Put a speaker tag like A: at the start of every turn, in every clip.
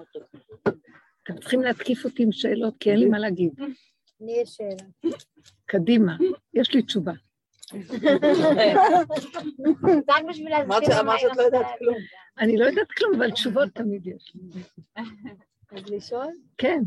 A: אתם צריכים להתקיף אותי עם שאלות, כי אין לי מה להגיד.
B: לי יש שאלה.
A: קדימה, יש לי תשובה.
C: אמרת שאת לא יודעת כלום.
A: אני לא יודעת כלום, אבל תשובות תמיד יש.
B: אז לשאול?
A: כן.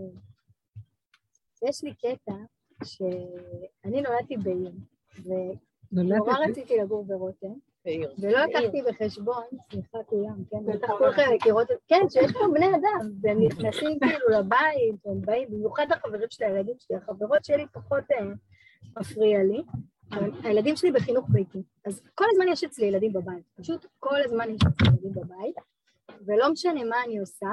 B: יש לי קטע שאני נולדתי בעיר, ונורא רציתי לגור ברותם, ולא לקחתי בחשבון, סליחה כולם, כן, בטח כולכם מכירות, כן, שיש פה בני אדם, והם נכנסים כאילו לבית, והם באים, במיוחד החברים של הילדים שלי, החברות שלי פחות מפריע לי, אבל הילדים שלי בחינוך ביתי, אז כל הזמן יש אצלי ילדים בבית, פשוט כל הזמן יש אצלי ילדים בבית, ולא משנה מה אני עושה,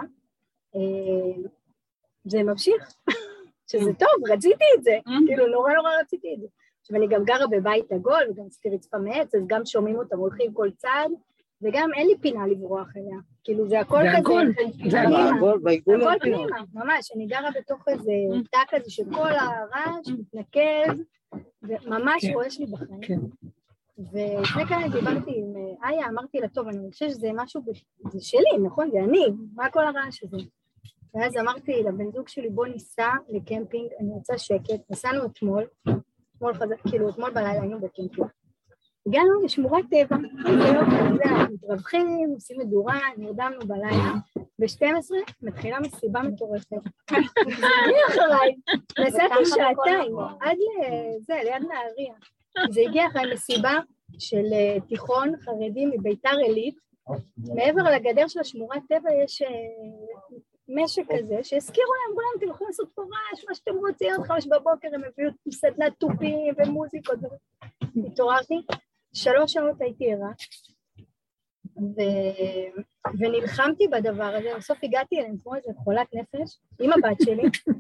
B: זה ממשיך, שזה טוב, רציתי את זה, כאילו נורא רציתי את זה. עכשיו אני גם גרה בבית עגול, וגם עשיתי רצפה מעץ, אז גם שומעים אותם, הולכים כל צעד, וגם אין לי פינה לברוח אליה, כאילו זה הכל כזה,
A: זה
B: הכל פנימה, ממש, אני גרה בתוך איזה תא כזה שכל הרעש מתנקז, וממש רועש לי בחיים. ולפני כאן דיברתי עם איה, אמרתי לה, טוב, אני חושבת שזה משהו, זה שלי, נכון? זה אני, מה כל הרעש הזה? ואז אמרתי לבן זוג שלי, בוא ניסע לקמפינג, אני רוצה שקט, נסענו אתמול בלילה היינו בקמפינג. הגענו לשמורת טבע, מתרווחים, עושים מדורה, נרדמנו בלילה, ב-12 מתחילה מסיבה מטורפת. אני אחריי, נסעתי שעתיים, עד לזה, ליד נהריה. זה הגיע אחרי מסיבה של תיכון חרדי מביתר עילית, מעבר לגדר של השמורת טבע יש משק כזה, שהזכירו להם, כולם, אתם יכולים לעשות פה רעש, מה שאתם רוצים, עד 5 בבוקר הם הביאו סדנת טופים ומוזיקות, התעוררתי, 3 שעות הייתי ערה, ונלחמתי בדבר הזה, בסוף הגעתי אליהם כמו איזה חולת נפש, עם הבת שלי,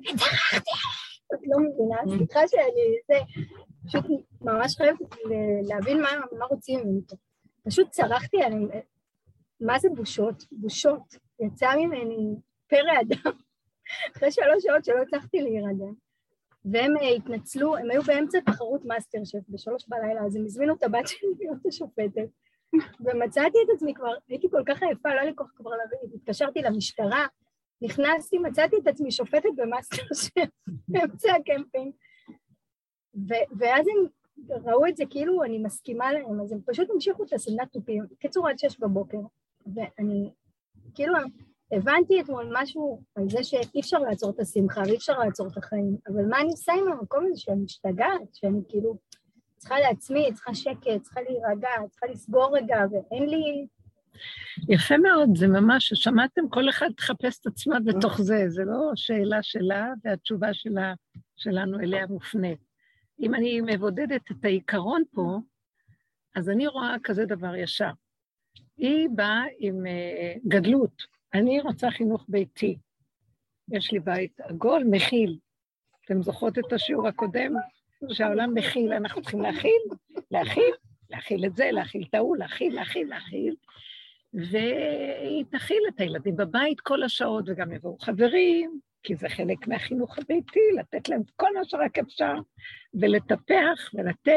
B: לא מבינה, סליחה שאני, זה פשוט ממש חייבת להבין מה רוצים ממני, פשוט צרחתי עליהם, מה זה בושות? בושות, יצא ממני פרא אדם, אחרי 3 שעות שלא הצלחתי להירדם, והם התנצלו, הם היו באמצע תחרות מאסטר שף, ב3 בלילה, אז הם הזמינו את הבת שלי להיות השופטת, ומצאתי את עצמי כבר, הייתי כל כך עייפה, לא היה לי כוח כבר לריב, התקשרתי למשטרה, נכנסתי, מצאתי את עצמי שופטת במאסטר שף, באמצע הקמפינג, ואז הם ראו את זה כאילו אני מסכימה להם, אז הם פשוט המשיכו את הסדנת טופים, קיצור עד 6 בבוקר, ואני כאילו הבנתי אתמול משהו על זה שאי אפשר לעצור את השמחה ואי אפשר לעצור את החיים, אבל מה אני עושה עם המקום הזה שאני משתגעת, שאני כאילו צריכה לעצמי, צריכה שקט, צריכה להירגע, צריכה לסגור רגע, ואין לי...
A: יפה מאוד, זה ממש, שמעתם, כל אחד תחפש את עצמה בתוך זה, זה לא שאלה שלה והתשובה שלנו אליה מופנית. אם אני מבודדת את העיקרון פה, אז אני רואה כזה דבר ישר. היא באה עם גדלות, אני רוצה חינוך ביתי. יש לי בית עגול, מכיל. אתם זוכרות את השיעור הקודם? שהעולם מכיל, אנחנו צריכים להכיל את זה, להכיל את ההוא, להכיל. והיא תכיל את הילדים בבית כל השעות, וגם יבואו חברים, כי זה חלק מהחינוך הביתי, לתת להם כל מה שרק אפשר, ולטפח,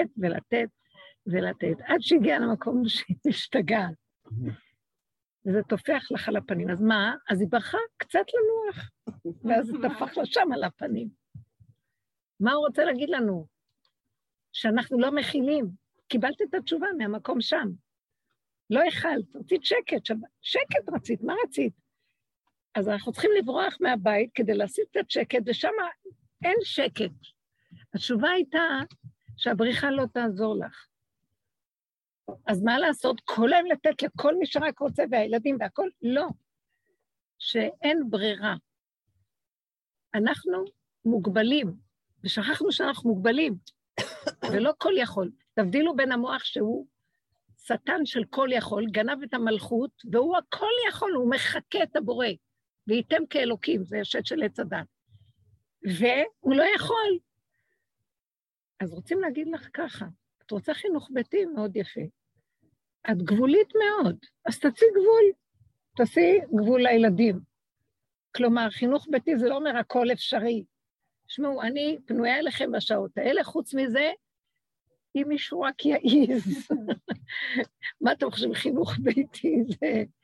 A: ולתת, עד שהגיעה למקום שהיא תשתגע. וזה תופח לך על הפנים. אז מה? אז היא ברכה קצת לנוח, ואז זה תפח לה שם על הפנים. מה הוא רוצה להגיד לנו? שאנחנו לא מכילים. קיבלת את התשובה מהמקום שם. לא יכלת, רצית שקט רצית, מה רצית? אז אנחנו צריכים לברוח מהבית כדי להשיג קצת שקט, ושם אין שקט. התשובה הייתה שהבריחה לא תעזור לך. אז מה לעשות? כל היום לתת לכל מי שרק רוצה, והילדים והכל? לא. שאין ברירה. אנחנו מוגבלים, ושכחנו שאנחנו מוגבלים, ולא כל יכול. תבדילו בין המוח שהוא שטן של כל יכול, גנב את המלכות, והוא הכל יכול, הוא מחכה את הבורא, וייתם כאלוקים, זה השד של עץ הדת. והוא לא יכול. אז רוצים להגיד לך ככה, את רוצה חינוך ביתי מאוד יפה. את גבולית מאוד, אז תעשי גבול לילדים. כלומר, חינוך ביתי זה לא אומר הכל אפשרי. שמעו, אני פנויה אליכם בשעות האלה, חוץ מזה, אם מישהו רק יעיז. מה אתם חושבים? חינוך ביתי זה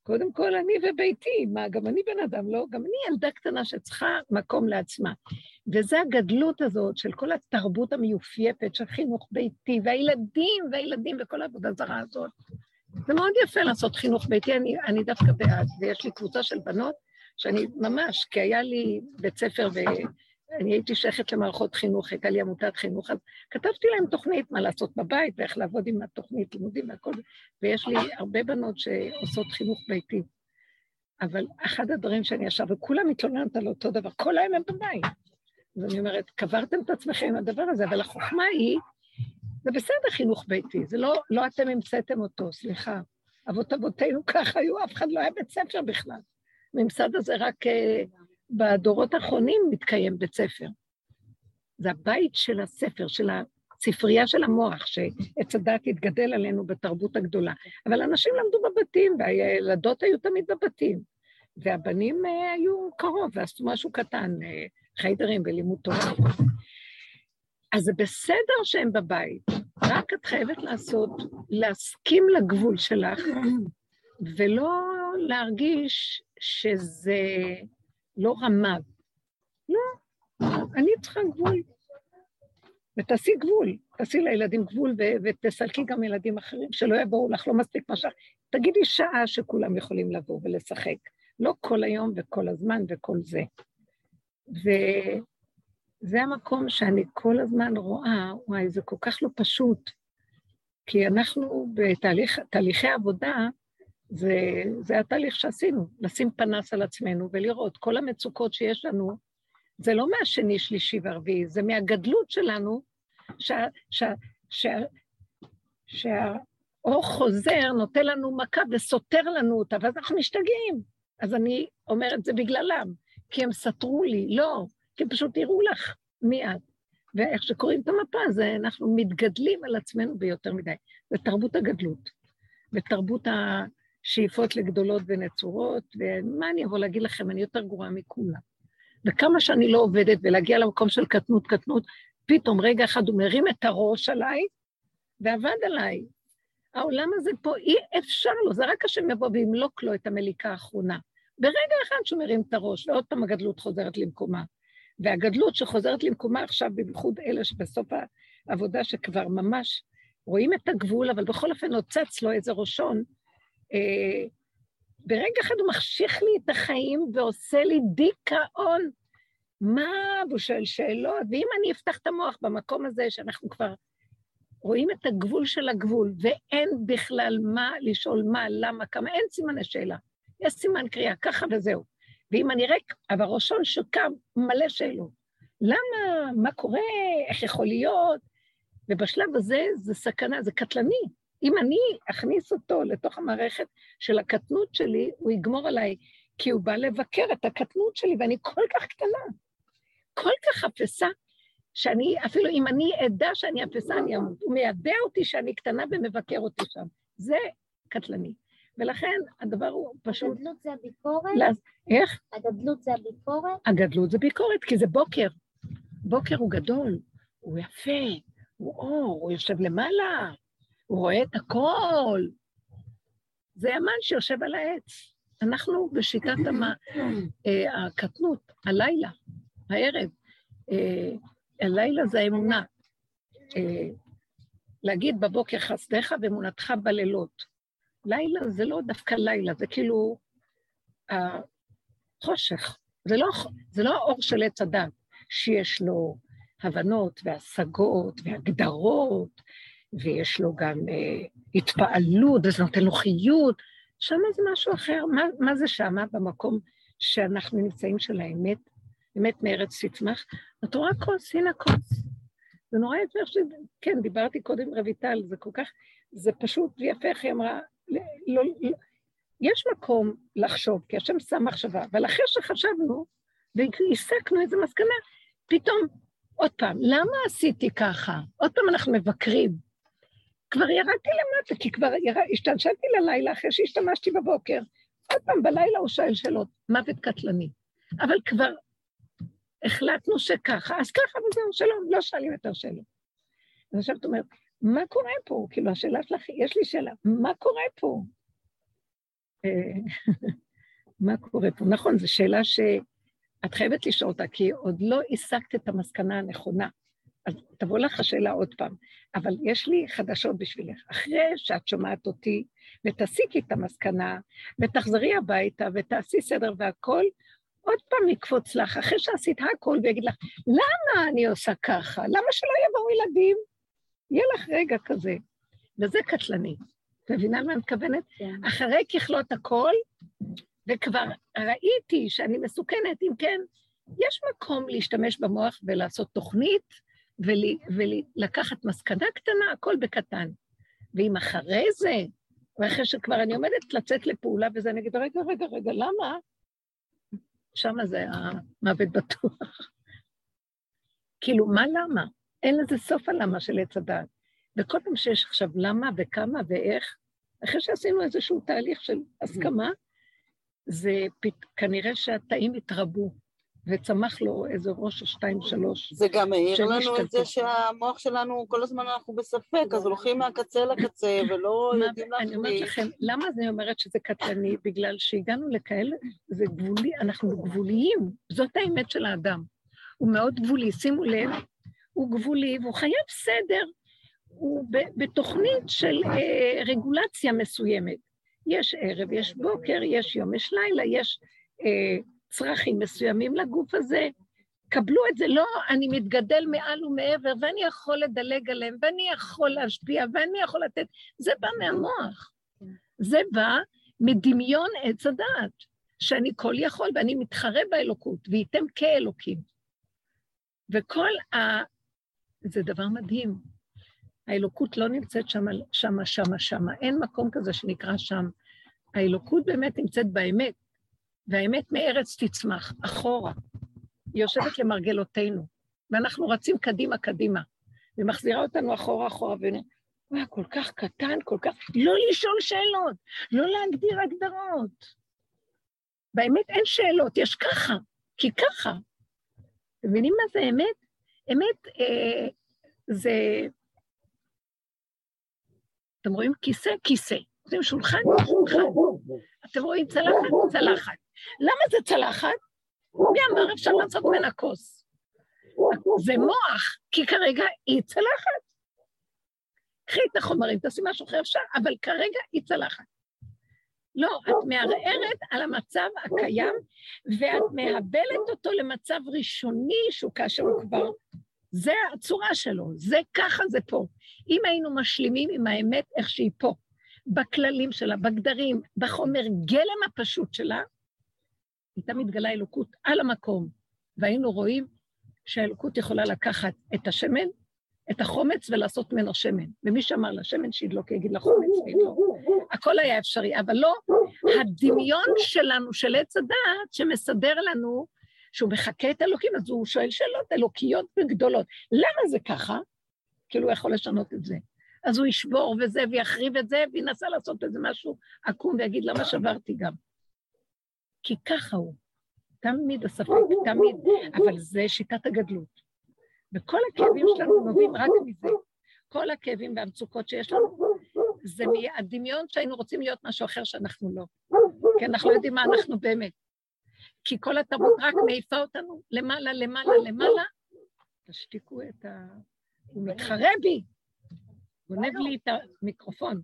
A: קודם כל אני וביתי, מה, גם אני בן אדם, לא? גם אני ילדה קטנה שצריכה מקום לעצמה. וזה הגדלות הזאת של כל התרבות המיופייפת של חינוך ביתי, והילדים וכל העבודה זרה הזאת. זה מאוד יפה לעשות חינוך ביתי, אני דווקא בעד, ויש לי קבוצה של בנות, שאני ממש, כי היה לי בית ספר ואני הייתי שייכת למערכות חינוך, הייתה לי עמותת חינוך, אז כתבתי להם תוכנית מה לעשות בבית, ואיך לעבוד עם התוכנית, לימודים והכל, ויש לי הרבה בנות שעושות חינוך ביתי. אבל אחד הדברים שאני ישב, וכולם מתלוננת על אותו דבר, כל היום הם בבית. אז אני אומרת, קברתם את עצמכם עם הדבר הזה, אבל החוכמה היא, זה בסדר חינוך ביתי, זה לא אתם המצאתם אותו, סליחה. אבותינו ככה היו, אף אחד לא היה בית ספר בכלל. הממסד הזה רק בדורות האחרונים מתקיים בית ספר. זה הבית של הספר, של הספרייה של המוח, שעץ הדת התגדל עלינו בתרבות הגדולה. אבל אנשים למדו בבתים, והילדות היו תמיד בבתים, והבנים היו קרוב, ועשו משהו קטן, חיידרים ולימוד תורה. אז זה בסדר שהם בבית, רק את חייבת להסכים לגבול שלך, ולא להרגיש שזה לא רמה. לא, אני צריכה גבול. ותעשי גבול, תעשי לילדים גבול, ותסלקי גם ילדים אחרים, שלא יבואו לך, לא מספיק משך. תגידי שעה שכולם יכולים לבוא ולשחק. לא כל היום וכל הזמן וכל זה. וזה המקום שאני כל הזמן רואה, וואי, זה כל כך לא פשוט, כי אנחנו בתהליכי עבודה, זה התהליך שעשינו, לשים פנס על עצמנו ולראות כל המצוקות שיש לנו, זה לא מהשני, שלישי ורביעי, זה מהגדלות שלנו, שהאור חוזר, נותן לנו מכה וסותר לנו אותה, ואז אנחנו משתגעים. אז אני אומרת, זה בגללם, כי הם סתרו לי, לא, כי הם פשוט יראו לך מי את. ואיך שקוראים את המפה, זה אנחנו מתגדלים על עצמנו ביותר מדי. זה תרבות הגדלות, ותרבות השאיפות לגדולות ונצורות, ומה אני אבוא להגיד לכם, אני יותר גרועה מכולם. וכמה שאני לא עובדת ולהגיע למקום של קטנות, פתאום רגע אחד הוא מרים את הראש עליי, ועבד עליי. העולם הזה פה אי אפשר לו, זה רק השם יבוא וימלוק לו את המליקה האחרונה. ברגע אחד שהוא מרים את הראש, ועוד פעם הגדלות חוזרת למקומה. והגדלות שחוזרת למקומה עכשיו, בייחוד אלה שבסוף העבודה שכבר ממש רואים את הגבול, אבל בכל אופן נוצץ לו איזה ראשון, ברגע אחד הוא מחשיך לי את החיים ועושה לי דיכאון. מה? והוא שואל שאלות, ואם אני אפתח את המוח במקום הזה שאנחנו כבר רואים את הגבול של הגבול, ואין בכלל מה לשאול מה, למה, כמה, אין סימני שאלה. יש סימן קריאה, ככה וזהו. ואם אני ריק, אבל ראשון שקם מלא שאלות. למה? מה קורה? איך יכול להיות? ובשלב הזה זה סכנה, זה קטלני. אם אני אכניס אותו לתוך המערכת של הקטנות שלי, הוא יגמור עליי, כי הוא בא לבקר את הקטנות שלי, ואני כל כך קטנה, כל כך אפסה, שאני, אפילו אם אני עדה שאני אפסה, אני אמות. הוא מיידע אותי שאני קטנה ומבקר אותי שם. זה קטלני. ולכן הדבר הוא פשוט...
B: הגדלות זה הביקורת?
A: איך?
B: הגדלות זה הביקורת?
A: הגדלות זה ביקורת, כי זה בוקר. בוקר הוא גדול, הוא יפה, הוא אור, הוא יושב למעלה, הוא רואה את הכל. זה המן שיושב על העץ. אנחנו בשיטת הקטנות, הלילה, הערב, הלילה זה האמונה. להגיד בבוקר חסדך ואמונתך בלילות. לילה זה לא דווקא לילה, זה כאילו חושך. זה לא האור של עץ הדת, שיש לו הבנות והשגות והגדרות, ויש לו גם התפעלות, וזה נותן לו חיות. שם זה משהו אחר. מה זה שם? במקום שאנחנו נמצאים של האמת, אמת מארץ תצמח, את רואה כוס, הנה כוס. זה נורא יפה, כן, דיברתי קודם רויטל, זה כל כך, זה פשוט ויפה, איך היא אמרה, לא, יש מקום לחשוב, כי השם שם מחשבה, אבל אחרי שחשבנו, והסקנו איזו מסקנה, פתאום, עוד פעם, למה עשיתי ככה? עוד פעם אנחנו מבקרים. כבר ירדתי למטה, כי כבר השתמשתי ללילה אחרי שהשתמשתי בבוקר. עוד פעם, בלילה הוא שואל שאלות, מוות קטלני. אבל כבר החלטנו שככה, אז ככה וזהו, שלום, לא שואלים יותר שאלות. אז עכשיו את אומרת, מה קורה פה? כאילו, השאלה שלך, יש לי שאלה, מה קורה פה? מה קורה פה? נכון, זו שאלה שאת חייבת לשאול אותה, כי עוד לא השגת את המסקנה הנכונה. אז תבוא לך השאלה עוד פעם. אבל יש לי חדשות בשבילך. אחרי שאת שומעת אותי, ותסיקי את המסקנה, ותחזרי הביתה, ותעשי סדר והכל, עוד פעם יקפוץ לך, אחרי שעשית הכל, ויגיד לך, למה אני עושה ככה? למה שלא יבואו ילדים? יהיה לך רגע כזה. וזה קטלני. את מבינה מה אני מתכוונת?
B: כן.
A: אחרי ככלות הכל, וכבר ראיתי שאני מסוכנת, אם כן, יש מקום להשתמש במוח ולעשות תוכנית, ולקחת מסקנה קטנה, הכל בקטן. ואם אחרי זה, ואחרי שכבר אני עומדת לצאת לפעולה, וזה אני אגיד, רגע, למה? שמה זה המוות בטוח. כאילו, מה למה? אין לזה סוף הלמה של עץ הדעת. וכל פעם שיש עכשיו למה וכמה ואיך, אחרי שעשינו איזשהו תהליך של הסכמה, זה כנראה שהתאים התרבו, וצמח לו איזה ראש או 2, 3.
C: זה גם העיר לנו את זה שהמוח שלנו, כל הזמן אנחנו בספק, אז הולכים מהקצה לקצה, ולא יודעים להחליט.
A: אני אומרת לכם, למה אני אומרת שזה קטלני? בגלל שהגענו לכאלה, זה גבולי, אנחנו גבוליים, זאת האמת של האדם. הוא מאוד גבולי, שימו לב, הוא גבולי, והוא חייב סדר, הוא בתוכנית של רגולציה מסוימת. יש ערב, יש בוקר, יש יום, יש לילה, יש צרכים מסוימים לגוף הזה. קבלו את זה, לא, אני מתגדל מעל ומעבר, ואני יכול לדלג עליהם, ואני יכול להשפיע, ואני יכול לתת, זה בא מהמוח. זה בא מדמיון עץ הדעת, שאני כל יכול, ואני מתחרה באלוקות, וייתם כאלוקים. וכל זה דבר מדהים. האלוקות לא נמצאת שמה. אין מקום כזה שנקרא שם. האלוקות באמת נמצאת באמת, והאמת מארץ תצמח, אחורה. היא יושבת למרגלותינו, ואנחנו רצים קדימה, ומחזירה אותנו אחורה, וואי, כל כך קטן, כל כך, לא לשאול שאלות, לא להגדיר הגדרות. באמת אין שאלות, יש ככה, כי ככה. אתם מבינים מה זה אמת? אמת זה... אתם רואים כיסא? כיסא. אתם שולחן? שולחן. אתם רואים צלחת? צלחת. למה זה צלחת? מי אמר אפשר לעשות ממנה כוס? זה מוח, כי כרגע היא צלחת. קחי את החומרים, תעשי משהו אחר אפשר, אבל כרגע היא צלחת. לא, את מערערת על המצב הקיים, ואת מהבלת אותו למצב ראשוני, שהוא כאשר הוא כבר, זה הצורה שלו, זה ככה זה פה. אם היינו משלימים עם האמת איך שהיא פה, בכללים שלה, בגדרים, בחומר גלם הפשוט שלה, הייתה מתגלה אלוקות על המקום, והיינו רואים שהאלוקות יכולה לקחת את השמן, את החומץ ולעשות ממנו שמן. ומי שאמר לשמן שידלוק, יגיד לחומץ שידלוק. הכל היה אפשרי, אבל לא הדמיון שלנו, של עץ הדעת, שמסדר לנו, שהוא מחכה את אלוקים, אז הוא שואל שאלות אלוקיות וגדולות. למה זה ככה? כאילו הוא יכול לשנות את זה. אז הוא ישבור וזה, ויחריב את זה, וינסה לעשות איזה משהו עקום, ויגיד למה שברתי גם. כי ככה הוא. תמיד הספק, תמיד. אבל זה שיטת הגדלות. וכל הכאבים שלנו נובעים רק מזה. כל הכאבים והמצוקות שיש לנו, זה מהדמיון שהיינו רוצים להיות משהו אחר שאנחנו לא. כי אנחנו לא יודעים מה אנחנו באמת. כי כל התרבות רק מעיפה אותנו למעלה, תשתיקו את הוא מתחרה בי. גונב לי את המיקרופון.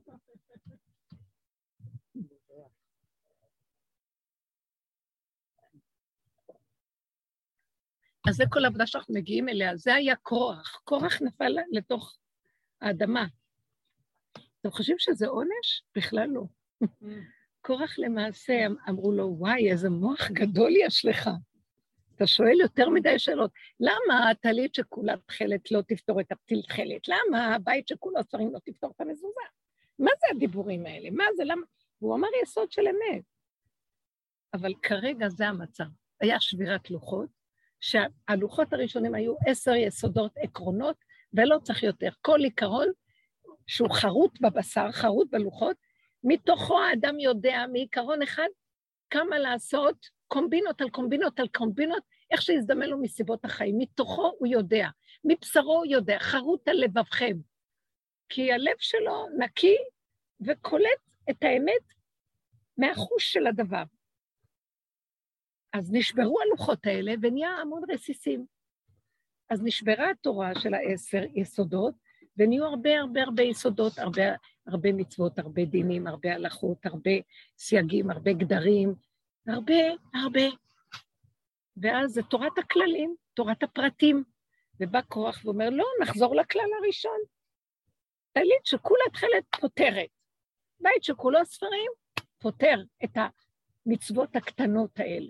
A: אז זה כל העבודה שאנחנו מגיעים אליה, זה היה קורח נפל לתוך האדמה. אתם חושבים שזה עונש? בכלל לא. קורח למעשה אמרו לו, וואי, איזה מוח גדול יש לך. אתה שואל יותר מדי שאלות, למה הטלית שכולה תחלת לא תפתור את הפתיל תחלת? למה הבית שכולה ספרים לא תפתור את המזוזה? מה זה הדיבורים האלה? מה זה, למה? הוא אמר יסוד של אמת. אבל כרגע זה המצב. היה שבירת לוחות, שהלוחות הראשונים היו 10 יסודות עקרונות, ולא צריך יותר. כל עיקרון שהוא חרוט בבשר, חרוט בלוחות, מתוכו האדם יודע מעיקרון אחד, כמה לעשות קומבינות על קומבינות על קומבינות, איך שיזדמן לו מסיבות החיים. מתוכו הוא יודע, מבשרו הוא יודע, חרוט על לבבכם. כי הלב שלו נקי וקולט את האמת מהחוש של הדבר. אז נשברו הלוחות האלה ונהיה המון רסיסים. אז נשברה התורה של 10 יסודות, ונהיו הרבה יסודות, הרבה מצוות, הרבה דינים, הרבה הלכות, הרבה סייגים, הרבה גדרים, הרבה. ואז זה תורת הכללים, תורת הפרטים. ובא כוח ואומר, לא, נחזור לכלל הראשון. טלית שכולה תחילת פותרת. בית שכולו ספרים, פותר את המצוות הקטנות האלה.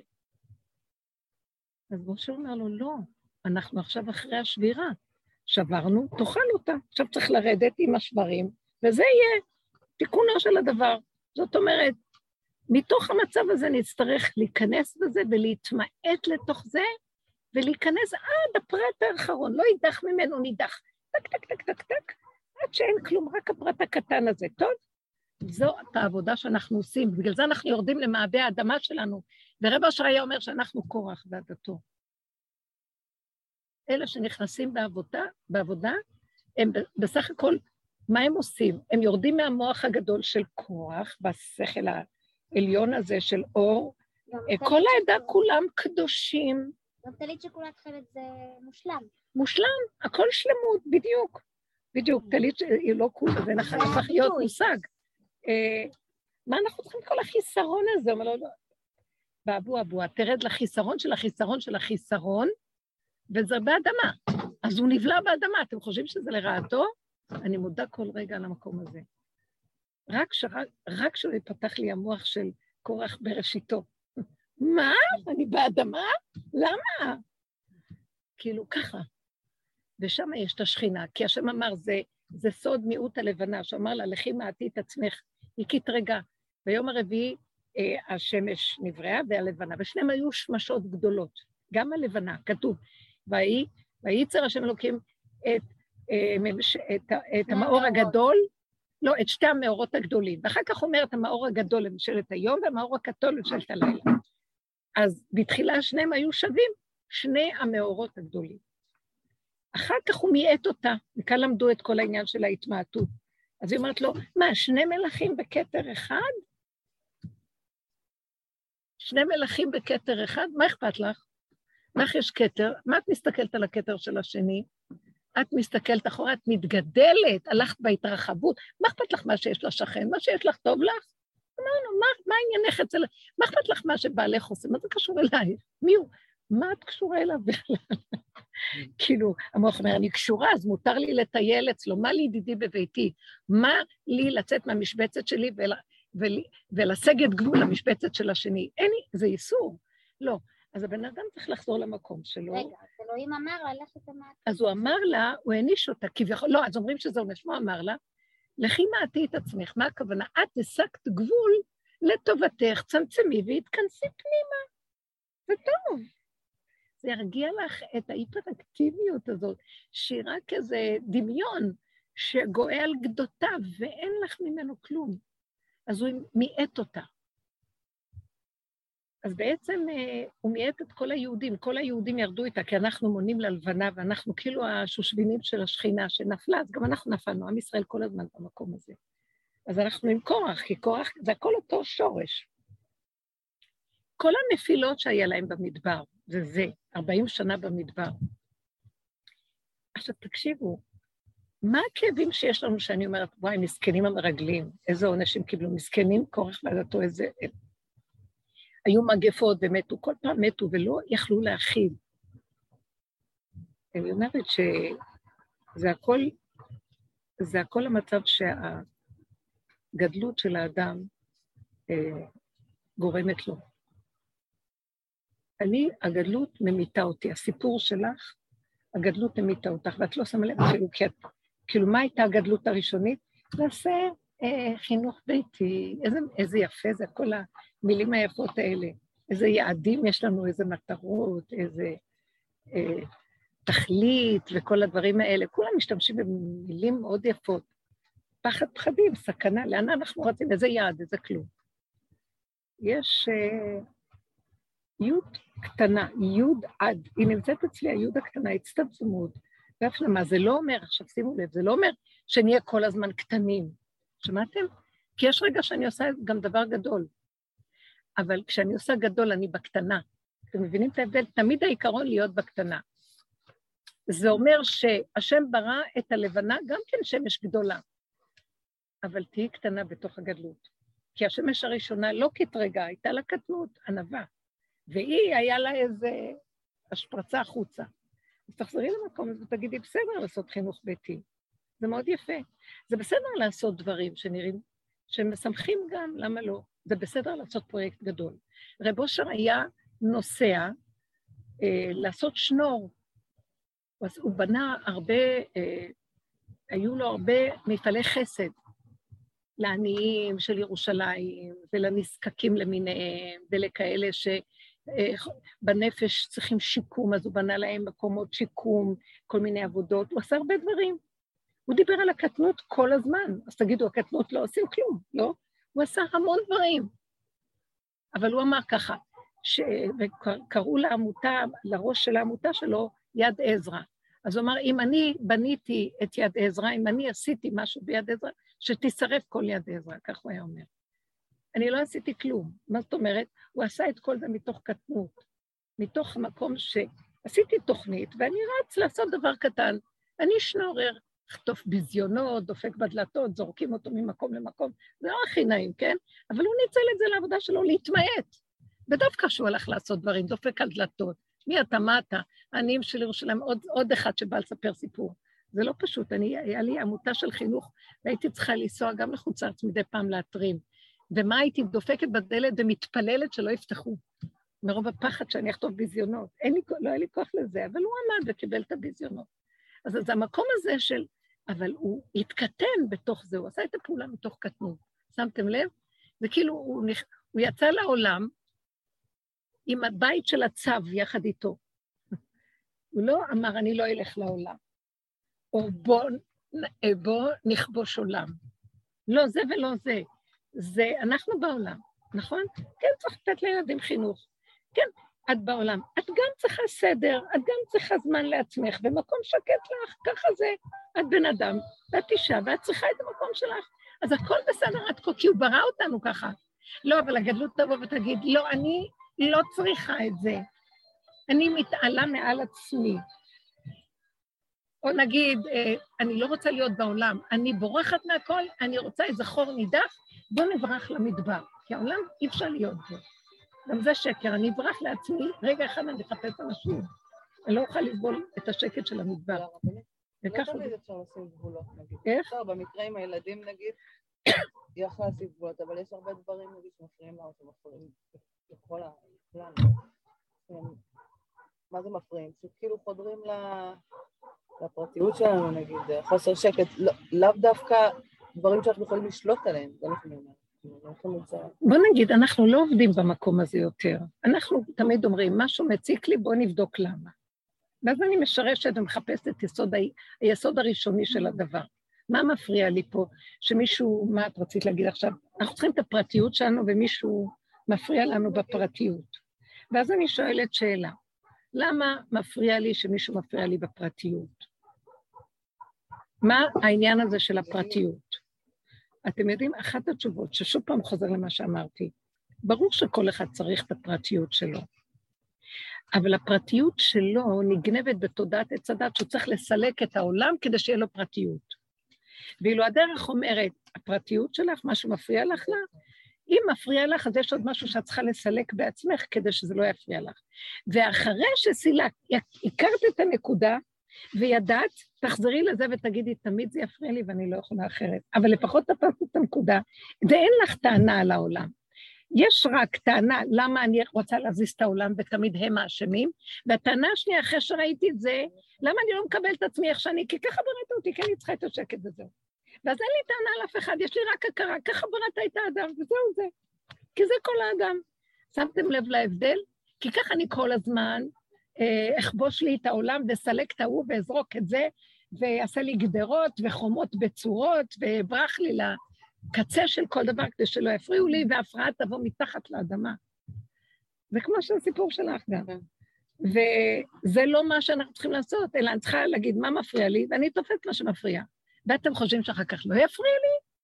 A: אז משה אומר לו, לא, אנחנו עכשיו אחרי השבירה. שברנו, תאכל אותה. עכשיו צריך לרדת עם השברים, וזה יהיה תיקונו של הדבר. זאת אומרת, מתוך המצב הזה נצטרך להיכנס בזה ולהתמעט לתוך זה, ולהיכנס עד הפרט האחרון, לא יידח ממנו נידח, טק, עד שאין כלום, רק הפרט הקטן הזה, טוב? זאת העבודה שאנחנו עושים, בגלל זה אנחנו יורדים למעבה האדמה שלנו, ורב אשר היה אומר שאנחנו קורח ועדתו. אלה שנכנסים בעבודה, הם בסך הכל, מה הם עושים? הם יורדים מהמוח הגדול של קורח, בשכל העליון הזה של אור, כל העדה כולם קדושים.
B: זאת טלית שכולה תחילת זה מושלם.
A: מושלם, הכל שלמות, בדיוק, טלית היא לא כולה, זה צריך להיות מושג. מה אנחנו צריכים כל החיסרון הזה? אומר לו, באבו, תרד לחיסרון של החיסרון של החיסרון, וזה באדמה. אז הוא נבלע באדמה, אתם חושבים שזה לרעתו? אני מודה כל רגע על המקום הזה. רק שהוא יפתח לי המוח של קורח בראשיתו. מה? אני באדמה? למה? כאילו ככה. ושם יש את השכינה, כי השם אמר, זה סוד מיעוט הלבנה, שאמר לה, לכי מעטי את עצמך, הכית רגע. ביום הרביעי השמש נבראה והלבנה, ושניהם היו שמשות גדולות, גם הלבנה, כתוב, וייצר השם אלוקים את המאור הגדול, לא, את שתי המאורות הגדולים, ואחר כך אומר את המאור הגדול למשלת היום, והמאור הקטול למשלת הלילה. אז בתחילה שניהם היו שווים, שני המאורות הגדולים. אחר כך הוא מיעט אותה, וכאן למדו את כל העניין של ההתמעטות. אז היא אומרת לו, מה, שני מלכים בכתר אחד? שני מלכים בכתר אחד? מה אכפת לך? לך יש כתר, מה את מסתכלת על הכתר של השני? את מסתכלת אחורה, את מתגדלת, הלכת בהתרחבות, מה אכפת לך מה שיש לשכן? מה שיש לך טוב לך? אמרנו, מה עניינך אצל... מה אכפת לך מה שבעלך עושה? מה זה קשור אליי? מי הוא? מה את קשורה אליו בכלל? כאילו, המוח אומר, אני קשורה, אז מותר לי לטייל אצלו, מה לי ידידי בביתי? מה לי לצאת מהמשבצת שלי ולסגת גבול למשבצת של השני? אין לי, זה איסור. לא. אז הבן אדם צריך לחזור למקום שלו.
B: רגע, אלוהים אמר לה, לך את המעט.
A: אז הוא אמר לה, הוא העניש אותה, כביכול, לא, אז אומרים שזה עונש, הוא אמר לה, לכי מעטי את עצמך, מה הכוונה? את השגת גבול לטובתך, צמצמי והתכנסי פנימה. זה טוב. זה ירגיע לך את ההיפראקטיביות הזאת, שהיא רק איזה דמיון שגואה על גדותיו, ואין לך ממנו כלום. אז הוא מיעט אותה. אז בעצם הוא מיעט את כל היהודים ירדו איתה, כי אנחנו מונים ללבנה, ואנחנו כאילו השושבינים של השכינה שנפלה, אז גם אנחנו נפלנו, עם ישראל כל הזמן במקום הזה. אז אנחנו עם קורח, כי קורח זה הכל אותו שורש. כל הנפילות שהיה להם במדבר, זה 40 שנה במדבר. עכשיו תקשיבו, מה הכאבים שיש לנו שאני אומרת, וואי, מסכנים המרגלים, איזה עונשים קיבלו, מסכנים קורח ועדתו, איזה... היו מגפות ומתו, כל פעם מתו ולא יכלו להכיל. אני אומרת שזה הכל המצב שהגדלות של האדם גורמת לו. הגדלות ממיתה אותי, הסיפור שלך, הגדלות ממיתה אותך, ואת לא שמה לב אפילו, כאילו מה הייתה הגדלות הראשונית? נעשה חינוך ביתי, איזה יפה זה, כל המילים היפות האלה, איזה יעדים יש לנו, איזה מטרות, איזה תכלית וכל הדברים האלה, כולם משתמשים במילים מאוד יפות, פחד פחדים, סכנה, לאן אנחנו רצים, איזה יעד, איזה כלום. יש יוד קטנה, יוד עד, היא נמצאת אצלי, היוד הקטנה, הצטמצמות, והפנמה, זה לא אומר, עכשיו שימו לב, זה לא אומר שנהיה כל הזמן קטנים, שמעתם? כי יש רגע שאני עושה גם דבר גדול, אבל כשאני עושה גדול, אני בקטנה. אתם מבינים את ההבדל? תמיד העיקרון להיות בקטנה. זה אומר שהשם ברא את הלבנה, גם כן שמש גדולה. אבל תהי קטנה בתוך הגדלות. כי השמש הראשונה לא כתרגע, הייתה לה קטנות, ענווה. והיא היה לה איזה השפרצה החוצה. אז תחזרי למקום הזה ותגידי, בסדר לעשות חינוך ביתי. זה מאוד יפה. זה בסדר לעשות דברים שנראים, שמשמחים גם, למה לא? זה בסדר לעשות פרויקט גדול. רב אושר היה נוסע לעשות שנור. אז הוא בנה הרבה, היו לו הרבה מפעלי חסד, לעניים של ירושלים, ולנזקקים למיניהם, ולכאלה שבנפש צריכים שיקום, אז הוא בנה להם מקומות שיקום, כל מיני עבודות, הוא עשה הרבה דברים. הוא דיבר על הקטנות כל הזמן, אז תגידו, הקטנות לא עושים כלום, לא? הוא עשה המון דברים. אבל הוא אמר ככה, וקראו לעמותה, לראש של העמותה שלו, יד עזרא. אז הוא אמר, אם אני בניתי את יד עזרא, אם אני עשיתי משהו ביד עזרא, שתשרף כל יד עזרא, כך הוא היה אומר. אני לא עשיתי כלום. מה זאת אומרת? הוא עשה את כל זה מתוך קטנות, מתוך המקום שעשיתי תוכנית, ואני רץ לעשות דבר קטן. אני שנורר, חטוף בזיונות, דופק בדלתות, זורקים אותו ממקום למקום, זה לא הכי נעים, כן? אבל הוא ניצל את זה לעבודה שלו, להתמעט. ודווקא שהוא הלך לעשות דברים, דופק על דלתות. מי אתה, מה אתה? העניים של ירושלים, עוד אחד שבא לספר סיפור. זה לא פשוט, היה לי עמותה של חינוך, והייתי צריכה לנסוע גם לחוץ לארץ מדי פעם להתרים. ומה הייתי דופקת בדלת ומתפללת שלא יפתחו. מרוב הפחד שאני אכתוב ביזיונות. לא היה לי כוח לזה, אבל הוא עמד וקיבל את הביזיונות. אז המקום הזה של, אבל הוא התקטן בתוך זה, הוא עשה את הפעולה מתוך קטנות. שמתם לב? זה כאילו, הוא יצא לעולם עם הבית של הצו יחד איתו. הוא לא אמר, אני לא אלך לעולם. או בוא נכבוש עולם. לא זה ולא זה. זה אנחנו בעולם, נכון? כן, צריך לתת לילדים חינוך. כן, את בעולם. את גם צריכה סדר, את גם צריכה זמן לעצמך, במקום שקט לך, ככה זה. את בן אדם, ואת אישה, ואת צריכה את המקום שלך. אז הכל בסדר, כי הוא ברא אותנו ככה. לא, אבל הגדלות תבוא ותגיד, לא, אני לא צריכה את זה. אני מתעלה מעל עצמי. או נגיד, אני לא רוצה להיות בעולם, אני בורחת מהכל, אני רוצה איזה חור נידח, בוא נברח למדבר, כי העולם אי אפשר להיות בו. גם זה שקר, אני אברח לעצמי, רגע אחד אני אחפש אנשים, אני לא אוכל לסבול את השקט של המדבר.
C: לא תמיד אפשר לשים גבולות, נגיד.
A: איך?
C: במקרה עם הילדים, נגיד, יכול לשים גבולות, אבל יש הרבה דברים, נגיד, שמפריעים לה, או שמפריעים לכל הכלל. מה זה מפריעים? שכאילו חודרים לפרטיות שלנו, נגיד, חוסר שקט, לאו דווקא דברים שאנחנו יכולים לשלוט עליהם, זה אנחנו אומרים.
A: בוא נגיד, אנחנו לא עובדים במקום הזה יותר. אנחנו תמיד אומרים, משהו מציק לי, בוא נבדוק למה. ואז אני משרשת ומחפשת את היסוד הראשוני של הדבר. מה מפריע לי פה? שמישהו, מה את רצית להגיד עכשיו? אנחנו צריכים את הפרטיות שלנו ומישהו מפריע לנו בפרטיות. ואז אני שואלת שאלה, למה מפריע לי שמישהו מפריע לי בפרטיות? מה העניין הזה של הפרטיות? אתם יודעים, אחת התשובות ששוב פעם חוזר למה שאמרתי, ברור שכל אחד צריך את הפרטיות שלו, אבל הפרטיות שלו נגנבת בתודעת עץ הדת שהוא צריך לסלק את העולם כדי שיהיה לו פרטיות. ואילו הדרך אומרת, הפרטיות שלך, משהו מפריע לך לה, אם מפריע לך, אז יש עוד משהו שאת צריכה לסלק בעצמך כדי שזה לא יפריע לך. ואחרי שסילקת, הכרת את הנקודה, וידעת, תחזרי לזה ותגידי, תמיד זה יפריע לי ואני לא יכולה אחרת. אבל לפחות תפסת את הנקודה, ואין לך טענה על העולם. יש רק טענה למה אני רוצה להזיז את העולם ותמיד הם האשמים, והטענה השנייה אחרי שראיתי את זה, למה אני לא מקבל את עצמי איך שאני, כי ככה בראת אותי, כי אני צריכה את השקט וזהו. ואז אין לי טענה על אף אחד, יש לי רק הכרה, ככה בראת את האדם וזהו זה. כי זה כל האדם. שמתם לב להבדל? כי ככה אני כל הזמן, אכבוש לי את העולם וסלק את ההוא ואזרוק את זה, ויעשה לי גדרות וחומות בצורות, וברח לי לקצה של כל דבר כדי שלא יפריעו לי, וההפרעה תבוא מתחת לאדמה. זה כמו שהסיפור שלך גם. וזה לא מה שאנחנו צריכים לעשות, אלא אני צריכה להגיד מה מפריע לי, ואני תופס מה שמפריע. ואתם חושבים שאחר כך לא יפריע לי?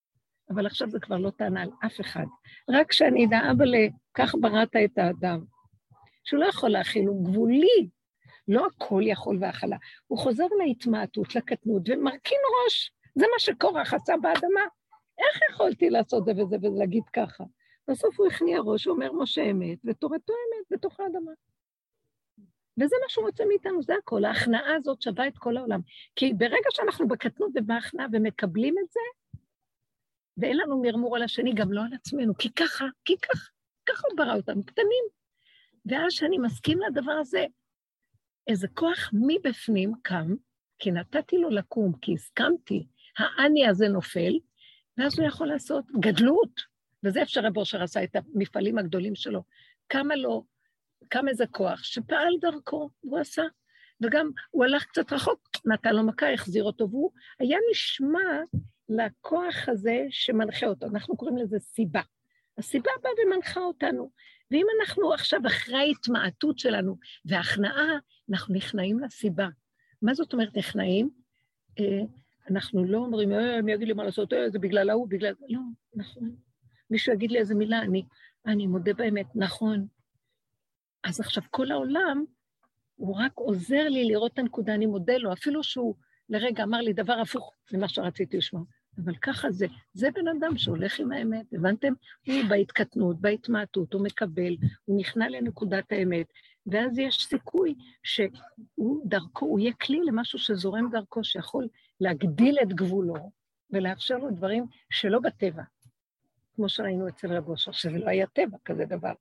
A: אבל עכשיו זה כבר לא טענה על אף אחד. רק שאני אדע, אבא, כך בראת את האדם, שהוא לא יכול להכיל, הוא גבולי, לא הכל יכול והאכלה. הוא חוזר להתמעטות, לקטנות, ומרכין ראש. זה מה שקורח עשה באדמה. איך יכולתי לעשות זה וזה ולהגיד ככה? בסוף הוא הכניע ראש, הוא אומר משה אמת, ותורתו אמת בתוך האדמה. וזה מה שהוא רוצה מאיתנו, זה הכל. ההכנעה הזאת שווה את כל העולם. כי ברגע שאנחנו בקטנות ובהכנעה ומקבלים את זה, ואין לנו מרמור על השני, גם לא על עצמנו, כי ככה הוא ברא אותם, קטנים. ואז שאני מסכים לדבר הזה, איזה כוח מבפנים קם, כי נתתי לו לקום, כי הסכמתי, העני הזה נופל, ואז הוא יכול לעשות גדלות, וזה אפשר רב אושר עשה את המפעלים הגדולים שלו, קם איזה כוח שפעל דרכו, הוא עשה, וגם הוא הלך קצת רחוק, נתן לו מכה, החזיר אותו, והוא היה נשמע לכוח הזה שמנחה אותו, אנחנו קוראים לזה סיבה. הסיבה באה ומנחה אותנו, ואם אנחנו עכשיו אחרי ההתמעטות שלנו, וההכנעה, אנחנו נכנעים לסיבה. מה זאת אומרת נכנעים? אנחנו לא אומרים, מי יגיד לי מה לעשות, זה בגלל ההוא, בגלל... לא, נכון. מישהו יגיד לי איזה מילה, אני מודה באמת, נכון. אז עכשיו כל העולם, הוא רק עוזר לי לראות את הנקודה, אני מודה לו, אפילו שהוא לרגע אמר לי דבר הפוך ממה שרציתי לשמוע. אבל ככה זה בן אדם שהולך עם האמת, הבנתם? הוא בהתקטנות, בהתמעטות, הוא מקבל, הוא נכנע לנקודת האמת, ואז יש סיכוי שהוא דרכו, הוא יהיה כלי למשהו שזורם דרכו, שיכול להגדיל את גבולו, ולאפשר לו דברים שלא בטבע, כמו שראינו אצל רב אושר, שזה לא היה טבע כזה דבר.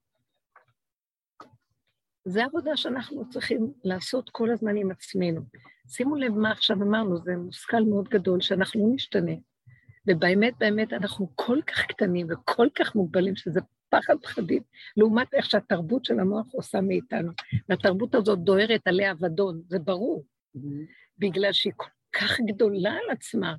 A: זה עבודה שאנחנו צריכים לעשות כל הזמן עם עצמנו. שימו לב מה עכשיו אמרנו, זה מושכל מאוד גדול שאנחנו לא נשתנה. ובאמת אנחנו כל כך קטנים וכל כך מוגבלים שזה פחד פחדים, לעומת איך שהתרבות של המוח עושה מאיתנו. והתרבות הזאת דוהרת עליה אבדון, זה ברור, בגלל שהיא כל כך גדולה על עצמה.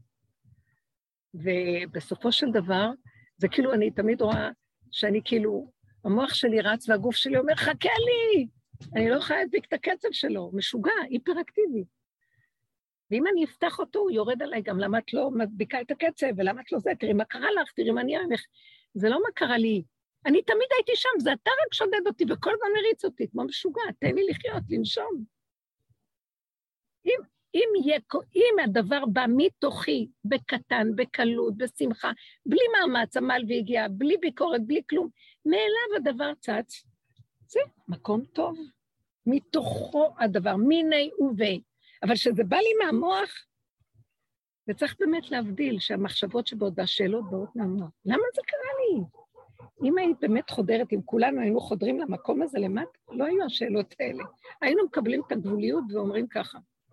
A: ובסופו של דבר, זה כאילו אני תמיד רואה שאני כאילו, המוח שלי רץ והגוף שלי אומר, חכה לי, אני לא יכולה להדביק את הקצב שלו, משוגע, היפראקטיבי. ואם אני אפתח אותו, הוא יורד עליי גם, למה את לא מדביקה את הקצב, ולמה את לא זה, תראי מה קרה לך, תראי מה נהיה ממך. זה לא מה קרה לי, אני תמיד הייתי שם, זה אתה רק שודד אותי, וכל הזמן מריץ אותי, כמו משוגע, תן לי לחיות, לנשום. אם הדבר בא מתוכי, בקטן, בקלות, בשמחה, בלי מאמץ, עמל והגיע, בלי ביקורת, בלי כלום, מאליו הדבר צץ, זה מקום טוב. מתוכו הדבר, מיני ובי. אבל שזה בא לי מהמוח, וצריך באמת להבדיל שהמחשבות שבאות והשאלות באות מהמוח. למה זה קרה לי? אם היית באמת חודרת, אם כולנו היינו חודרים למקום הזה למטה, לא היו השאלות האלה. היינו מקבלים את הגבוליות ואומרים ככה.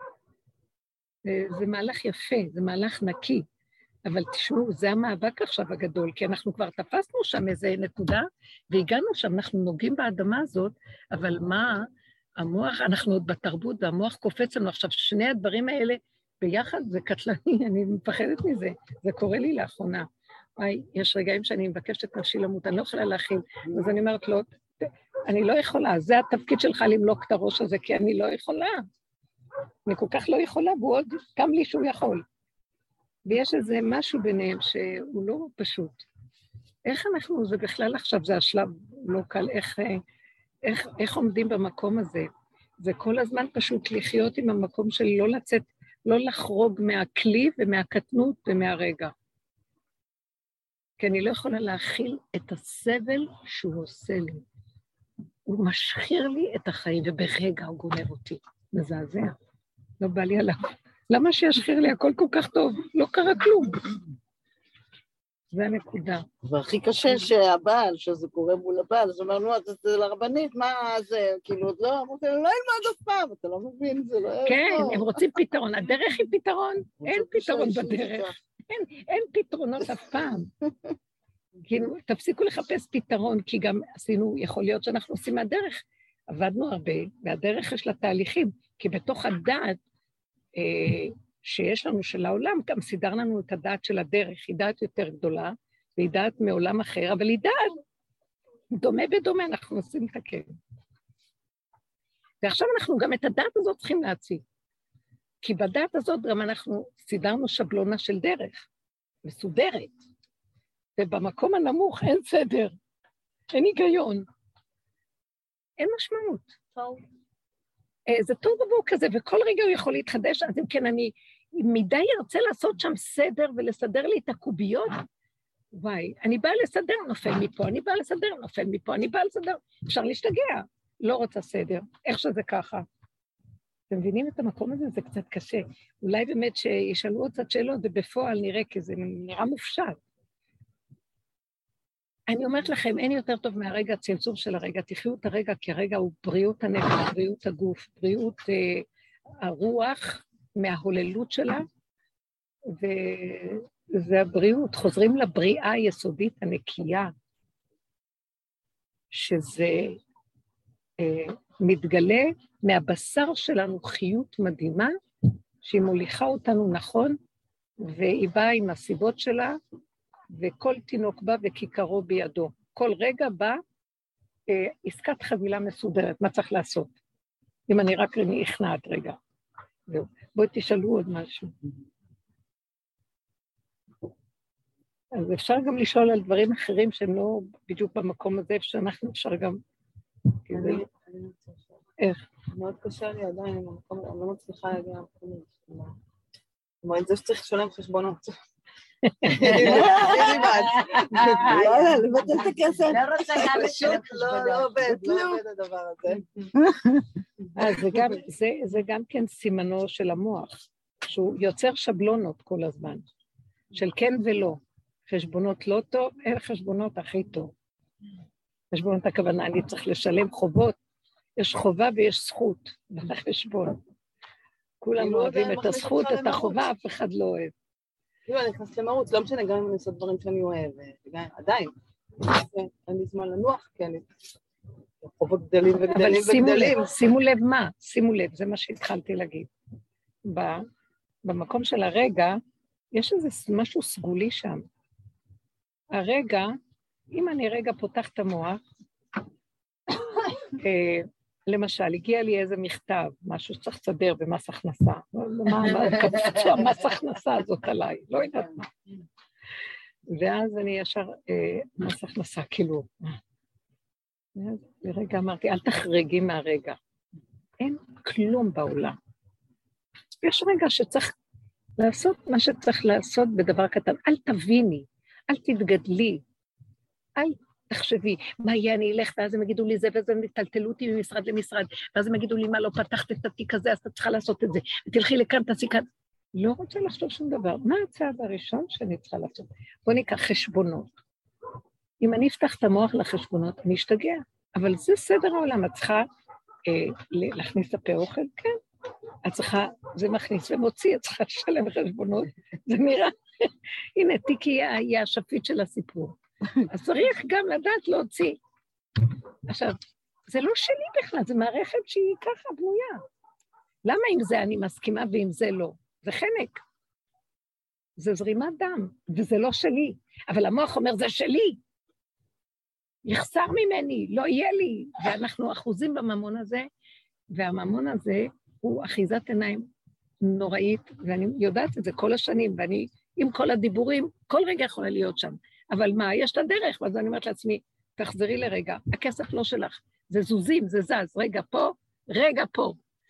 A: זה מהלך יפה, זה מהלך נקי, אבל תשמעו, זה המאבק עכשיו הגדול, כי אנחנו כבר תפסנו שם איזה נקודה, והגענו שם, אנחנו נוגעים באדמה הזאת, אבל מה, המוח, אנחנו עוד בתרבות, והמוח קופץ לנו עכשיו, שני הדברים האלה ביחד, זה קטלני, אני מפחדת מזה, זה קורה לי לאחרונה. יש רגעים שאני מבקשת את נפשי למות, אני לא יכולה להכין, אז אני אומרת לו, אני לא יכולה, זה התפקיד שלך למלוק את הראש הזה, כי אני לא יכולה. אני כל כך לא יכולה, והוא עוד קם לי שהוא יכול. ויש איזה משהו ביניהם שהוא לא פשוט. איך אנחנו, זה בכלל עכשיו, זה השלב לא קל, איך עומדים במקום הזה? זה כל הזמן פשוט לחיות עם המקום של לא לצאת, לא לחרוג מהכלי ומהקטנות ומהרגע. כי אני לא יכולה להכיל את הסבל שהוא עושה לי. הוא משחיר לי את החיים, וברגע הוא גומר אותי. מזעזע. לא בא לי עליו. למה שישחיר לי? הכל כל כך טוב. לא קרה כלום. זה הנקודה.
D: והכי קשה שהבעל, שזה קורה מול הבעל, אז אמרנו, זה לרבנית, מה זה? כאילו, עוד לא, אמרתי, לא ילמד אף פעם, אתה לא מבין, זה לא...
A: כן, הם רוצים פתרון. הדרך היא פתרון. אין פתרון בדרך. אין פתרונות אף פעם. כאילו, תפסיקו לחפש פתרון, כי גם עשינו, יכול להיות שאנחנו עושים מהדרך, עבדנו הרבה, והדרך יש לה תהליכים, כי בתוך הדעת שיש לנו של העולם, גם סידר לנו את הדעת של הדרך, היא דעת יותר גדולה, והיא דעת מעולם אחר, אבל היא דעת דומה בדומה, אנחנו עושים את הכן. ועכשיו אנחנו גם את הדעת הזאת צריכים להציג, כי בדעת הזאת גם אנחנו סידרנו שבלונה של דרך, מסודרת, ובמקום הנמוך אין סדר, אין היגיון, אין משמעות. זה טוב ובוא כזה, וכל רגע הוא יכול להתחדש, אז אם כן אני מדי ארצה לעשות שם סדר ולסדר לי את הקוביות, וואי, אני באה לסדר, נופל מפה, אני באה לסדר, נופל מפה, אני באה לסדר, אפשר להשתגע, לא רוצה סדר, איך שזה ככה. אתם מבינים את המקום הזה? זה קצת קשה. אולי באמת שישאלו עוד קצת שאלות, ובפועל נראה כי זה נראה מופשט. אני אומרת לכם, אין יותר טוב מהרגע, הצלצול של הרגע, תחיו את הרגע, כי הרגע הוא בריאות הנפש, בריאות הגוף, בריאות הרוח, מההוללות שלה, וזה הבריאות. חוזרים לבריאה היסודית הנקייה, שזה מתגלה מהבשר שלנו חיות מדהימה, שהיא מוליכה אותנו נכון, והיא באה עם הסיבות שלה, וכל תינוק בא וכיכרו בידו. כל רגע בא עסקת חבילה מסודרת, מה צריך לעשות? אם אני רק נכנעת רגע. בואי תשאלו עוד משהו. אז אפשר גם לשאול על דברים אחרים שהם לא בדיוק במקום הזה, שאנחנו אפשר גם... איך?
C: מאוד קשה לי עדיין, אני לא מצליחה להגיע למקום. כלומר, זה שצריך לשלם חשבונות.
D: יאללה, לבטל את הכסף.
C: לא עובד הדבר הזה.
A: זה גם כן סימנו של המוח, שהוא יוצר שבלונות כל הזמן, של כן ולא. חשבונות לא טוב, אין חשבונות הכי טוב. חשבונות הכוונה, אני צריך לשלם חובות, יש חובה ויש זכות בחשבון. כולם אוהבים את הזכות, את החובה, אף אחד לא אוהב.
C: כאילו, אני נכנסת למרוץ, לא משנה גם אם אני עושה דברים שאני אוהב, עדיין. אין לי זמן לנוח, כי אני... חובות גדלים וגדלים וגדלים.
A: שימו לב מה? שימו לב, זה מה שהתחלתי להגיד. במקום של הרגע, יש איזה משהו סגולי שם. הרגע, אם אני רגע פותח את המוח, למשל, הגיע לי איזה מכתב, משהו שצריך לסדר במס הכנסה. מה קפצו המס הכנסה הזאת עליי? לא יודעת מה. ואז אני ישר, מס הכנסה, כאילו. לרגע אמרתי, אל תחרגי מהרגע. אין כלום בעולם. יש רגע שצריך לעשות מה שצריך לעשות בדבר קטן. אל תביני, אל תתגדלי, אל תחשבי, מה יהיה, אני אלך, ואז הם יגידו לי זה, ואז הם יטלטלו אותי ממשרד למשרד, ואז הם יגידו לי, מה לא פתחת את התיק הזה, אז אתה צריכה לעשות את זה, ותלכי לכאן, תעשי כאן. לא רוצה לחשוב שום דבר. מה הצעד הראשון שאני צריכה לעשות? בוא ניקח חשבונות. אם אני אפתח את המוח לחשבונות, אני אשתגע. אבל זה סדר העולם, את צריכה להכניס לפה אוכל? כן. את צריכה, זה מכניס ומוציא, את צריכה לשלם חשבונות. זה נראה, הנה, תיקי יהיה השפיט של הסיפור. אז צריך גם לדעת להוציא. עכשיו, זה לא שלי בכלל, זה מערכת שהיא ככה בנויה. למה עם זה אני מסכימה ועם זה לא? זה חנק. זה זרימת דם, וזה לא שלי. אבל המוח אומר, זה שלי. יחסר ממני, לא יהיה לי. ואנחנו אחוזים בממון הזה, והממון הזה הוא אחיזת עיניים נוראית, ואני יודעת את זה כל השנים, ואני עם כל הדיבורים, כל רגע יכולה להיות שם. אבל מה, יש את הדרך, ואז אני אומרת לעצמי, תחזרי לרגע, הכסף לא שלך, זה זוזים, זה זז, רגע פה, רגע פה.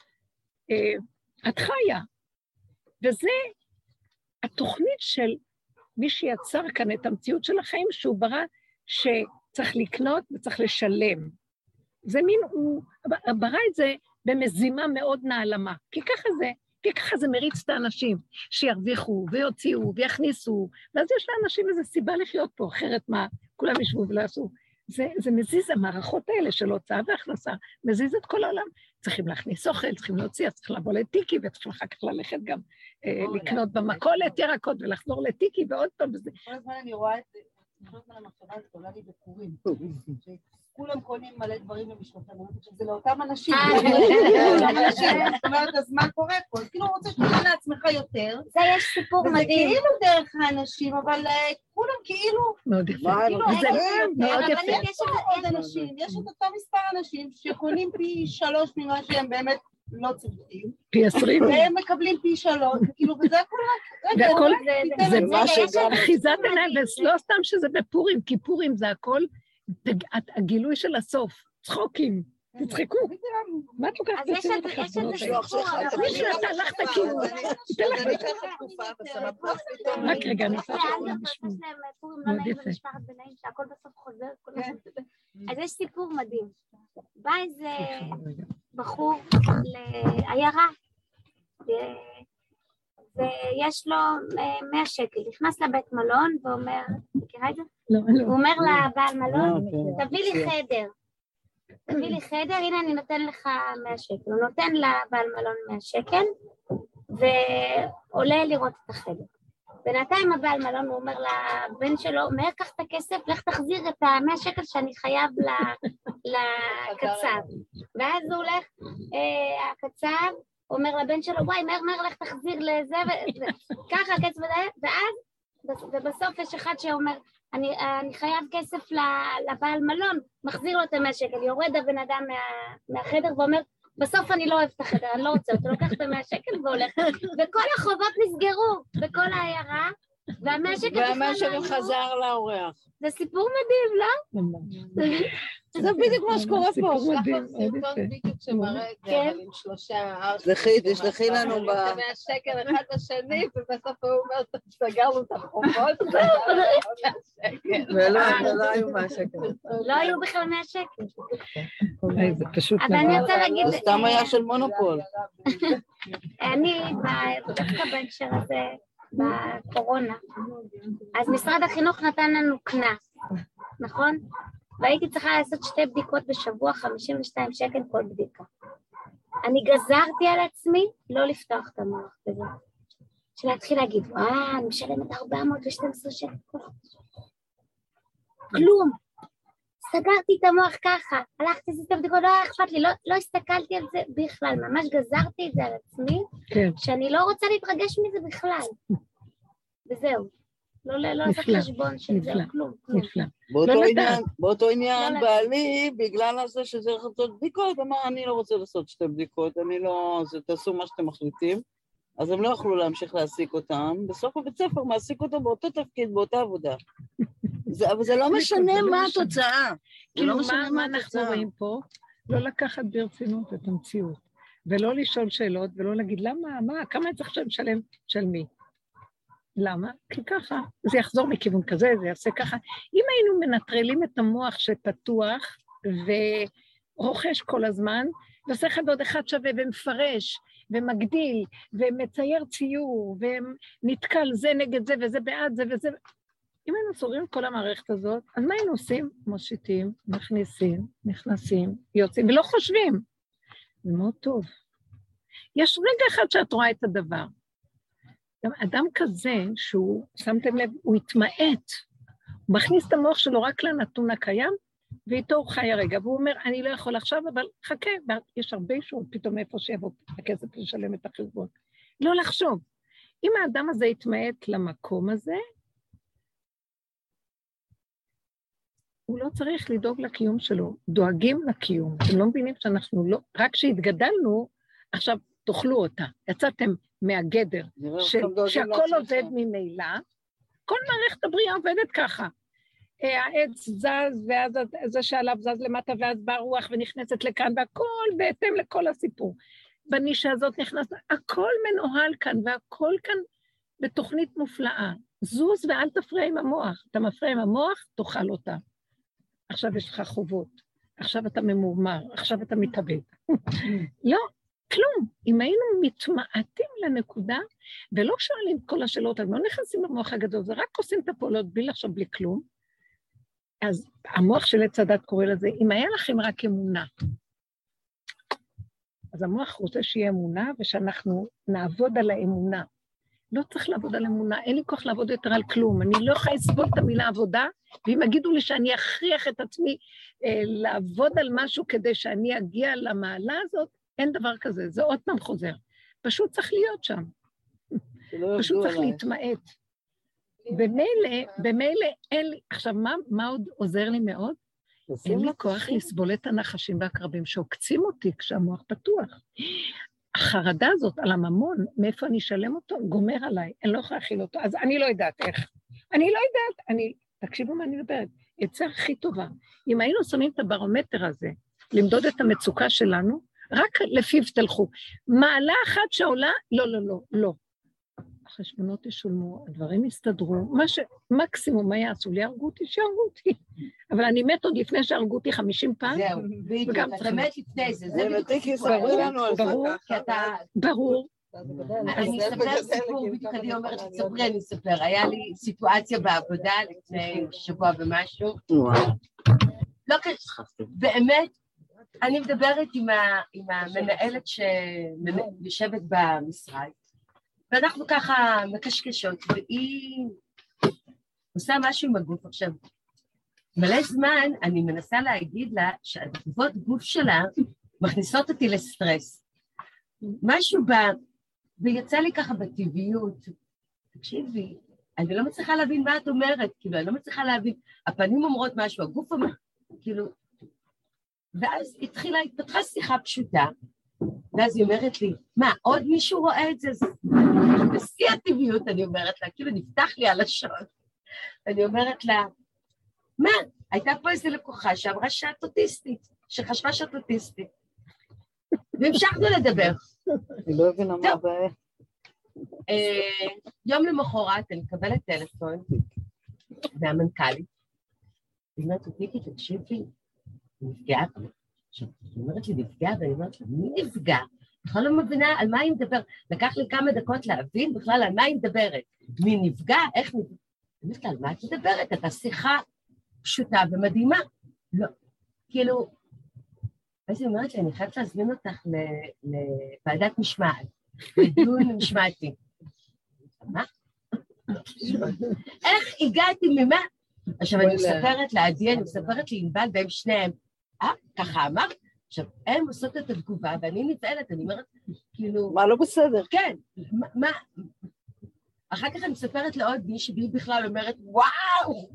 A: את חיה. וזה התוכנית של מי שיצר כאן את המציאות של החיים, שהוא ברא שצריך לקנות וצריך לשלם. זה מין, הוא ברא את זה במזימה מאוד נעלמה, כי ככה זה מריץ את האנשים שירוויחו ויוציאו ויכניסו, ואז יש לאנשים איזו סיבה לחיות פה, אחרת מה, כולם ישבו ולא עשו. זה מזיז, המערכות האלה של הוצאה והכנסה, מזיז את כל העולם. צריכים להכניס אוכל, צריכים להוציא, אז צריכים לבוא לטיקי, וצריכים אחר כך ללכת גם לקנות במכולת ירקות, ולחזור לטיקי, ועוד פעם וזה.
E: כל הזמן אני רואה את זה, כל הזמן המחשבה הזאת עולה לי בקורים. כולם קונים מלא דברים במשלוחים, זה לאותם אנשים. זאת אומרת, אז מה קורה פה? אז כאילו רוצה שתקנה לעצמך יותר.
B: זה יש סיפור מדהים.
E: וזה כאילו דרך האנשים, אבל כולם כאילו...
A: מאוד יפה.
E: מאוד יפה. יש את אותם מספר אנשים שקונים פי 3 ממה שהם באמת לא צבועים.
A: פי 20.
E: והם מקבלים פי 3, כאילו, וזה הכל רק...
A: והכל, זה
D: מה שגם...
A: אחיזת עיניים, ולא סתם שזה בפורים, כי פורים זה הכל, הגילוי של הסוף, צחוקים, תצחקו. מה את לוקחת?
F: אז יש את זה סיפור.
A: תמיד שאתה הלכת כאילו.
C: אני אקח תקופה בסבבה.
A: רק רגע, אני רוצה
F: לשמוע. יש להם פורים לא נעים במשפחת בנאים, שהכל בסוף חוזר. אז יש סיפור מדהים. בא איזה בחור לעיירה, ויש לו 100 שקל, נכנס לבית מלון ואומר, מכירה את זה? הוא אומר לבעל מלון, תביא לי חדר. תביא לי חדר, הנה אני נותן לך 100 שקל. הוא נותן לבעל מלון 100 שקל, ועולה לראות את החדר. בינתיים הבעל מלון, הוא אומר לבן שלו, מהר קח את הכסף, לך תחזיר את ה-100 שקל שאני חייב לקצב. ואז הוא הולך, הקצב, אומר לבן שלו, וואי, מהר לך תחזיר לזה, ככה הכסף הזה, ואז, ובסוף יש אחד שאומר, אני חייב כסף לבעל מלון, מחזיר לו את 100 שקל, יורד הבן אדם מהחדר ואומר, בסוף אני לא אוהב את החדר, אני לא רוצה אותו, לוקח את 100 שקל והולך, וכל החובות נסגרו בכל העיירה, וה100 שקל
D: חזר לאורח.
F: זה סיפור מדהים, לא?
D: זה בדיוק מה שקורה פה.
C: סרטון בדיוק שמראה את זה, אבל עם 3
D: תשלחי לנו ב...
C: 100 שקל אחד לשני, ובסוף הוא אומר, סגרנו את החובות, ולא היו 100 שקל.
F: לא היו בכלל 100 שקל.
A: זה פשוט...
F: אז אני רוצה להגיד...
D: זה סתם היה של מונופול.
F: אני, דווקא בהקשר הזה, בקורונה, אז משרד החינוך נתן לנו קנס, נכון? והייתי צריכה לעשות 2 בדיקות בשבוע, 52 שקל כל בדיקה. אני גזרתי על עצמי לא לפתוח את המוח בזה. שלהתחיל להגיד, אני משלמת 412 שקל כל חודש. כלום. סגרתי את המוח ככה, הלכתי לעשות את הבדיקות, לא היה אכפת לי, לא הסתכלתי על זה בכלל, ממש גזרתי את זה על עצמי, שאני לא רוצה להתרגש מזה בכלל. וזהו. לא לעשות חשבון של זה, כלום.
D: באותו עניין בעלי, בגלל הזה שצריך לעשות בדיקות, אמר, אני לא רוצה לעשות 2 בדיקות, אני לא, תעשו מה שאתם מחליטים, אז הם לא יכלו להמשיך להעסיק אותם, בסוף הבית ספר מעסיק אותם באותו תפקיד, באותה עבודה. אבל זה לא משנה מה התוצאה.
A: כאילו מה אנחנו רואים פה? לא לקחת ברצינות את המציאות, ולא לשאול שאלות, ולא להגיד למה, כמה צריך לשלם של מי? למה? כי ככה, זה יחזור מכיוון כזה, זה יעשה ככה. אם היינו מנטרלים את המוח שפתוח ורוכש כל הזמן, ועושה אחד עוד אחד שווה ומפרש ומגדיל ומצייר ציור ונתקל זה נגד זה וזה בעד זה וזה, אם היינו סוגרים את כל המערכת הזאת, אז מה היינו עושים? מושיטים, מכניסים, נכנסים, יוצאים ולא חושבים. זה מאוד טוב. יש רגע אחד שאת רואה את הדבר. גם אדם כזה שהוא, שמתם לב, הוא התמעט, הוא מכניס את המוח שלו רק לנתון הקיים, ואיתו הוא חי הרגע, והוא אומר, אני לא יכול עכשיו, אבל חכה, יש הרבה שעות, פתאום איפה שיבוא הכסף לשלם את החשבון. לא לחשוב. אם האדם הזה יתמעט למקום הזה, הוא לא צריך לדאוג לקיום שלו, דואגים לקיום. אתם לא מבינים שאנחנו לא, רק כשהתגדלנו, עכשיו תאכלו אותה, יצאתם מהגדר, שהכל עובד ממילא, כל מערכת הבריאה עובדת ככה. העץ זז, ואז זה שעליו זז למטה, ואז באה רוח ונכנסת לכאן, והכל בהתאם לכל הסיפור. בנישה הזאת נכנס, הכל מנוהל כאן, והכל כאן בתוכנית מופלאה. זוז ואל תפריע עם המוח. אתה מפריע עם המוח, תאכל אותה. עכשיו יש לך חובות, עכשיו אתה ממורמר, עכשיו אתה מתאבד. לא, כלום. אם היינו מתמעטים לנקודה, ולא שואלים כל השאלות, לא נכנסים במוח הגדול, זה רק עושים את הפעולות בלי לחשוב בלי כלום, אז המוח של עץ הדת קורא לזה, אם היה לכם רק אמונה, אז המוח רוצה שיהיה אמונה, ושאנחנו נעבוד על האמונה. לא צריך לעבוד על אמונה, אין לי כוח לעבוד יותר על כלום, אני לא יכולה לסבול את המילה עבודה, ואם יגידו לי שאני אכריח את עצמי לעבוד על משהו כדי שאני אגיע למעלה הזאת, אין דבר כזה, זה עוד פעם חוזר. פשוט צריך להיות שם. פשוט צריך להתמעט. במילא אין לי, עכשיו מה עוד עוזר לי מאוד? אין לי כוח לסבול את הנחשים והקרבים שעוקצים אותי כשהמוח פתוח. החרדה הזאת על הממון, מאיפה אני אשלם אותו, גומר עליי, אני לא יכולה להכיל אותו, אז אני לא יודעת איך. אני לא יודעת, תקשיבו מה אני מדברת, עצה הכי טובה. אם היינו שמים את הברומטר הזה, למדוד את המצוקה שלנו, רק לפיו תלכו. מעלה אחת שעולה, לא. החשבונות ישולמו, הדברים יסתדרו, מקסימום מה יעשו לי, הרגו אותי, שיהרגו אותי. אבל אני מת עוד לפני שהרגו אותי 50 פעם.
G: זהו, בדיוק, אתה מת לפני זה. זה בדיוק
D: יספרו לנו על זה ככה.
A: ברור.
G: אני אספר סיפור, בדיוק אני אומרת, תספרי, אני אספר. היה לי סיטואציה בעבודה לפני שבוע ומשהו. לא ככה, באמת, אני מדברת עם המנהלת שיושבת במשרד, ואנחנו ככה מקשקשות, והיא עושה משהו עם הגוף. עכשיו, מלא זמן אני מנסה להגיד לה שהתגובות גוף שלה מכניסות אותי לסטרס. משהו ויצא לי ככה בטבעיות, תקשיבי, אני לא מצליחה להבין מה את אומרת, כאילו, אני לא מצליחה להבין, הפנים אומרות משהו, הגוף אומר, כאילו, ואז התפתחה שיחה פשוטה, ואז היא אומרת לי, מה, עוד מישהו רואה את זה? בשיא הטבעיות, אני אומרת לה, כאילו נפתח לי הלשון. אני אומרת לה, מה, הייתה פה איזו לקוחה שאמרה שאת אוטיסטית, שחשבה שאת אוטיסטית. והמשכנו לדבר.
D: אני לא הבינה מה הבעיה.
G: יום למחרת אני מקבלת טלפון מהמנכ"לית, היא אומרת לי, טיקי, תקשיבי, נפגעה. עכשיו, היא אומרת לי, נפגעה, ואני אומרת לה, מי נפגע? בכלל לא מבינה על מה היא מדבר. לקח לי כמה דקות להבין בכלל על מה היא מדברת. מי נפגע, איך נפגע. אני אומרת לה, על מה את מדברת? אתה שיחה פשוטה ומדהימה. לא, כאילו, אז היא אומרת לי, אני חייבת להזמין אותך לוועדת משמעת, לדיון משמעתי. מה? איך הגעתי ממה? עכשיו, אני מספרת לעדי, אני מספרת לענבל, והם שניהם, ככה אמר? עכשיו, הם עושות את התגובה, ואני נפעלת, אני אומרת, כאילו...
D: מה לא בסדר?
G: כן, מה... אחר כך אני מספרת לעוד מישהי, והיא בכלל אומרת, וואו!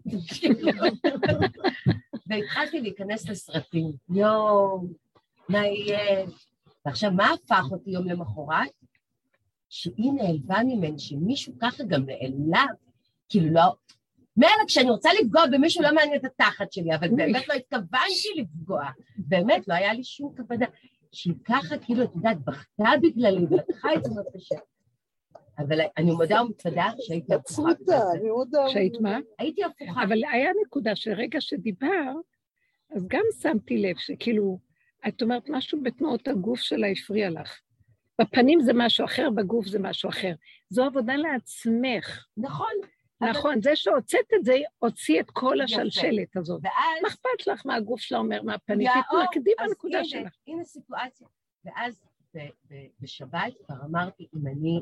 G: והתחלתי להיכנס לסרטים, יואו, מה יהיה? ועכשיו, מה הפך אותי יום למחרת? שהיא נעלבה ממני, שמישהו ככה גם נעלב, כאילו לא... מילא, כשאני רוצה לפגוע במישהו לא מעניין את התחת שלי, אבל באמת לא התכוונתי לפגוע, באמת לא היה לי שום כוונה, שהיא ככה כאילו, את יודעת, בכתה בגללי, ולקחה את זה מאוד קשה. אבל אני מודה ומצדה שהייתי הפוכה.
A: שהיית מה?
G: הייתי הפוכה.
A: אבל היה נקודה שרגע שדיבר, אז גם שמתי לב שכאילו, את אומרת משהו בתנועות הגוף שלה הפריע לך. בפנים זה משהו אחר, בגוף זה משהו אחר. זו עבודה לעצמך.
G: נכון.
A: נכון, זה שהוצאת את זה, הוציא את כל השלשלת הזאת. מה אכפת לך מה הגוף שלה אומר, מה הפנים? תתמקדי בנקודה שלך.
G: הנה סיטואציה. ואז בשבת כבר אמרתי, אם אני...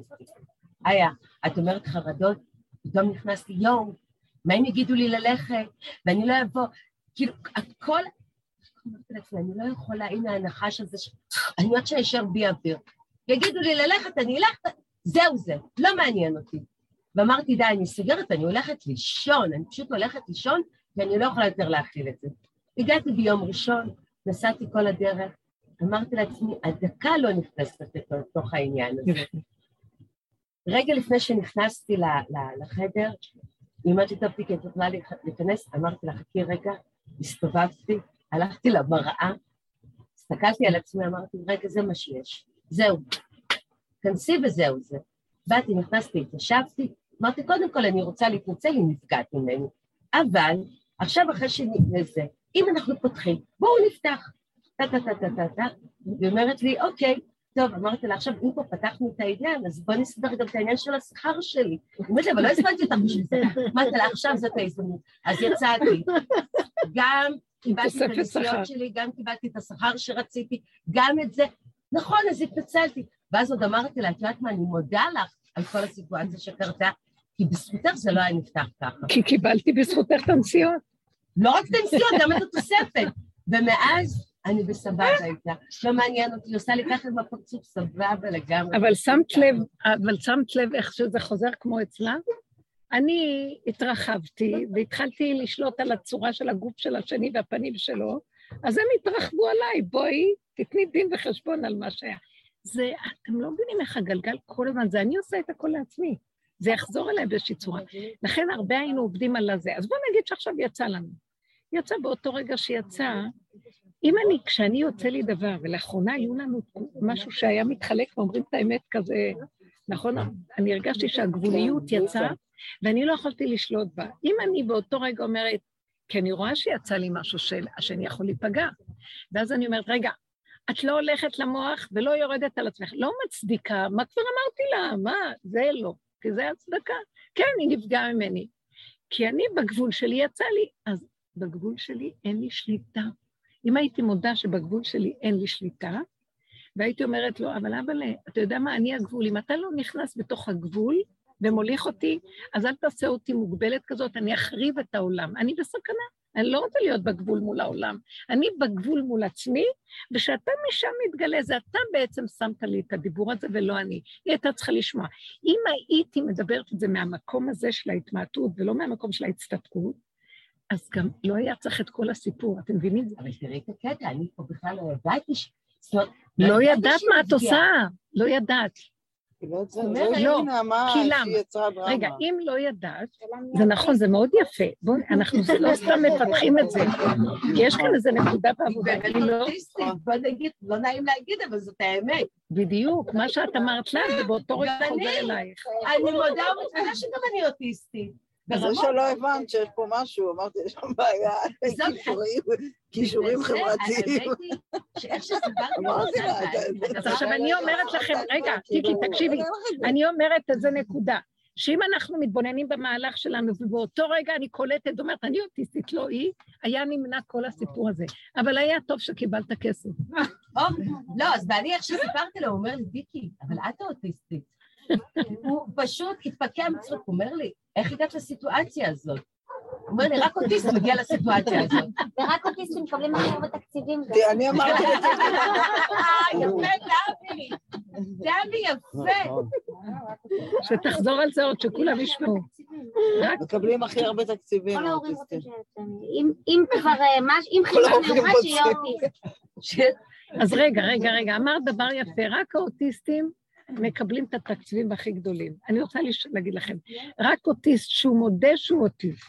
G: את אומרת חרדות, פתאום נכנסתי, יום, מה הם יגידו לי ללכת, ואני לא אבוא, כאילו, הכל... אני לא יכולה, הנה הנחש הזה, אני יודעת שישר בי אוויר. יגידו לי ללכת, אני אלך, זהו זה, לא מעניין אותי. ואמרתי, די, אני סגרת, אני הולכת לישון, אני פשוט הולכת לישון, ואני לא יכולה יותר להכיל את זה. הגעתי ביום ראשון, נסעתי כל הדרך, אמרתי לעצמי, הדקה לא נכנסת לתוך העניין הזה. רגע לפני שנכנסתי לחדר, היא אמרתי, טוב, תיקי, את יכולה להיכנס, אמרתי לה, חכי רגע, הסתובבתי, הלכתי למראה, הסתכלתי על עצמי, אמרתי, רגע, זה מה שיש, זהו, כנסי וזהו זה. באתי, נכנסתי, התיישבתי, אמרתי, קודם כל אני רוצה להתנצל אם נפגעת ממני, אבל עכשיו אחרי שנזה, אם אנחנו פותחים, בואו נפתח, והיא אומרת לי, אוקיי, טוב, אמרתי לה, עכשיו אם פה פתחנו את העניין, אז בואי נסדר גם את העניין של השכר שלי. היא אומרת לי, אבל לא הספנתי אותך בשביל זה, אמרתי לה, עכשיו זאת ההזדמנות. אז יצאתי, גם קיבלתי את הנסיעות שלי, גם קיבלתי את השכר שרציתי, גם את זה, נכון, אז התנצלתי. ואז עוד אמרתי לה, את יודעת מה, אני מודה לך על כל הסיטואציה שקרתה, כי בזכותך זה לא היה נפתח ככה.
A: כי קיבלתי בזכותך את הנסיעות.
G: לא רק את הנסיעות, גם את התוספת. ומאז אני בסבבה איתה. לא מעניין אותי, עושה לי ככה עם הפרצוף סבבה לגמרי.
A: אבל שמת לב איך שזה חוזר כמו אצלה? אני התרחבתי והתחלתי לשלוט על הצורה של הגוף של השני והפנים שלו, אז הם התרחבו עליי, בואי, תתני דין וחשבון על מה שהיה. זה, אתם לא מבינים איך הגלגל כל הזמן, זה אני עושה את הכל לעצמי, זה יחזור אליי באיזושהי צורה. לכן הרבה היינו עובדים על הזה, אז בואו נגיד שעכשיו יצא לנו. יצא באותו רגע שיצא, כשאני יוצא לי דבר, ולאחרונה היו לנו משהו שהיה מתחלק, ואומרים את האמת כזה, נכון? אני הרגשתי שהגבוליות יצאה, ואני לא יכולתי לשלוט בה. אם אני באותו רגע אומרת, כי אני רואה שיצא לי משהו שאני יכול להיפגע, ואז אני אומרת, רגע, את לא הולכת למוח ולא יורדת על עצמך, לא מצדיקה, מה כבר אמרתי לה? מה? זה לא, כי זה הצדקה. כן, היא נפגעה ממני. כי אני בגבול שלי יצא לי, אז בגבול שלי אין לי שליטה. אם הייתי מודה שבגבול שלי אין לי שליטה, והייתי אומרת לו, אבל אתה יודע מה, אני הגבול, אם אתה לא נכנס בתוך הגבול ומוליך אותי, אז אל תעשה אותי מוגבלת כזאת, אני אחריב את העולם. אני בסכנה, אני לא רוצה להיות בגבול מול העולם. אני בגבול מול עצמי, ושאתה משם מתגלה, זה אתה בעצם שמת לי את הדיבור הזה ולא אני. היא הייתה צריכה לשמוע. אם הייתי מדברת את זה מהמקום הזה של ההתמעטות, ולא מהמקום של ההצטדקות, אז גם לא היה צריך את כל הסיפור, אתם מבינים?
G: אבל תראי את הקטע, אני פה בכלל לא ידעתי
A: לא ידעת מה את עושה, לא ידעת.
D: לא,
A: כי למה? רגע, אם לא ידעת, זה נכון, זה מאוד יפה. אנחנו לא סתם מפתחים את זה, כי יש כאן איזו נקודה בעבודה.
G: בוא נגיד, לא נעים להגיד, אבל זאת האמת.
A: בדיוק, מה שאת אמרת לה, זה באותו רגע חוזר אלייך.
G: אני מודה ומתכונה שגם אני אוטיסטית.
D: זה שלא הבנת שיש פה משהו, אמרתי, יש שם בעיה, כישורים חברתיים.
G: שאיך שסיפרתי,
D: אמרתי לה,
A: אז עכשיו אני אומרת לכם, רגע, טיקי, תקשיבי, אני אומרת איזה נקודה, שאם אנחנו מתבוננים במהלך שלנו, ובאותו רגע אני קולטת, אומרת, אני אוטיסטית, לא היא, היה נמנע כל הסיפור הזה, אבל היה טוב שקיבלת כסף.
G: לא, אז ואני איך שסיפרתי לו, הוא אומר לי, טיקי, אבל את האוטיסטית. הוא פשוט התפקע מצחוק, הוא אומר לי, איך הגעת לסיטואציה הזאת? הוא אומר לי, רק אוטיסט מגיע לסיטואציה הזאת.
F: ורק אוטיסטים מקבלים הכי בתקציבים.
D: אני אמרתי את זה.
G: יפה, דמי, יפה.
A: שתחזור על זה עוד, שכולם ישמעו.
D: מקבלים הכי הרבה תקציבים.
F: כל ההורים רוצים אם כבר, אם חישבנו מה שיהיה אוטיסט.
A: אז רגע, אמרת דבר יפה, רק האוטיסטים מקבלים את התקציבים הכי גדולים. אני רוצה להגיד לכם, רק אוטיסט שהוא מודה שהוא אוטיסט,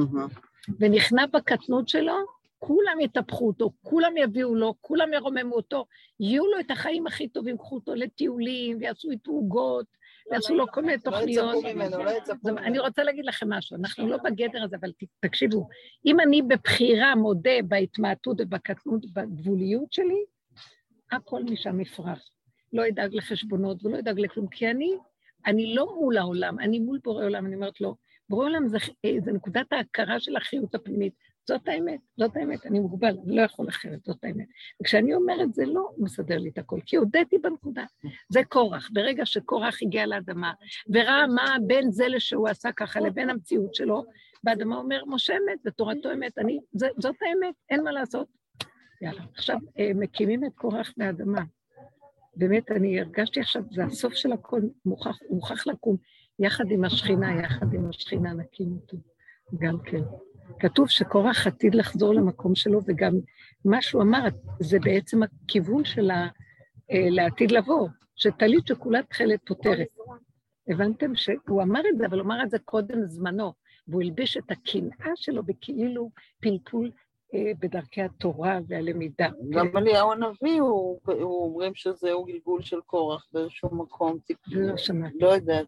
A: ונכנע בקטנות שלו, כולם יטפחו אותו, כולם יביאו לו, כולם ירוממו אותו, יהיו לו את החיים הכי טובים, קחו אותו לטיולים, ויעשו איתו עוגות, ויעשו לו כל מיני תוכניות. אני רוצה להגיד לכם משהו, אנחנו לא בגדר הזה, אבל תקשיבו, אם אני בבחירה מודה בהתמעטות ובקטנות, בגבוליות שלי, הכל משם יפרח. לא ידאג לחשבונות ולא ידאג לכלום, כי אני לא מול העולם, אני מול בורא עולם, אני אומרת לו, בורא עולם זה נקודת ההכרה של החיות הפנימית, זאת האמת, אני מוגבל, אני לא יכול אחרת, זאת האמת. וכשאני אומרת זה לא מסדר לי את הכל, כי הודיתי בנקודה, זה קורח, ברגע שקורח הגיע לאדמה, וראה מה בין זה שהוא עשה ככה לבין המציאות שלו, באדמה אומר, משה אמת, ותורתו אמת, זאת האמת, אין מה לעשות. יאללה, עכשיו מקימים את קורח מהאדמה, באמת, אני הרגשתי עכשיו, זה הסוף של הכל, מוכח לקום, יחד עם השכינה נקים אותו, גם כן. כתוב שקורח עתיד לחזור למקום שלו, וגם מה שהוא אמר, זה בעצם הכיוון שלה לעתיד לבוא, שטלית שכולה תכלת פותרת. הבנתם שהוא אמר את זה, אבל הוא אמר את זה קודם זמנו, והוא הלביש את הקנאה שלו בכאילו פלפול, בדרכי התורה והלמידה.
D: גם אליהו הנביא, אומרים שזהו גלגול של קורח באיזשהו מקום.
A: לא שמעתי.
D: לא יודעת.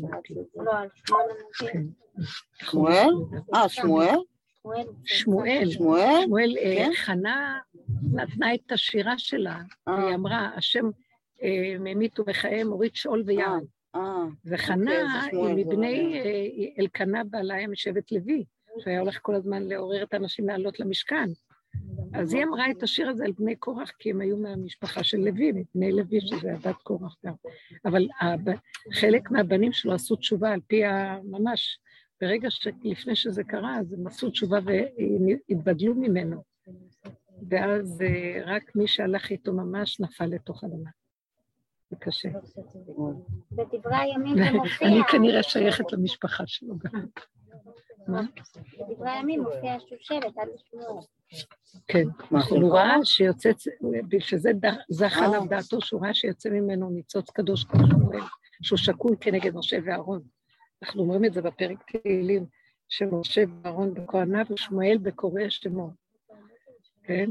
D: שמואל? שמואל?
A: שמואל, חנה נתנה את השירה שלה, היא אמרה, השם ממית ומחיה, מוריד שאול ויעל. וחנה היא מבני אלקנה בעלה משבט לוי, שהיה הולך כל הזמן לעורר את האנשים לעלות למשכן. אז היא אמרה את השיר הזה על בני קורח, כי הם היו מהמשפחה של לוי, מבני לוי, שזה הדת קורח גם. אבל חלק מהבנים שלו עשו תשובה על פי ממש, ברגע שלפני שזה קרה, אז הם עשו תשובה והתבדלו ממנו. ואז רק מי שהלך איתו ממש נפל לתוך אדמה. זה קשה.
F: בדברי הימים זה מופיע.
A: אני כנראה שייכת למשפחה שלו גם.
F: בדברי הימים מופיע שושלת, אל תשמעו.
A: כן, הוא ראה שיוצא, שזה זך עליו דעתו, שהוא ראה שיוצא ממנו ניצוץ קדוש כמו שמואל, שהוא שקול כנגד משה ואהרון. אנחנו אומרים את זה בפרק תהילים, שמשה ואהרון בכהניו ושמואל בקורא שמו. כן?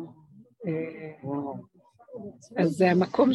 A: אז זה המקום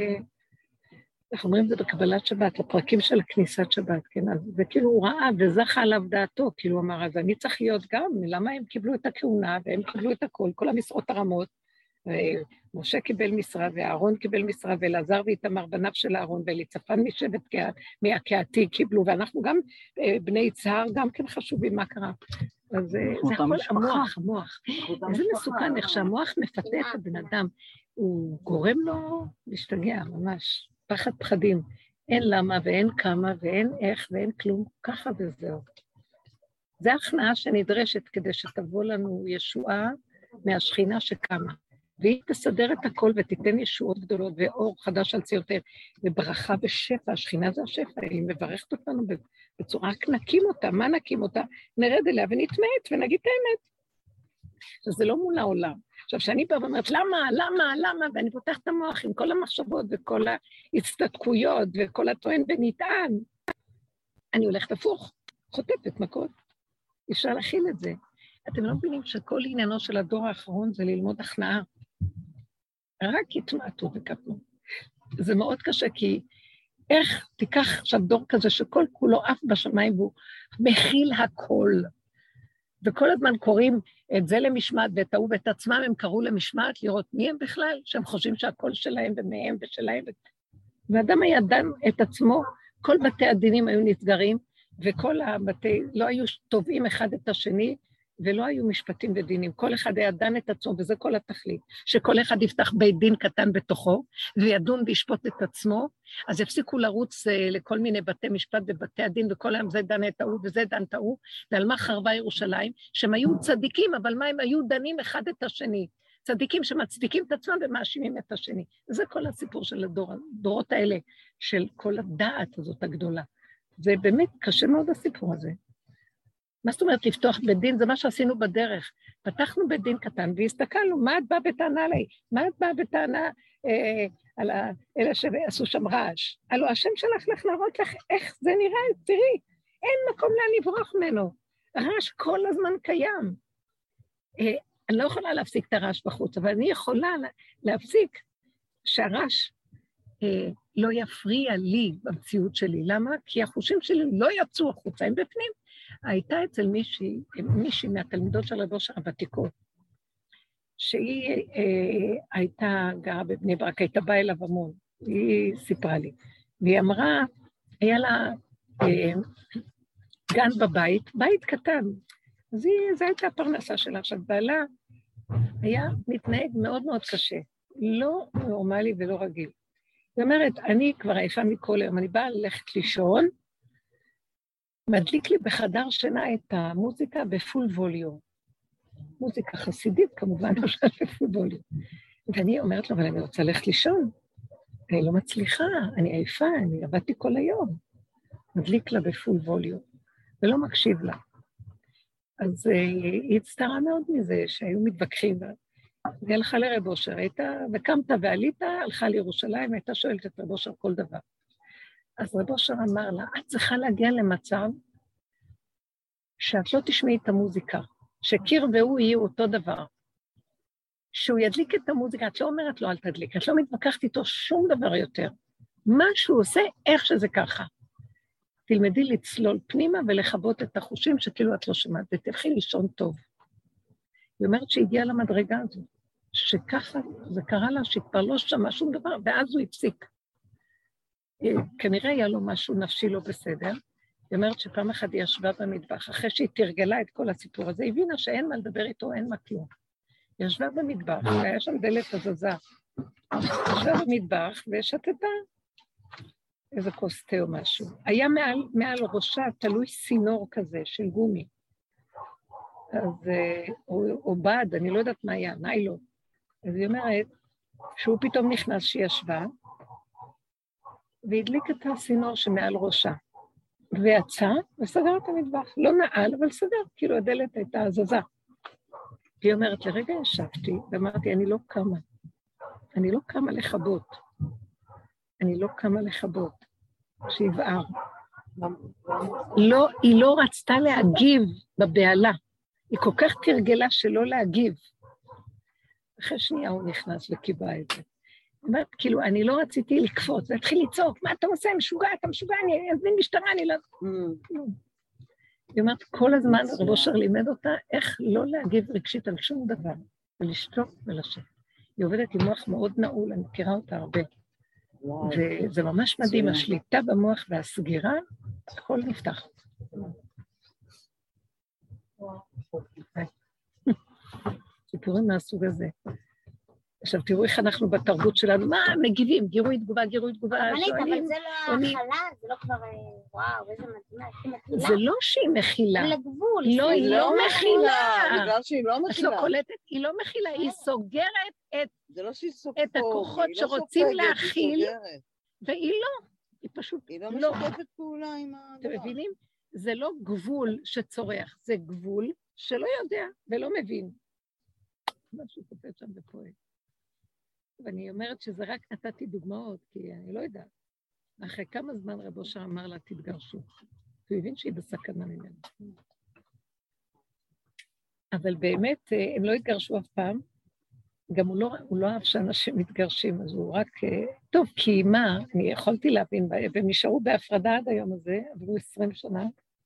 A: אנחנו אומרים את זה בקבלת שבת, לפרקים של כניסת שבת, כן? אז זה כאילו הוא ראה וזכה עליו דעתו, כאילו הוא אמר, אז אני צריך להיות גם, למה הם קיבלו את הכהונה, והם קיבלו את הכל, כל המשרות הרמות, משה קיבל משרה, ואהרון קיבל משרה, ואלעזר ואיתמר בניו של אהרון, ואליצפן משבט מהקהתי קיבלו, ואנחנו גם בני יצהר, גם כן חשובים מה קרה. אז זה הכל המוח. איזה מסוכן, איך שהמוח מפתה את הבן אדם, הוא גורם לו להשתגע ממש. פחד פחדים, אין למה ואין כמה ואין איך ואין כלום, ככה וזהו. זה הכנעה שנדרשת כדי שתבוא לנו ישועה מהשכינה שקמה, והיא תסדר את הכל ותיתן ישועות גדולות ואור חדש על ציותיהם, וברכה ושפע, השכינה זה השפע, היא מברכת אותנו בצורה, נקים אותה, מה נקים אותה? נרד אליה ונתמעט ונגיד את האמת. שזה לא מול העולם. עכשיו, שאני באה ואומרת, למה, ואני פותחת את המוח עם כל המחשבות וכל ההצטדקויות וכל הטוען ונטען, אני הולכת הפוך, חוטפת מכות. אפשר להכיל את זה. אתם לא מבינים שכל עניינו של הדור האחרון זה ללמוד הכנעה. רק התמעטו וקטנו. זה מאוד קשה, כי איך תיקח עכשיו דור כזה שכל כולו אף בשמיים והוא מכיל הכל, וכל הזמן קוראים את זה למשמעת ואת ההוא ואת עצמם הם קראו למשמעת לראות מי הם בכלל, שהם חושבים שהכל שלהם ומהם ושלהם. ואדם היה דן את עצמו, כל בתי הדינים היו נסגרים, וכל הבתי לא היו תובעים אחד את השני, ולא היו משפטים ודינים. כל אחד היה דן את עצמו, וזה כל התכלית, שכל אחד יפתח בית דין קטן בתוכו, וידון וישפוט את עצמו, אז הפסיקו לרוץ לכל מיני בתי משפט ובתי הדין, וכל היום זה דן את ההוא וזה דן את ההוא, ועל מה חרבה ירושלים, שהם היו צדיקים, אבל מה הם היו דנים אחד את השני, צדיקים שמצדיקים את עצמם ומאשימים את השני. זה כל הסיפור של הדורות האלה, של כל הדעת הזאת הגדולה. זה באמת קשה מאוד הסיפור הזה. מה זאת אומרת לפתוח בית דין? זה מה שעשינו בדרך. פתחנו בית דין קטן והסתכלנו, מה את באה בטענה עליי? מה את באה בטענה על אלה שעשו שם רעש? הלוא השם שלך לך להראות לך איך זה נראה, תראי, אין מקום לאן לברוח ממנו. הרעש כל הזמן קיים. אני לא יכולה להפסיק את הרעש בחוץ, אבל אני יכולה להפסיק שהרעש לא יפריע לי במציאות שלי. למה? כי החושים שלי לא יצאו החוצה, הם בפנים. הייתה אצל מישהי מהתלמידות של רב אושר הוותיקות, שהיא הייתה גרה בבני ברק, הייתה באה אליו המון, היא סיפרה לי, והיא אמרה, היה לה גן בבית, בית קטן, אז זו הייתה הפרנסה שלה. עכשיו בעלה היה מתנהג מאוד מאוד קשה, לא נורמלי ולא רגיל. היא אומרת, אני כבר עייפה מכל היום, אני באה ללכת לישון, מדליק לי בחדר שינה את המוזיקה בפול ווליום. מוזיקה חסידית כמובן, אבל בפול ווליום. ואני אומרת לו, אבל אני רוצה ללכת לישון. אני לא מצליחה, אני עייפה, אני עבדתי כל היום. מדליק לה בפול ווליום, ולא מקשיב לה. אז היא הצטערה מאוד מזה שהיו מתווכחים. והיא הלכה לרב אושר, וקמת ועלית, הלכה לירושלים, הייתה שואלת את רב אושר כל דבר. אז רב אושר אמר לה, את צריכה להגיע למצב שאת לא תשמעי את המוזיקה, שקיר והוא יהיו אותו דבר. שהוא ידליק את המוזיקה, את לא אומרת לו אל תדליק, את לא מתווכחת איתו שום דבר יותר. מה שהוא עושה, איך שזה ככה. תלמדי לצלול פנימה ולחבות את החושים שכאילו את לא שמעת, ותלכי לישון טוב. היא אומרת שהגיעה למדרגה הזו, שככה זה קרה לה, שכבר לא שמע שום דבר, ואז הוא הפסיק. כנראה היה לו משהו נפשי לא בסדר, היא אומרת שפעם אחת היא ישבה במטבח, אחרי שהיא תרגלה את כל הסיפור הזה, היא הבינה שאין מה לדבר איתו, אין מה כלום. היא ישבה במטבח, והיה שם דלת הזזה, ישבה במטבח ושתתה איזה כוס תה או משהו. היה מעל ראשה תלוי סינור כזה של גומי, אז, או בד, אני לא יודעת מה היה, ניילון. אז היא אומרת, שהוא פתאום נכנס שהיא ישבה, והדליק את הסינור שמעל ראשה, ויצא וסגר את המטבח, לא נעל, אבל סגר, כאילו הדלת הייתה הזזה. והיא אומרת, לרגע ישבתי, ואמרתי, אני לא קמה לכבות, שיבער. לא, היא לא רצתה להגיב בבעלה, היא כל כך תרגלה שלא להגיב. אחרי שנייה הוא נכנס וקיבע את זה. אומרת, כאילו, אני לא רציתי לקפוץ, להתחיל לצעוק, מה אתה עושה? אתה משוגע, אני אזמין משטרה, אני לא... היא אומרת, כל הזמן רב אושר לימד אותה איך לא להגיב רגשית על שום דבר, ולשתוק ולשבת. היא עובדת עם מוח מאוד נעול, אני מכירה אותה הרבה. וזה ממש מדהים, השליטה במוח והסגירה, הכל נפתח. סיפורים מהסוג הזה. עכשיו תראו איך אנחנו בתרבות שלנו, מה מגיבים? גירוי תגובה.
F: אבל זה לא ההכלה, זה לא כבר, וואו, איזה מדהימה.
A: זה לא שהיא מכילה.
F: אין לגבול.
A: לא, היא לא מכילה.
D: בגלל שהיא לא מכילה.
A: את לא קולטת, היא לא מכילה, היא סוגרת את הכוחות
D: היא
A: שרוצים
D: לא סופגת,
A: להכיל,
D: היא סוגרת.
A: והיא לא, היא פשוט
D: היא לא משתפת פעולה עם
A: אתם
D: הדבר.
A: מבינים? זה לא גבול שצורח, זה גבול שלא יודע ולא מבין. משהו כותב שם בפועל. ואני אומרת שזה רק נתתי דוגמאות, כי אני לא יודעת. אחרי כמה זמן רב אושר אמר לה, תתגרשו. הוא הבין שהיא בסכנה ממנו. אבל באמת, הם לא התגרשו אף פעם. גם הוא לא אהב שאנשים מתגרשים, אז הוא רק... טוב, כי מה, אני יכולתי להבין, והם נשארו בהפרדה עד היום הזה, עברו 20 שנה,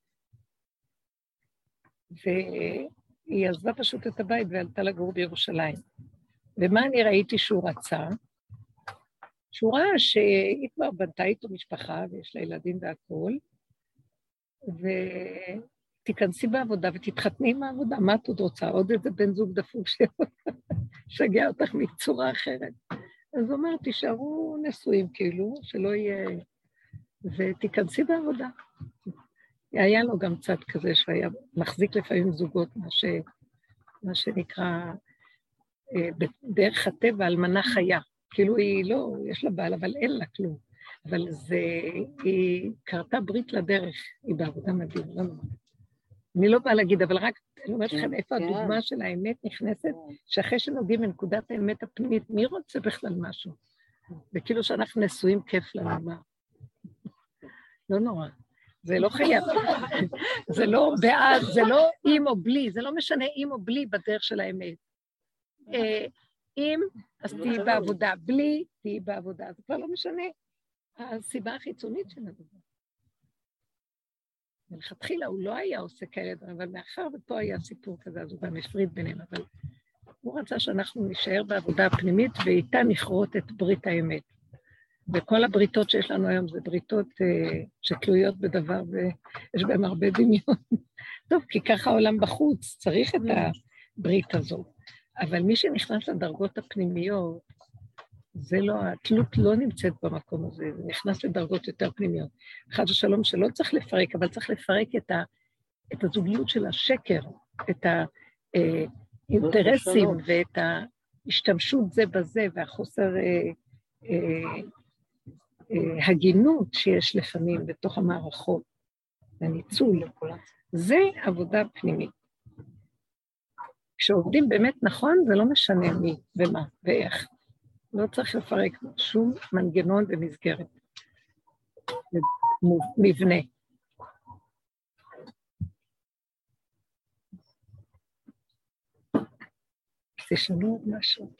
A: והיא עזבה פשוט את הבית ועלתה לגור בירושלים. ומה אני ראיתי שהוא רצה? שהוא ראה שהיא כבר בנתה איתו משפחה, ויש לה ילדים והכול, ותיכנסי בעבודה ותתחתני עם העבודה, מה את עוד רוצה? עוד איזה בן זוג דפוק ששגע אותך מצורה אחרת. אז הוא אומר, תישארו נשואים כאילו, שלא יהיה... ותיכנסי בעבודה. היה לו גם צד כזה שהיה מחזיק לפעמים זוגות, מה שנקרא... בדרך הטבע, אלמנה חיה, כאילו היא לא, יש לה בעל, אבל אין לה כלום, אבל היא קרתה ברית לדרך, היא בעבודה מדהים, לא נורא. אני לא באה להגיד, אבל רק, אני אומרת לכם, איפה הדוגמה של האמת נכנסת, שאחרי שנוגעים בנקודת האמת הפנימית, מי רוצה בכלל משהו? וכאילו שאנחנו נשואים כיף לנו, מה? לא נורא. זה לא חייב, זה לא בעד, זה לא עם או בלי, זה לא משנה עם או בלי בדרך של האמת. אם, אז תהי בעבודה, בלי, תהי בעבודה, זה כבר לא משנה. הסיבה החיצונית של הדבר. מלכתחילה הוא לא היה עושה כאלה, אבל מאחר ופה היה סיפור כזה, אז הוא גם הפריד ביניהם, אבל הוא רצה שאנחנו נשאר בעבודה הפנימית, ואיתה נכרות את ברית האמת. וכל הבריתות שיש לנו היום זה בריתות שתלויות בדבר, ויש בהם הרבה דמיון. טוב, כי ככה העולם בחוץ, צריך את הברית הזו. אבל מי שנכנס לדרגות הפנימיות, זה לא, התלות לא נמצאת במקום הזה, זה נכנס לדרגות יותר פנימיות. אחד השלום שלא צריך לפרק, אבל צריך לפרק את הזוגיות של השקר, את האינטרסים ואת ההשתמשות זה בזה, והחוסר הגינות שיש לפעמים בתוך המערכות, הניצול. זה עבודה פנימית. כשעובדים באמת נכון, זה לא משנה מי ומה ואיך. לא צריך לפרק שום מנגנון ומסגרת. מבנה. תשנו עוד משהו.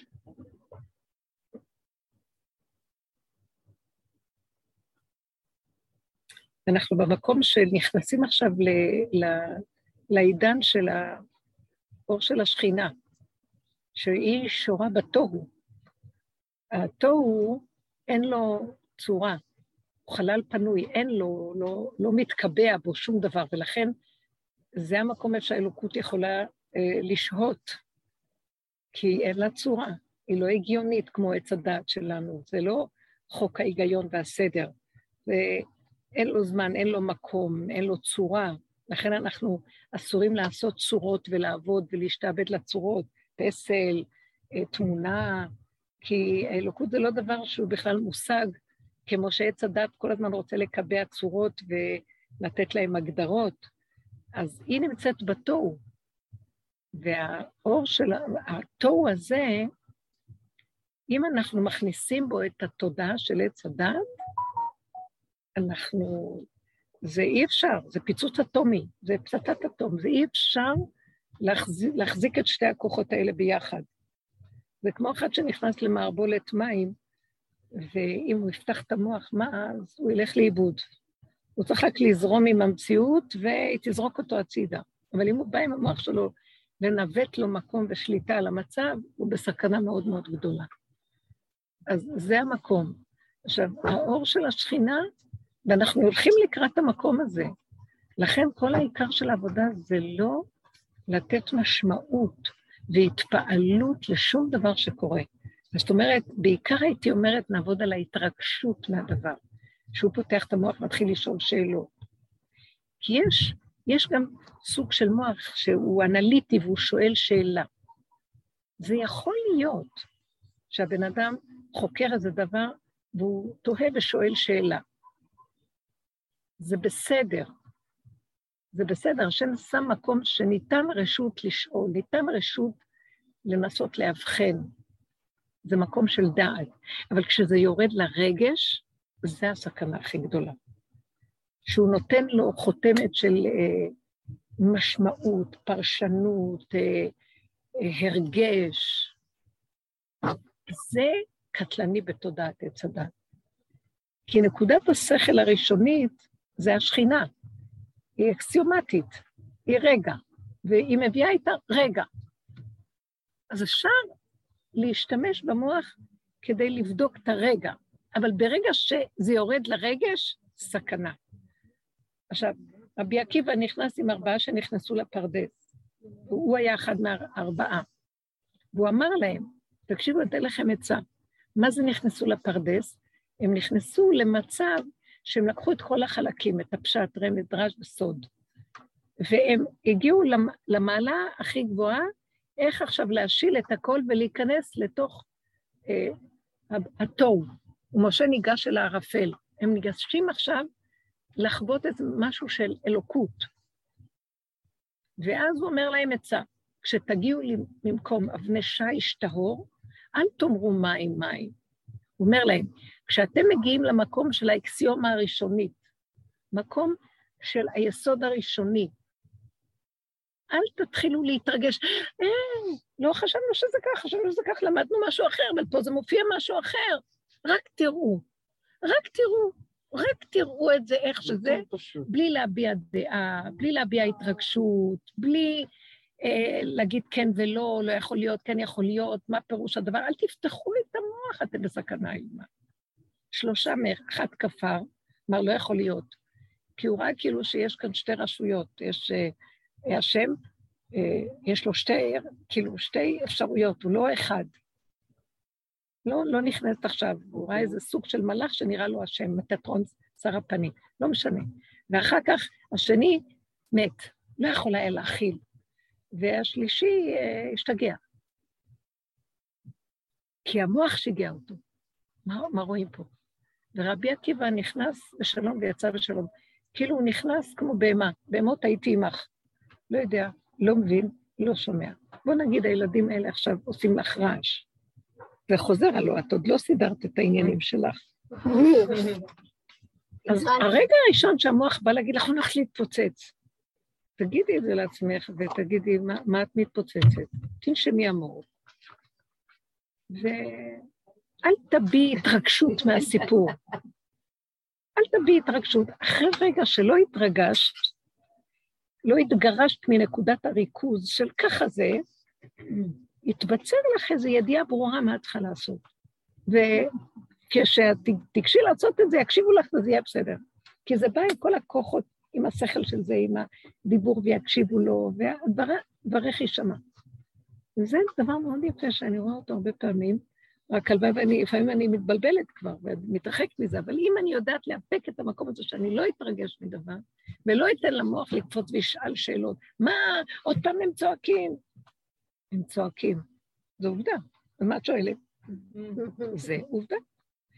A: אנחנו במקום שנכנסים עכשיו לעידן של האור של השכינה, שהיא שורה בתוהו. התוהו אין לו צורה, הוא חלל פנוי, אין לו, לא מתקבע בו שום דבר, ולכן זה המקום איפה שהאלוקות יכולה לשהות, כי אין לה צורה, היא לא הגיונית כמו עץ הדעת שלנו, זה לא חוק ההיגיון והסדר, אין לו זמן, אין לו מקום, אין לו צורה, לכן אנחנו אסורים לעשות צורות ולעבוד ולהשתעבד לצורות, פסל, תמונה, כי האלוקות זה לא דבר שהוא בכלל מושג כמו שעץ הדת כל הזמן רוצה לקבע צורות ולתת להם הגדרות, אז היא נמצאת בתוהו, והאור של התוהו הזה, אם אנחנו מכניסים בו את התודעה של עץ הדת, זה אי אפשר, זה פיצוץ אטומי, זה פצצת אטום, זה אי אפשר להחזיק את שתי הכוחות האלה ביחד. זה כמו אחד שנכנס למערבולת מים, ואם הוא יפתח את המוח, אז הוא ילך לאיבוד. הוא צריך רק לזרום עם המציאות, והיא תזרוק אותו הצידה. אבל אם הוא בא עם המוח שלו, לנווט לו מקום ושליטה על המצב, הוא בסכנה מאוד מאוד גדולה. אז זה המקום. עכשיו, האור של השכינה, ואנחנו הולכים לקראת המקום הזה. לכן כל העיקר של העבודה זה לא לתת משמעות והתפעלות לשום דבר שקורה. זאת אומרת, בעיקר הייתי אומרת, נעבוד על ההתרגשות מהדבר. שהוא פותח את המוח ומתחיל לשאול שאלות. כי יש גם סוג של מוח שהוא אנליטי והוא שואל שאלה. זה יכול להיות שהבן אדם חוקר איזה דבר והוא תוהה ושואל שאלה. זה בסדר. זה בסדר, השם שם מקום שניתן רשות לשאול, ניתן רשות לנסות להבחן. זה מקום של דעת. אבל כשזה יורד לרגש, זה הסכנה הכי גדולה. שהוא נותן לו חותמת של משמעות, פרשנות, הרגש. זה קטלני בתודעת עץ הדת. כי נקודת השכל הראשונית זה השכינה. היא אקסיומטית, היא רגע, והיא מביאה איתה רגע. אז אפשר להשתמש במוח כדי לבדוק את הרגע, אבל ברגע שזה יורד לרגש, סכנה. עכשיו, רבי עקיבא נכנס עם 4 שנכנסו לפרדס, והוא היה אחד מה4, והוא אמר להם, תקשיבו, אתן לכם עצה, מה זה נכנסו לפרדס? הם נכנסו למצב שהם לקחו את כל החלקים, את הפשט, רמז, דרש וסוד, והם הגיעו למעלה הכי גבוהה, איך עכשיו להשיל את הכל ולהיכנס לתוך התוהו. ומשה ניגש אל הערפל. הם ניגשים עכשיו לחוות את משהו של אלוקות. ואז הוא אומר להם עצה, כשתגיעו למקום אבני שיש טהור, אל תאמרו מים מים. הוא אומר להם, כשאתם מגיעים למקום של האקסיומה הראשונית, מקום של היסוד הראשוני, אל תתחילו להתרגש, לא חשבנו שזה כך, חשבנו שזה כך, למדנו משהו אחר, אבל פה זה מופיע משהו אחר. רק תראו, רק תראו את זה, איך שזה, בלי להביע דעה, בלי להביע התרגשות, בלי להגיד כן ולא, לא יכול להיות, כן יכול להיות, מה פירוש הדבר, אל תפתחו את המוח, אתם בסכנה אימה. 3 אחד כפר, אמר לא יכול להיות, כי הוא ראה כאילו שיש כאן 2 רשויות, יש השם, יש לו 2 אפשרויות, הוא לא אחד. לא נכנסת עכשיו, הוא ראה איזה סוג של מלאך שנראה לו השם, מטטרון שר הפנים, לא משנה. ואחר כך השני מת, לא יכול היה להכיל, והשלישי השתגע. כי המוח שיגע אותו. מה רואים פה? ורבי עקיבא נכנס בשלום ויצא בשלום, כאילו הוא נכנס כמו בהמה, בהמות הייתי עמך. לא יודע, לא מבין, לא שומע. בוא נגיד, הילדים האלה עכשיו עושים לך רעש. וחוזר עלו, את עוד לא סידרת את העניינים שלך. אז הרגע הראשון שהמוח בא להגיד לך, הוא הולך להתפוצץ. תגידי את זה לעצמך, ותגידי מה את מתפוצצת. תנשמי המור. ואל תביאי התרגשות מהסיפור. אל תביאי התרגשות. אחרי רגע שלא התרגשת, לא התגרשת מנקודת הריכוז של ככה זה, יתבצר לך איזו ידיעה ברורה מה את צריכה לעשות. וכשתגשי לעשות את זה, יקשיבו לך וזה יהיה בסדר. כי זה בא עם כל הכוחות, עם השכל של זה, עם הדיבור ויקשיבו לו, והדברך יישמע. וזה דבר מאוד יפה שאני רואה אותו הרבה פעמים, רק לפעמים אני מתבלבלת כבר ומתרחקת מזה, אבל אם אני יודעת להפק את המקום הזה שאני לא אתרגש מדבר, ולא אתן למוח לקפוץ וישאל שאלות, מה, עוד פעם הם צועקים? הם צועקים, זו עובדה. ומה את שואלת? זה עובדה.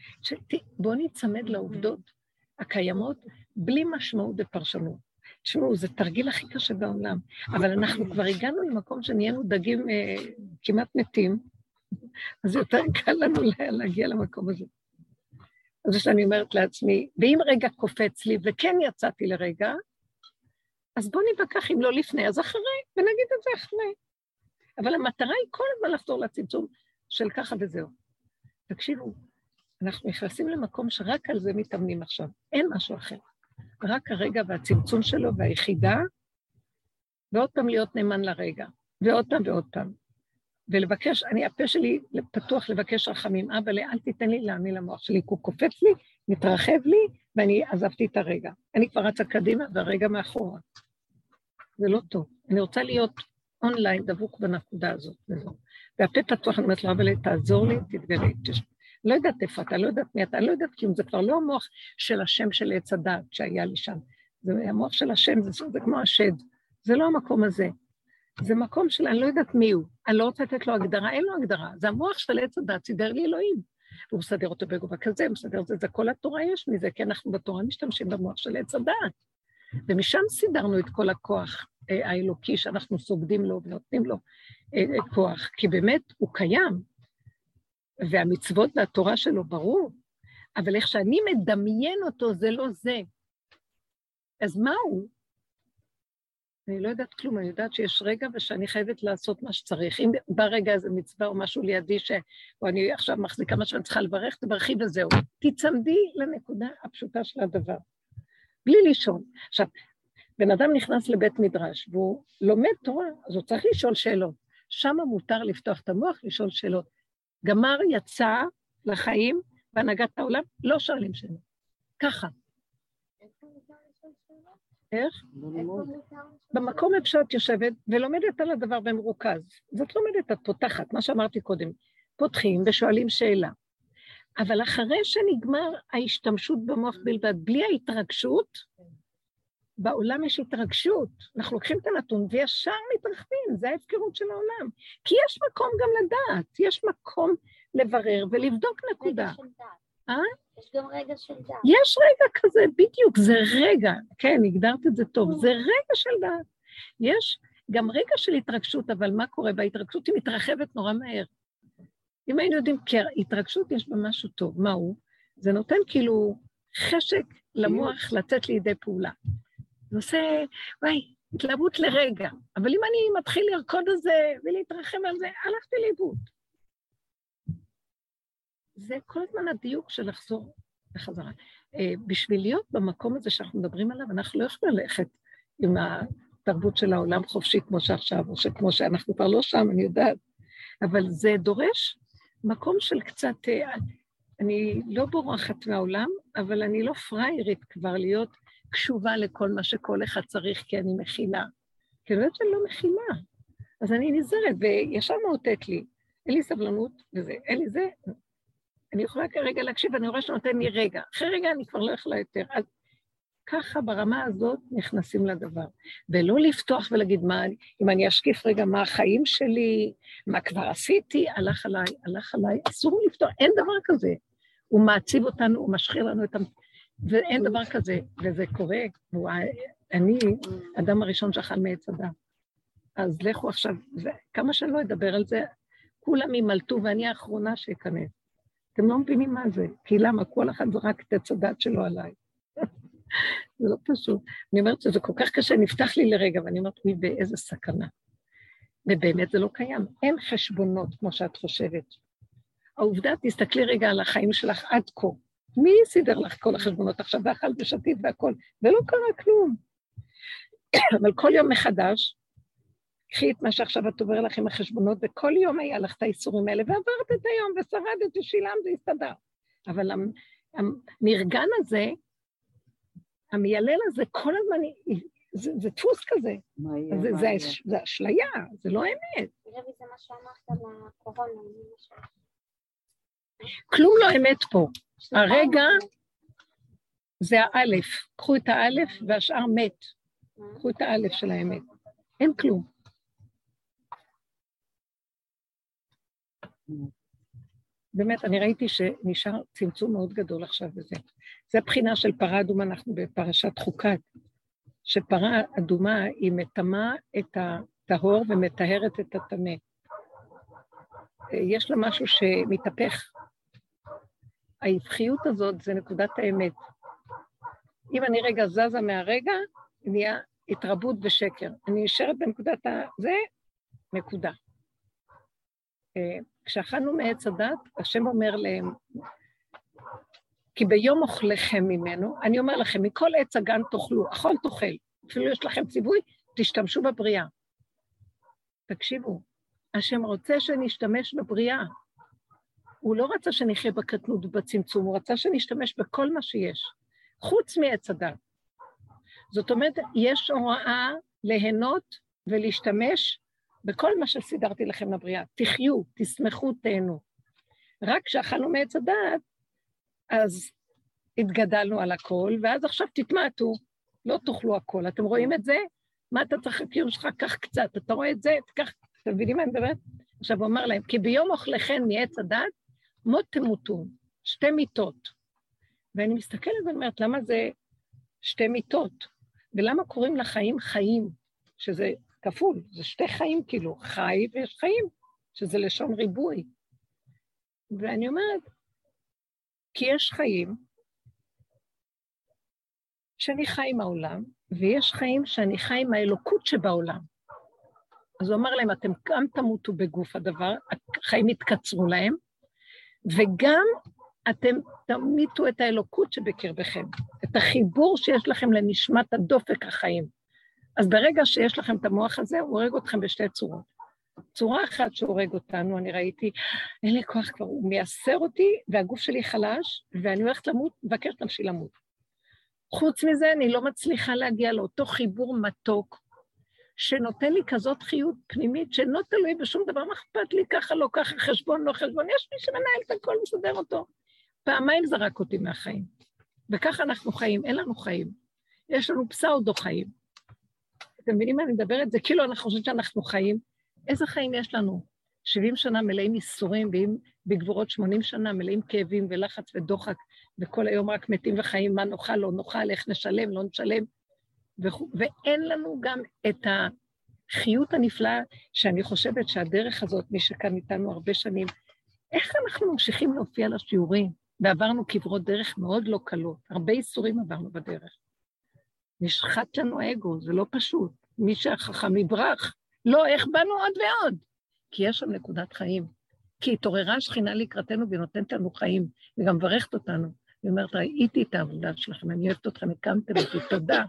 A: בואו נצמד לעובדות הקיימות, בלי משמעות ופרשנות. תשמעו, זה תרגיל הכי קשה בעולם, אבל אנחנו כבר הגענו למקום שנהיינו דגים כמעט מתים, אז יותר קל לנו להגיע למקום הזה. אז שאני אומרת לעצמי, ואם רגע קופץ לי, וכן יצאתי לרגע, אז בואו נתווכח אם לא לפני, אז אחרי, ונגיד את זה אחרי. אבל המטרה היא כל הזמן לחזור לצמצום של ככה וזהו. תקשיבו, אנחנו נכנסים למקום שרק על זה מתאמנים עכשיו, אין משהו אחר. רק הרגע והצמצום שלו והיחידה, ועוד פעם להיות נאמן לרגע, ועוד פעם ועוד פעם. ולבקש, הפה שלי פתוח לבקש רחמים, אבא, אל תיתן לי להאמין למוח שלי, הוא קופץ לי, מתרחב לי, ואני עזבתי את הרגע. אני כבר רצה קדימה והרגע מאחורה. זה לא טוב. אני רוצה להיות אונליין, דבוק בנקודה הזאת. והפה פתוח, אני אומרת לו, אבל תעזור לי, תתגלה. לא יודעת איפה אתה, לא יודעת מי אתה, לא יודעת כלום, זה כבר לא המוח של השם של עץ הדעת שהיה לי שם. זה המוח של השם, זה כמו השד. זה לא המקום הזה. זה מקום של אני לא יודעת מי הוא. אני לא רוצה לתת לו הגדרה, אין לו הגדרה. זה המוח של עץ הדעת, סידר לי אלוהים. והוא מסדר אותו בגובה כזה, מסדר את זה, זה כל התורה יש מזה, כי אנחנו בתורה משתמשים במוח של עץ הדעת. ומשם סידרנו את כל הכוח האלוקי שאנחנו סוגדים לו ונותנים לו כוח, כי באמת הוא קיים. והמצוות והתורה שלו ברור, אבל איך שאני מדמיין אותו זה לא זה. אז מה הוא? אני לא יודעת כלום, אני יודעת שיש רגע ושאני חייבת לעשות מה שצריך. אם ברגע הזה מצווה או משהו לידי או אני עכשיו מחזיקה מה שאני צריכה לברך, תברכי וזהו. תצמדי לנקודה הפשוטה של הדבר. בלי לישון. עכשיו, בן אדם נכנס לבית מדרש והוא לומד תורה, אז הוא צריך לשאול שאלות. שם מותר לפתוח את המוח, לשאול שאלות. גמר יצא לחיים בהנהגת העולם, לא שואלים שאלות. ככה. איך? במקום אפשר את יושבת ולומדת על הדבר במרוכז. זאת לומדת, את פותחת, מה שאמרתי קודם. פותחים ושואלים שאלה. אבל אחרי שנגמר ההשתמשות במוח בלבד, בלי ההתרגשות, בעולם יש התרגשות. אנחנו לוקחים את הנתון וישר מתרחבים, זה ההפקרות של העולם. כי יש מקום גם לדעת, יש מקום לברר ולבדוק נקודה.
F: רגע של דעת. יש גם רגע של דעת.
A: יש רגע כזה, בדיוק, זה רגע, כן, הגדרת את זה טוב, זה רגע של דעת. יש גם רגע של התרגשות, אבל מה קורה? בהתרגשות היא מתרחבת נורא מהר. אם היינו יודעים, כי התרגשות יש בה משהו טוב, מה הוא? זה נותן כאילו חשק למוח לצאת לידי פעולה. זה עושה, וואי, התלהבות לרגע, אבל אם אני מתחיל לרקוד על זה ולהתרחם על זה, הלכתי לאיבוד. זה כל הזמן הדיוק של לחזור בחזרה. בשביל להיות במקום הזה שאנחנו מדברים עליו, אנחנו לא יכולים ללכת עם התרבות של העולם חופשי כמו שעכשיו, או שכמו שאנחנו כבר לא שם, אני יודעת, אבל זה דורש מקום של קצת, אני לא בורחת מהעולם, אבל אני לא פריירית כבר להיות קשובה לכל מה שכל אחד צריך, כי אני מכילה. כי אני יודעת שאני לא מכילה. אז אני נזרת, וישר מאותת לי, אין לי סבלנות וזה, אין לי זה, אני יכולה כרגע להקשיב, אני רואה שנותן לי רגע, אחרי רגע אני כבר לא יכולה יותר, אז ככה ברמה הזאת נכנסים לדבר, ולא לפתוח ולהגיד מה, אם אני אשקיף רגע מה החיים שלי, מה כבר עשיתי, הלך עליי, אסור לפתוח, אין דבר כזה, הוא מעציב אותנו, הוא משחיר לנו את ואין דבר כזה, וזה קורה, אני אדם הראשון שאכל מעץ הדת, אז לכו עכשיו, כמה שאני לא אדבר על זה, כולם ימלטו ואני האחרונה שיכנס. אתם לא מבינים מה זה, כי למה? כל אחד זרק את עץ הדת שלו עליי. זה לא פשוט. אני אומרת שזה כל כך קשה, נפתח לי לרגע, ואני אומרת, מי באיזה סכנה. ובאמת זה לא קיים, אין חשבונות כמו שאת חושבת. העובדה, תסתכלי רגע על החיים שלך עד כה. מי סידר לך כל החשבונות עכשיו, ואכל ושתית והכל, ולא קרה כלום. אבל כל יום מחדש, קחי את מה שעכשיו את עובר לך עם החשבונות, וכל יום היה לך את האיסורים האלה, ועברת את היום, ושרדת, ושילמת, והסתדר. אבל המרגן הזה, המיילל הזה, כל הזמן, זה דפוס כזה. זה אשליה, זה לא אמת.
F: תראה, זה מה שאמרת מהקורונה.
A: כלום לא אמת פה. הרגע זה האלף. קחו את האלף והשאר מת. קחו את האלף של האמת. אין כלום. באמת, אני ראיתי שנשאר צמצום מאוד גדול עכשיו בזה. זה הבחינה של פרה אדומה, אנחנו בפרשת חוקת, שפרה אדומה היא מטמאה את הטהור ומטהרת את הטמא. יש לה משהו שמתהפך. ההפכיות הזאת זה נקודת האמת. אם אני רגע זזה מהרגע, נהיה התרבות ושקר. אני נשארת בנקודת זה, נקודה. כשאכלנו מעץ הדת, השם אומר להם, כי ביום אוכלכם ממנו, אני אומר לכם, מכל עץ הגן תאכלו, אכול תאכל, אפילו יש לכם ציווי, תשתמשו בבריאה. תקשיבו, השם רוצה שנשתמש בבריאה. הוא לא רצה שנחיה בקטנות ובצמצום, הוא רצה שנשתמש בכל מה שיש, חוץ מעץ הדת. זאת אומרת, יש הוראה ליהנות ולהשתמש בכל מה שסידרתי לכם לבריאה. תחיו, תשמחו, תהנו. רק כשאכלנו מעץ הדת, אז התגדלנו על הכל, ואז עכשיו תתמעטו, לא תאכלו הכל. אתם רואים את זה? מה אתה צריך הקיום שלך? קח קצת. אתה רואה את זה? תקח, אתם מבינים מה אני מדברת? עכשיו הוא אומר להם, כי ביום אוכלכם מעץ הדת, מות תמותון, 2 מיתות. ואני מסתכלת ואומרת, למה זה 2 מיתות? ולמה קוראים לחיים חיים? שזה כפול, זה 2 חיים כאילו, חי ויש חיים, שזה לשון ריבוי. ואני אומרת, כי יש חיים שאני חי עם העולם, ויש חיים שאני חי עם האלוקות שבעולם. אז הוא אומר להם, אתם גם תמותו בגוף הדבר, החיים יתקצרו להם, וגם אתם תמיתו את האלוקות שבקרבכם, את החיבור שיש לכם לנשמת הדופק החיים. אז ברגע שיש לכם את המוח הזה, הוא הורג אתכם בשתי צורות. צורה אחת שהורג אותנו, אני ראיתי, אין לי כוח כבר, הוא מייסר אותי, והגוף שלי חלש, ואני הולכת למות, מבקשת נפשי למות. חוץ מזה, אני לא מצליחה להגיע לאותו חיבור מתוק, שנותן לי כזאת חיות פנימית, שלא תלוי בשום דבר, מה אכפת לי, ככה לא ככה, חשבון לא חשבון, יש מי שמנהל את הכל, מסדר אותו. פעמיים זרק אותי מהחיים. וככה אנחנו חיים, אין לנו חיים. יש לנו פסאודו חיים. אתם מבינים מה אני מדברת? זה כאילו אנחנו חושבים שאנחנו חיים. איזה חיים יש לנו? 70 שנה מלאים ייסורים, ואם בגבורות 80 שנה מלאים כאבים ולחץ ודוחק, וכל היום רק מתים וחיים, מה נאכל, לא נאכל, איך נשלם, לא נשלם. ואין לנו גם את החיות הנפלאה, שאני חושבת שהדרך הזאת, מי שכאן איתנו הרבה שנים, איך אנחנו ממשיכים להופיע לשיעורים, ועברנו כברות דרך מאוד לא קלות, הרבה ייסורים עברנו בדרך. נשחט לנו האגו, זה לא פשוט, מי שהחכם יברח, לא, איך באנו עוד ועוד? כי יש שם נקודת חיים, כי התעוררה השכינה לקראתנו והיא נותנת לנו חיים, וגם מברכת אותנו, היא אומרת, ראיתי את העבודה שלכם, אני אוהבת אתכם, הקמתם אותי, תודה.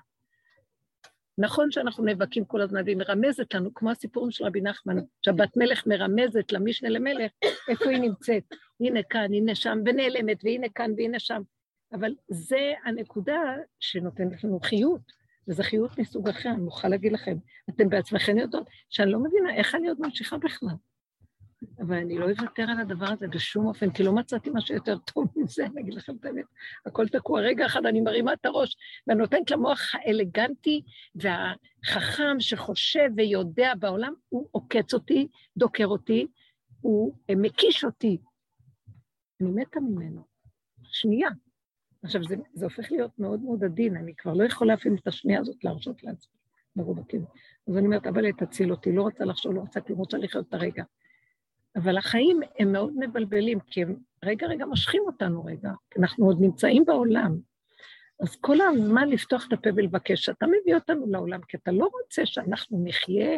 A: נכון שאנחנו נאבקים כל הזמן, והיא מרמזת לנו, כמו הסיפורים של רבי נחמן, שבת מלך מרמזת למשנה למלך, איפה היא נמצאת? הנה כאן, הנה שם, ונעלמת, והנה כאן, והנה שם. אבל זה הנקודה שנותנת לנו חיות, וזו חיות מסוג אחר, אני מוכרחה להגיד לכם. אתם בעצמכם יודעות שאני לא מבינה איך אני עוד ממשיכה בכלל. אבל אני לא אוותר על הדבר הזה בשום אופן, כי לא מצאתי משהו יותר טוב מזה, אני אגיד לכם את האמת. הכל תקוע, רגע אחד אני מרימה את הראש, ואני נותנת למוח האלגנטי, והחכם שחושב ויודע בעולם, הוא עוקץ אותי, דוקר אותי, הוא מקיש אותי. אני מתה ממנו. שנייה. עכשיו, זה הופך להיות מאוד מאוד עדין, אני כבר לא יכולה אפילו את השנייה הזאת להרשות לעצמי, מרובקים. אז אני אומרת, אבל תציל אותי, לא רוצה לחשוב, לא רוצה כלום, רוצה לחיות את הרגע. אבל החיים הם מאוד מבלבלים, כי הם רגע משכים אותנו רגע, אנחנו עוד נמצאים בעולם. אז כל הזמן לפתוח את הפה ולבקש, אתה מביא אותנו לעולם, כי אתה לא רוצה שאנחנו נחיה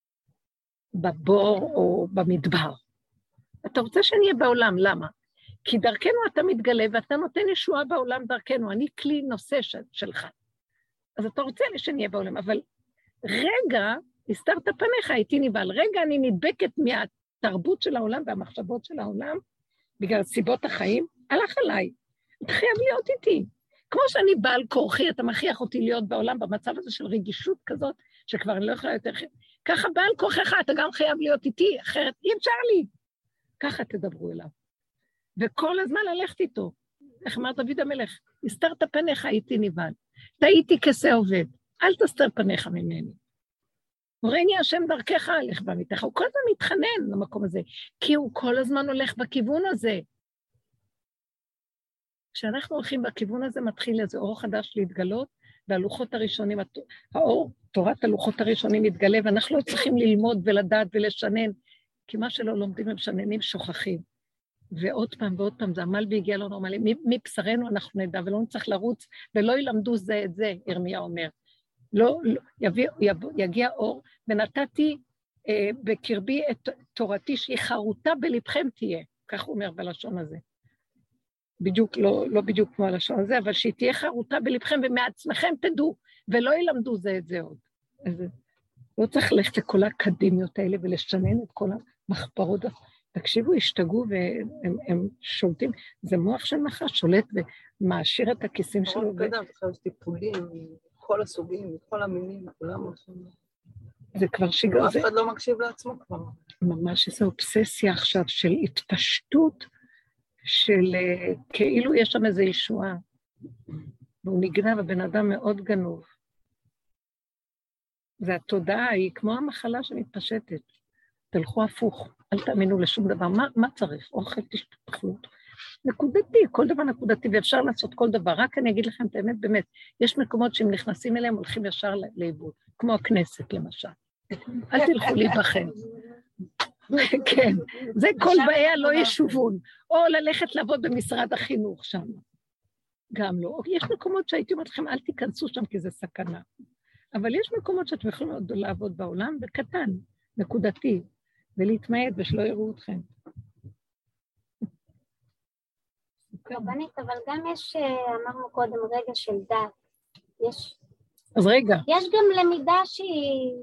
A: בבור או במדבר. אתה רוצה שנהיה בעולם, למה? כי דרכנו אתה מתגלה, ואתה נותן ישועה בעולם דרכנו, אני כלי נושא שלך. אז אתה רוצה שנהיה בעולם, אבל רגע, הסתרת פניך, הייתי נבהל, רגע אני נדבקת מהתרבות של העולם והמחשבות של העולם, בגלל סיבות החיים, הלך עליי, אתה חייב להיות איתי. כמו שאני בעל כורחי, אתה מכריח אותי להיות בעולם, במצב הזה של רגישות כזאת, שכבר אני לא יכולה יותר, ככה בעל כורחך, אתה גם חייב להיות איתי, אחרת אי אפשר לי. ככה תדברו אליו. וכל הזמן ללכת איתו. איך אמר דוד המלך, הסתרת פניך, הייתי נבהל. תהייתי כסה עובד, אל תסתר פניך ממני. וראיני השם דרכך הלך במיתך, הוא כל הזמן מתחנן למקום הזה, כי הוא כל הזמן הולך בכיוון הזה, כשאנחנו הולכים בכיוון הזה, מתחיל איזה אור חדש להתגלות, והלוחות הראשונים, האור, תורת הלוחות הראשונים מתגלה, ואנחנו לא צריכים ללמוד ולדעת ולשנן, כי מה שלא לומדים הם משננים שוכחים. ועוד פעם ועוד פעם, זה עמל והגיע לא נורמלי, מבשרנו אנחנו נדע, ולא נצטרך לרוץ, ולא ילמדו זה את זה, ירמיה אומר. לא, יגיע אור, ונתתי בקרבי את תורתי שהיא חרוטה בלבכם תהיה, כך הוא אומר בלשון הזה. בדיוק, לא בדיוק כמו הלשון הזה, אבל שהיא תהיה חרוטה בלבכם ומעצמכם תדעו, ולא ילמדו זה את זה עוד. אז לא צריך ללכת לכל האקדמיות האלה ולשנן את כל המחפרות. תקשיבו, השתגעו והם שולטים, זה מוח של נחש, שולט ומעשיר את הכיסים שלו.
C: עכשיו יש טיפולים, כל הסוגים, כל המינים, כולם.
A: זה כבר שיגר.
C: אף אחד לא מקשיב לעצמו כבר.
A: ממש איזו אובססיה עכשיו של התפשטות, של כאילו יש שם איזו ישועה, והוא נגנב, הבן אדם מאוד גנוב. והתודעה היא כמו המחלה שמתפשטת. תלכו הפוך, אל תאמינו לשום דבר. מה צריך? אוכל תשתפכלות. נקודתי, כל דבר נקודתי, ואפשר לעשות כל דבר. רק אני אגיד לכם את האמת, באמת, יש מקומות שהם נכנסים אליהם, הולכים ישר לאיבוד, כמו הכנסת למשל. אל תלכו להיבחן. כן, זה כל בעיה לא ישובון, או ללכת לעבוד במשרד החינוך שם. גם לא. יש מקומות שהייתי אומרת לכם, אל תיכנסו שם כי זה סכנה. אבל יש מקומות שאתם יכולים לעבוד בעולם, בקטן, נקודתי, ולהתמעט ושלא יראו אתכם.
F: רבנית, אבל גם יש, אמרנו קודם, רגע של דת.
A: אז רגע.
F: יש גם למידה שהיא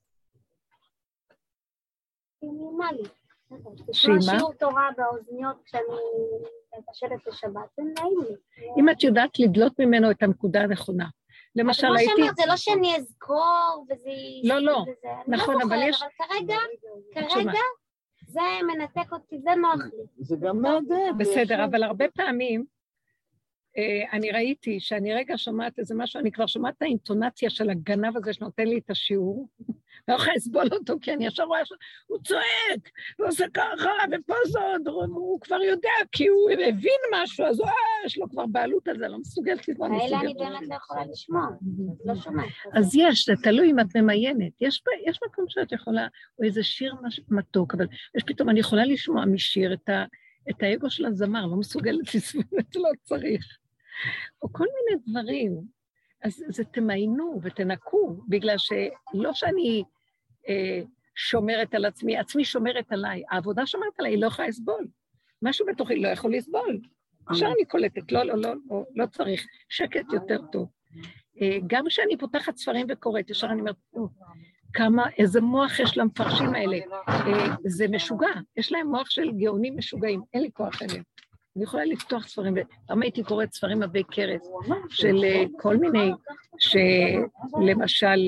F: מינימלית.
A: שהיא מה?
F: שיעור תורה באוזניות כשאני מבשלת לשבת, זה נעים לי.
A: אם את יודעת לדלות ממנו את הנקודה הנכונה. למשל הייתי...
F: כמו שאמרת, זה לא שאני אזכור וזה...
A: לא, נכון, אבל יש...
F: אבל כרגע זה מנתק אותי, זה נוח לי.
D: זה גם מעודד.
A: בסדר, אבל הרבה פעמים אני ראיתי שאני רגע שומעת איזה משהו, אני כבר שומעת את האינטונציה של הגנב הזה שנותן לי את השיעור, לא יכולה לסבול אותו, כי אני ישר רואה שהוא צועק, ועושה ככה, ופה זאת, הוא כבר יודע, כי הוא הבין משהו, אז יש לו כבר בעלות על זה, לא מסוגלת לסבול.
F: האלה אני באמת לא יכולה לשמוע, לא שומעת.
A: אז יש, זה תלוי אם את ממיינת, יש מקום שאת יכולה, או איזה שיר מתוק, אבל יש פתאום, אני יכולה לשמוע משיר את האגו של הזמר, לא מסוגלת לסבול, לא צריך. או כל מיני דברים, אז זה תמיינו ותנקו, בגלל שלא שאני שומרת על עצמי, עצמי שומרת עליי, העבודה שומרת עליי, היא לא יכולה לסבול. משהו בתוכי לא יכול לסבול. עכשיו אני קולטת, לא צריך, שקט יותר טוב. גם כשאני פותחת ספרים וקוראת, ישר אני אומרת, איזה מוח יש למפרשים האלה, זה משוגע, יש להם מוח של גאונים משוגעים, אין לי כוח אליהם. אני יכולה לפתוח ספרים, פעם הייתי קוראת ספרים עבי כרס, של כל מיני, שלמשל,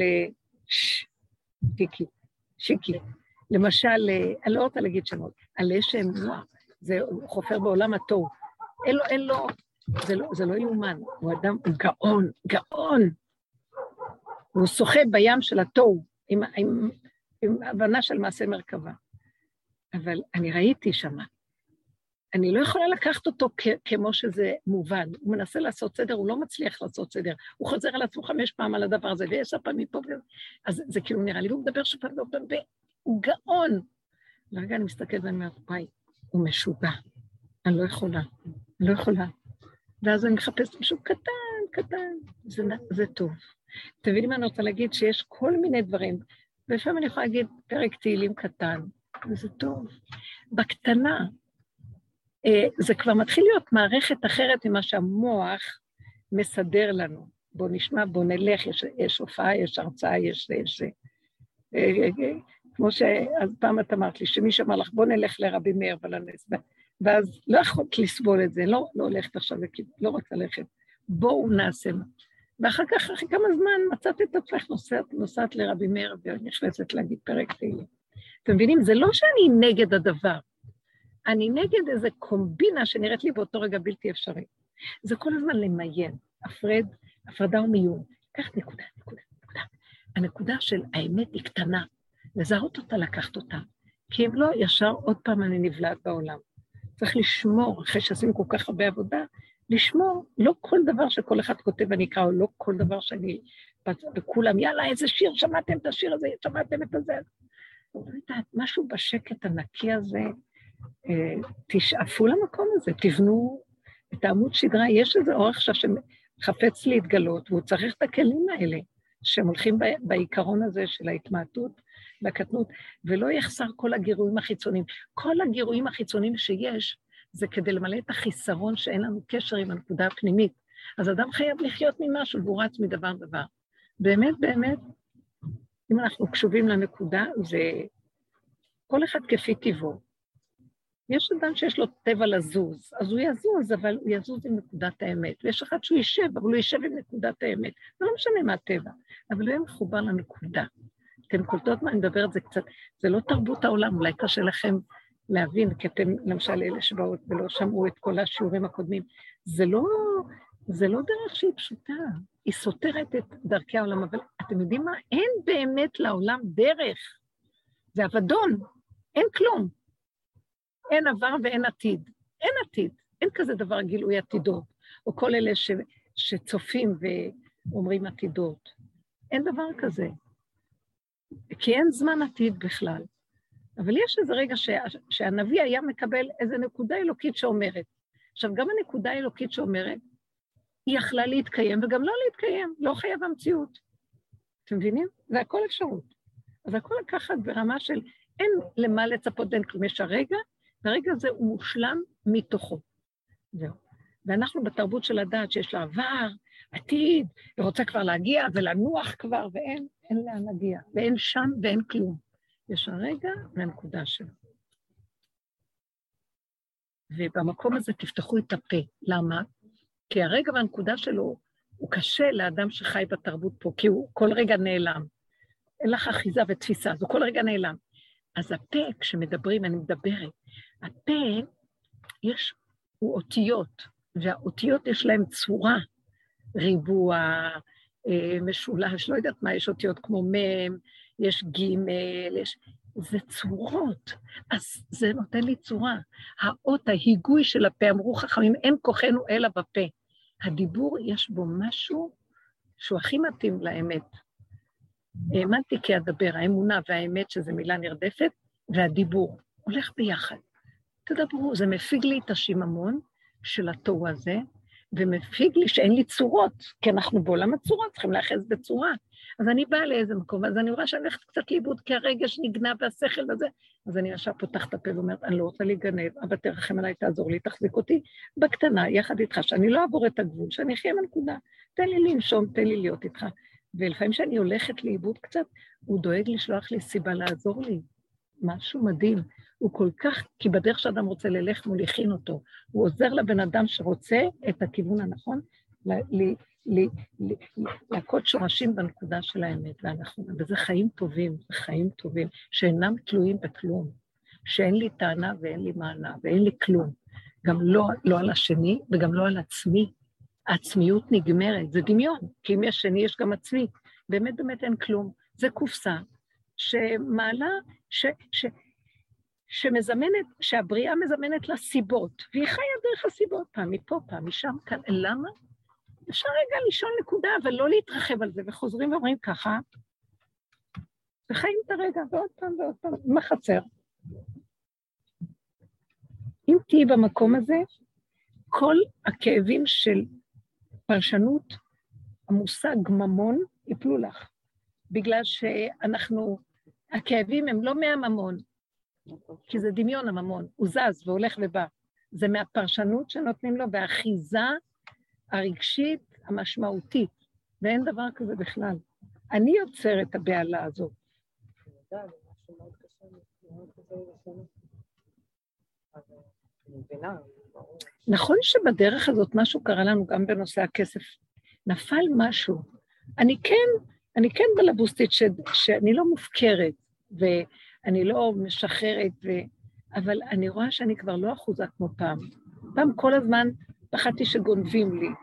A: שיקי, למשל, אני לא רוצה להגיד שמות, עלי שם, זה חופר בעולם התוהו, אין לו, זה לא יאומן, הוא אדם גאון, הוא שוחה בים של התוהו, עם הבנה של מעשה מרכבה, אבל אני ראיתי שמה, אני לא יכולה לקחת אותו כמו שזה מובן, הוא מנסה לעשות סדר, הוא לא מצליח לעשות סדר, הוא חוזר על עצמו 5 פעמים על הדבר הזה, ו10 פעמים פה, אז זה כאילו נראה לי, והוא מדבר שפעם, הוא גאון. לרגע אני מסתכלת ואני אומרת, וואי, הוא משוגע, אני לא יכולה. ואז אני מחפשת משהו קטן, זה טוב. אתם יודעים מה אני רוצה להגיד? שיש כל מיני דברים, ולפעמים אני יכולה להגיד פרק תהילים קטן, וזה טוב. בקטנה, זה כבר מתחיל להיות מערכת אחרת ממה שהמוח מסדר לנו. בוא נשמע, בוא נלך, יש הופעה, יש הרצאה, יש זה. כמו שאז פעם את אמרת לי, שמי שאמר לך, בוא נלך לרבי מאיר ולנס, ואז לא יכולת לסבול את זה, לא הולכת עכשיו, לא רוצה ללכת, בואו נעשה. ואחר כך, אחרי כמה זמן, מצאת את עצמך נוסעת לרבי מאיר, ונכנסת להגיד פרק תהילים. אתם מבינים? זה לא שאני נגד הדבר, אני נגד איזו קומבינה שנראית לי באותו רגע בלתי אפשרי. זה כל הזמן למיין, הפרדה ומיון. קחת נקודה. הנקודה של האמת היא קטנה, לזהות אותה, לקחת אותה. כי אם לא, ישר עוד פעם אני נבלעת בעולם. צריך לשמור, אחרי שעשינו כל כך הרבה עבודה, לשמור, לא כל דבר שכל אחד כותב אני אקרא, או לא כל דבר שאני, וכולם, יאללה, איזה שיר, שמעתם את השיר הזה, שמעתם את הזה. לא יודעת, משהו בשקט הנקי הזה, תשאפו למקום הזה, תבנו את העמוד שדרה, יש איזה אורך עכשיו שחפץ להתגלות, והוא צריך את הכלים האלה, שהם הולכים בעיקרון הזה של ההתמעטות והקטנות, ולא יחסר כל הגירויים החיצוניים. כל הגירויים החיצוניים שיש, זה כדי למלא את החיסרון שאין לנו קשר עם הנקודה הפנימית. אז אדם חייב לחיות ממשהו, והוא רץ מדבר דבר. באמת, באמת, אם אנחנו קשובים לנקודה, זה כל אחד כפי טבעו. יש אדם שיש לו טבע לזוז, אז הוא יזוז, אבל הוא יזוז עם נקודת האמת. ויש אחד שהוא יישב, אבל הוא יישב עם נקודת האמת. זה לא משנה מה הטבע, אבל הוא יהיה מחובר לנקודה. אתם קולטות מה אני מדברת, זה קצת, זה לא תרבות העולם, אולי קשה לכם להבין, כי אתם, למשל, אלה שבאות ולא שמעו את כל השיעורים הקודמים, זה לא דרך שהיא פשוטה, היא סותרת את דרכי העולם, אבל אתם יודעים מה? אין באמת לעולם דרך, זה אבדון, אין כלום, אין עבר ואין עתיד, אין עתיד, אין כזה דבר גילוי עתידות, או כל אלה שצופים ואומרים עתידות, אין דבר כזה, כי אין זמן עתיד בכלל. אבל יש איזה רגע שהנביא היה מקבל איזו נקודה אלוקית שאומרת. עכשיו, גם הנקודה האלוקית שאומרת, היא יכלה להתקיים וגם לא להתקיים, לא חייב המציאות. אתם מבינים? זה הכל אפשרות. אז הכל לקחת ברמה של אין למה לצפות בין כלום. יש הרגע, והרגע הזה הוא מושלם מתוכו. זהו. ואנחנו בתרבות של הדעת שיש לה עבר, עתיד, ורוצה כבר להגיע ולנוח כבר, ואין לאן להגיע. ואין שם ואין כלום. יש הרגע והנקודה שלו. ובמקום הזה תפתחו את הפה. למה? כי הרגע והנקודה שלו הוא קשה לאדם שחי בתרבות פה, כי הוא כל רגע נעלם. אין לך אחיזה ותפיסה, אז הוא כל רגע נעלם. אז הפה, כשמדברים, אני מדברת, הפה הוא אותיות, והאותיות יש להם צורה, ריבוע, משולש, לא יודעת מה, יש אותיות כמו מם, יש גימל, זה צורות, אז זה נותן לי צורה. האות, ההיגוי של הפה, אמרו חכמים, אין כוחנו אלא בפה. הדיבור יש בו משהו שהוא הכי מתאים לאמת. האמנתי כי אדבר, האמונה והאמת שזה מילה נרדפת, והדיבור הולך ביחד. תדברו, זה מפיג לי את השיממון של התוהו הזה, ומפיג לי שאין לי צורות, כי אנחנו בעולם הצורות, צריכים להאחז בצורה. אז אני באה לאיזה מקום, אז אני רואה שאני הולכת קצת לאיבוד, כי הרגש נגנב והשכל וזה, אז אני ישר פותחת הפה ואומרת, אני לא רוצה להיגנב, אבל תרחם עליי, תעזור לי, תחזיק אותי בקטנה, יחד איתך, שאני לא אעבור את הגבול, שאני אחיה בנקודה, תן לי לנשום, תן לי להיות איתך. ולפעמים שאני הולכת לאיבוד קצת, הוא דואג לשלוח לי סיבה לעזור לי. משהו מדהים. הוא כל כך, כי בדרך שאדם רוצה ללך מוליכין אותו, הוא עוזר לבן אדם שרוצה את הכיוון הנכון, להכות שורשים בנקודה של האמת והנכון. וזה חיים טובים, זה חיים טובים, שאינם תלויים בכלום, שאין לי טענה ואין לי מענה, ואין לי כלום. גם לא על השני וגם לא על עצמי. העצמיות נגמרת, זה דמיון, כי אם יש שני יש גם עצמי. באמת באמת אין כלום. זה קופסה שמעלה, שמזמנת, שהבריאה מזמנת לה סיבות, והיא חיה דרך הסיבות, פעם מפה, פעם משם, כאן. למה? אפשר רגע לישון נקודה, אבל לא להתרחב על זה, וחוזרים ואומרים ככה, וחיים את הרגע, ועוד פעם ועוד פעם, עם החצר. אם תהי במקום הזה, כל הכאבים של פרשנות, המושג ממון, יפלו לך, בגלל שאנחנו, הכאבים הם לא מהממון, כי זה דמיון הממון, הוא זז והולך ובא. זה מהפרשנות שנותנים לו, והאחיזה הרגשית המשמעותית, ואין דבר כזה בכלל. אני יוצר את הבעלה הזאת. נכון שבדרך הזאת משהו קרה לנו גם בנושא הכסף, נפל משהו. אני כן בלבוסטית שאני לא מופקרת, ואני לא משחררת, אבל אני רואה שאני כבר לא אחוזה כמו פעם. פעם כל הזמן פחדתי שגונבים לי.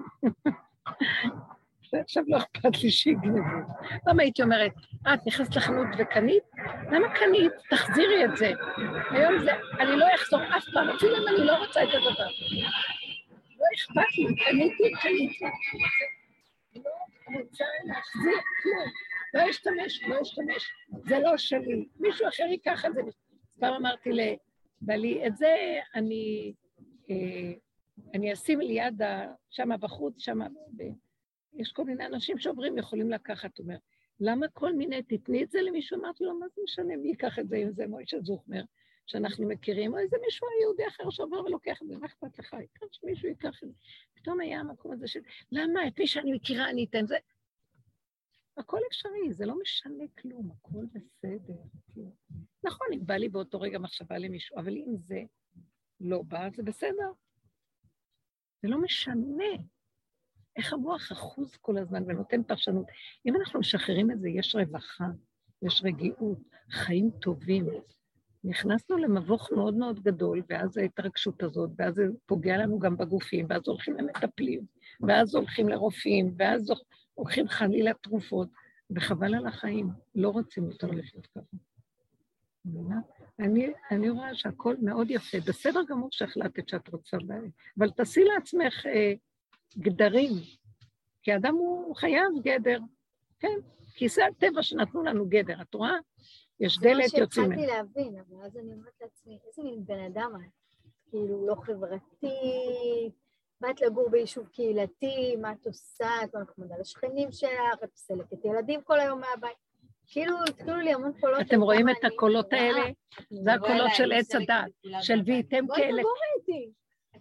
A: ועכשיו לא אכפת לי שיגנבו. למה הייתי אומרת, את נכנסת לחנות וקנית? למה קנית? תחזירי את זה. היום זה, אני לא אחזור אף פעם, אפילו אם אני לא רוצה את הדבר. לא אכפת לי, קניתי. לא רוצה להחזיר כלום. לא אשתמש. זה לא שלי. מישהו אחר ייקח את זה. פעם אמרתי לבעלי, את זה אני אשים ליד שמה בחוץ, יש כל מיני אנשים שעוברים, יכולים לקחת, אומר, למה כל מיני, תתני את זה למישהו? אמרתי לו, מה זה משנה, מי ייקח את זה אם זה מוישה זוכמר, שאנחנו מכירים, או איזה מישהו יהודי אחר שעובר ולוקח את זה, מה אכפת לך? ייקח שמישהו ייקח את זה. פתאום היה המקום הזה של, למה? את מי שאני מכירה אני אתן זה. הכל אפשרי, זה לא משנה כלום, הכל בסדר. נכון, אם בא לי באותו רגע מחשבה למישהו, אבל אם זה לא בא, זה בסדר. זה לא משנה. איך המוח אחוז כל הזמן ונותן פרשנות. אם אנחנו משחררים את זה, יש רווחה, יש רגיעות, חיים טובים. נכנסנו למבוך מאוד מאוד גדול, ואז ההתרגשות הזאת, ואז זה פוגע לנו גם בגופים, ואז הולכים למטפלים, ואז הולכים לרופאים, ואז הולכים חלילה תרופות, וחבל על החיים, לא רוצים יותר לחיות ככה. אני רואה שהכל מאוד יפה, בסדר גמור שהחלטת שאת רוצה בהם, אבל תעשי לעצמך גדרים, כי האדם הוא חייב גדר, כן? כי זה הטבע שנתנו לנו גדר, את רואה? יש דלת יוצאים.
B: זה מה שהתחלתי להבין, אבל אז אני אומרת לעצמי, איזה מין בן אדם, כאילו לא חברתי, באת לגור ביישוב קהילתי, מה את עושה, את מחמדה לשכנים שלך, את פסלת ילדים כל היום מהבית, כאילו התחילו לי המון קולות.
A: אתם רואים את הקולות האלה? זה הקולות של עץ הדת, של ויתם כאלה.
B: בואי תגור איתי.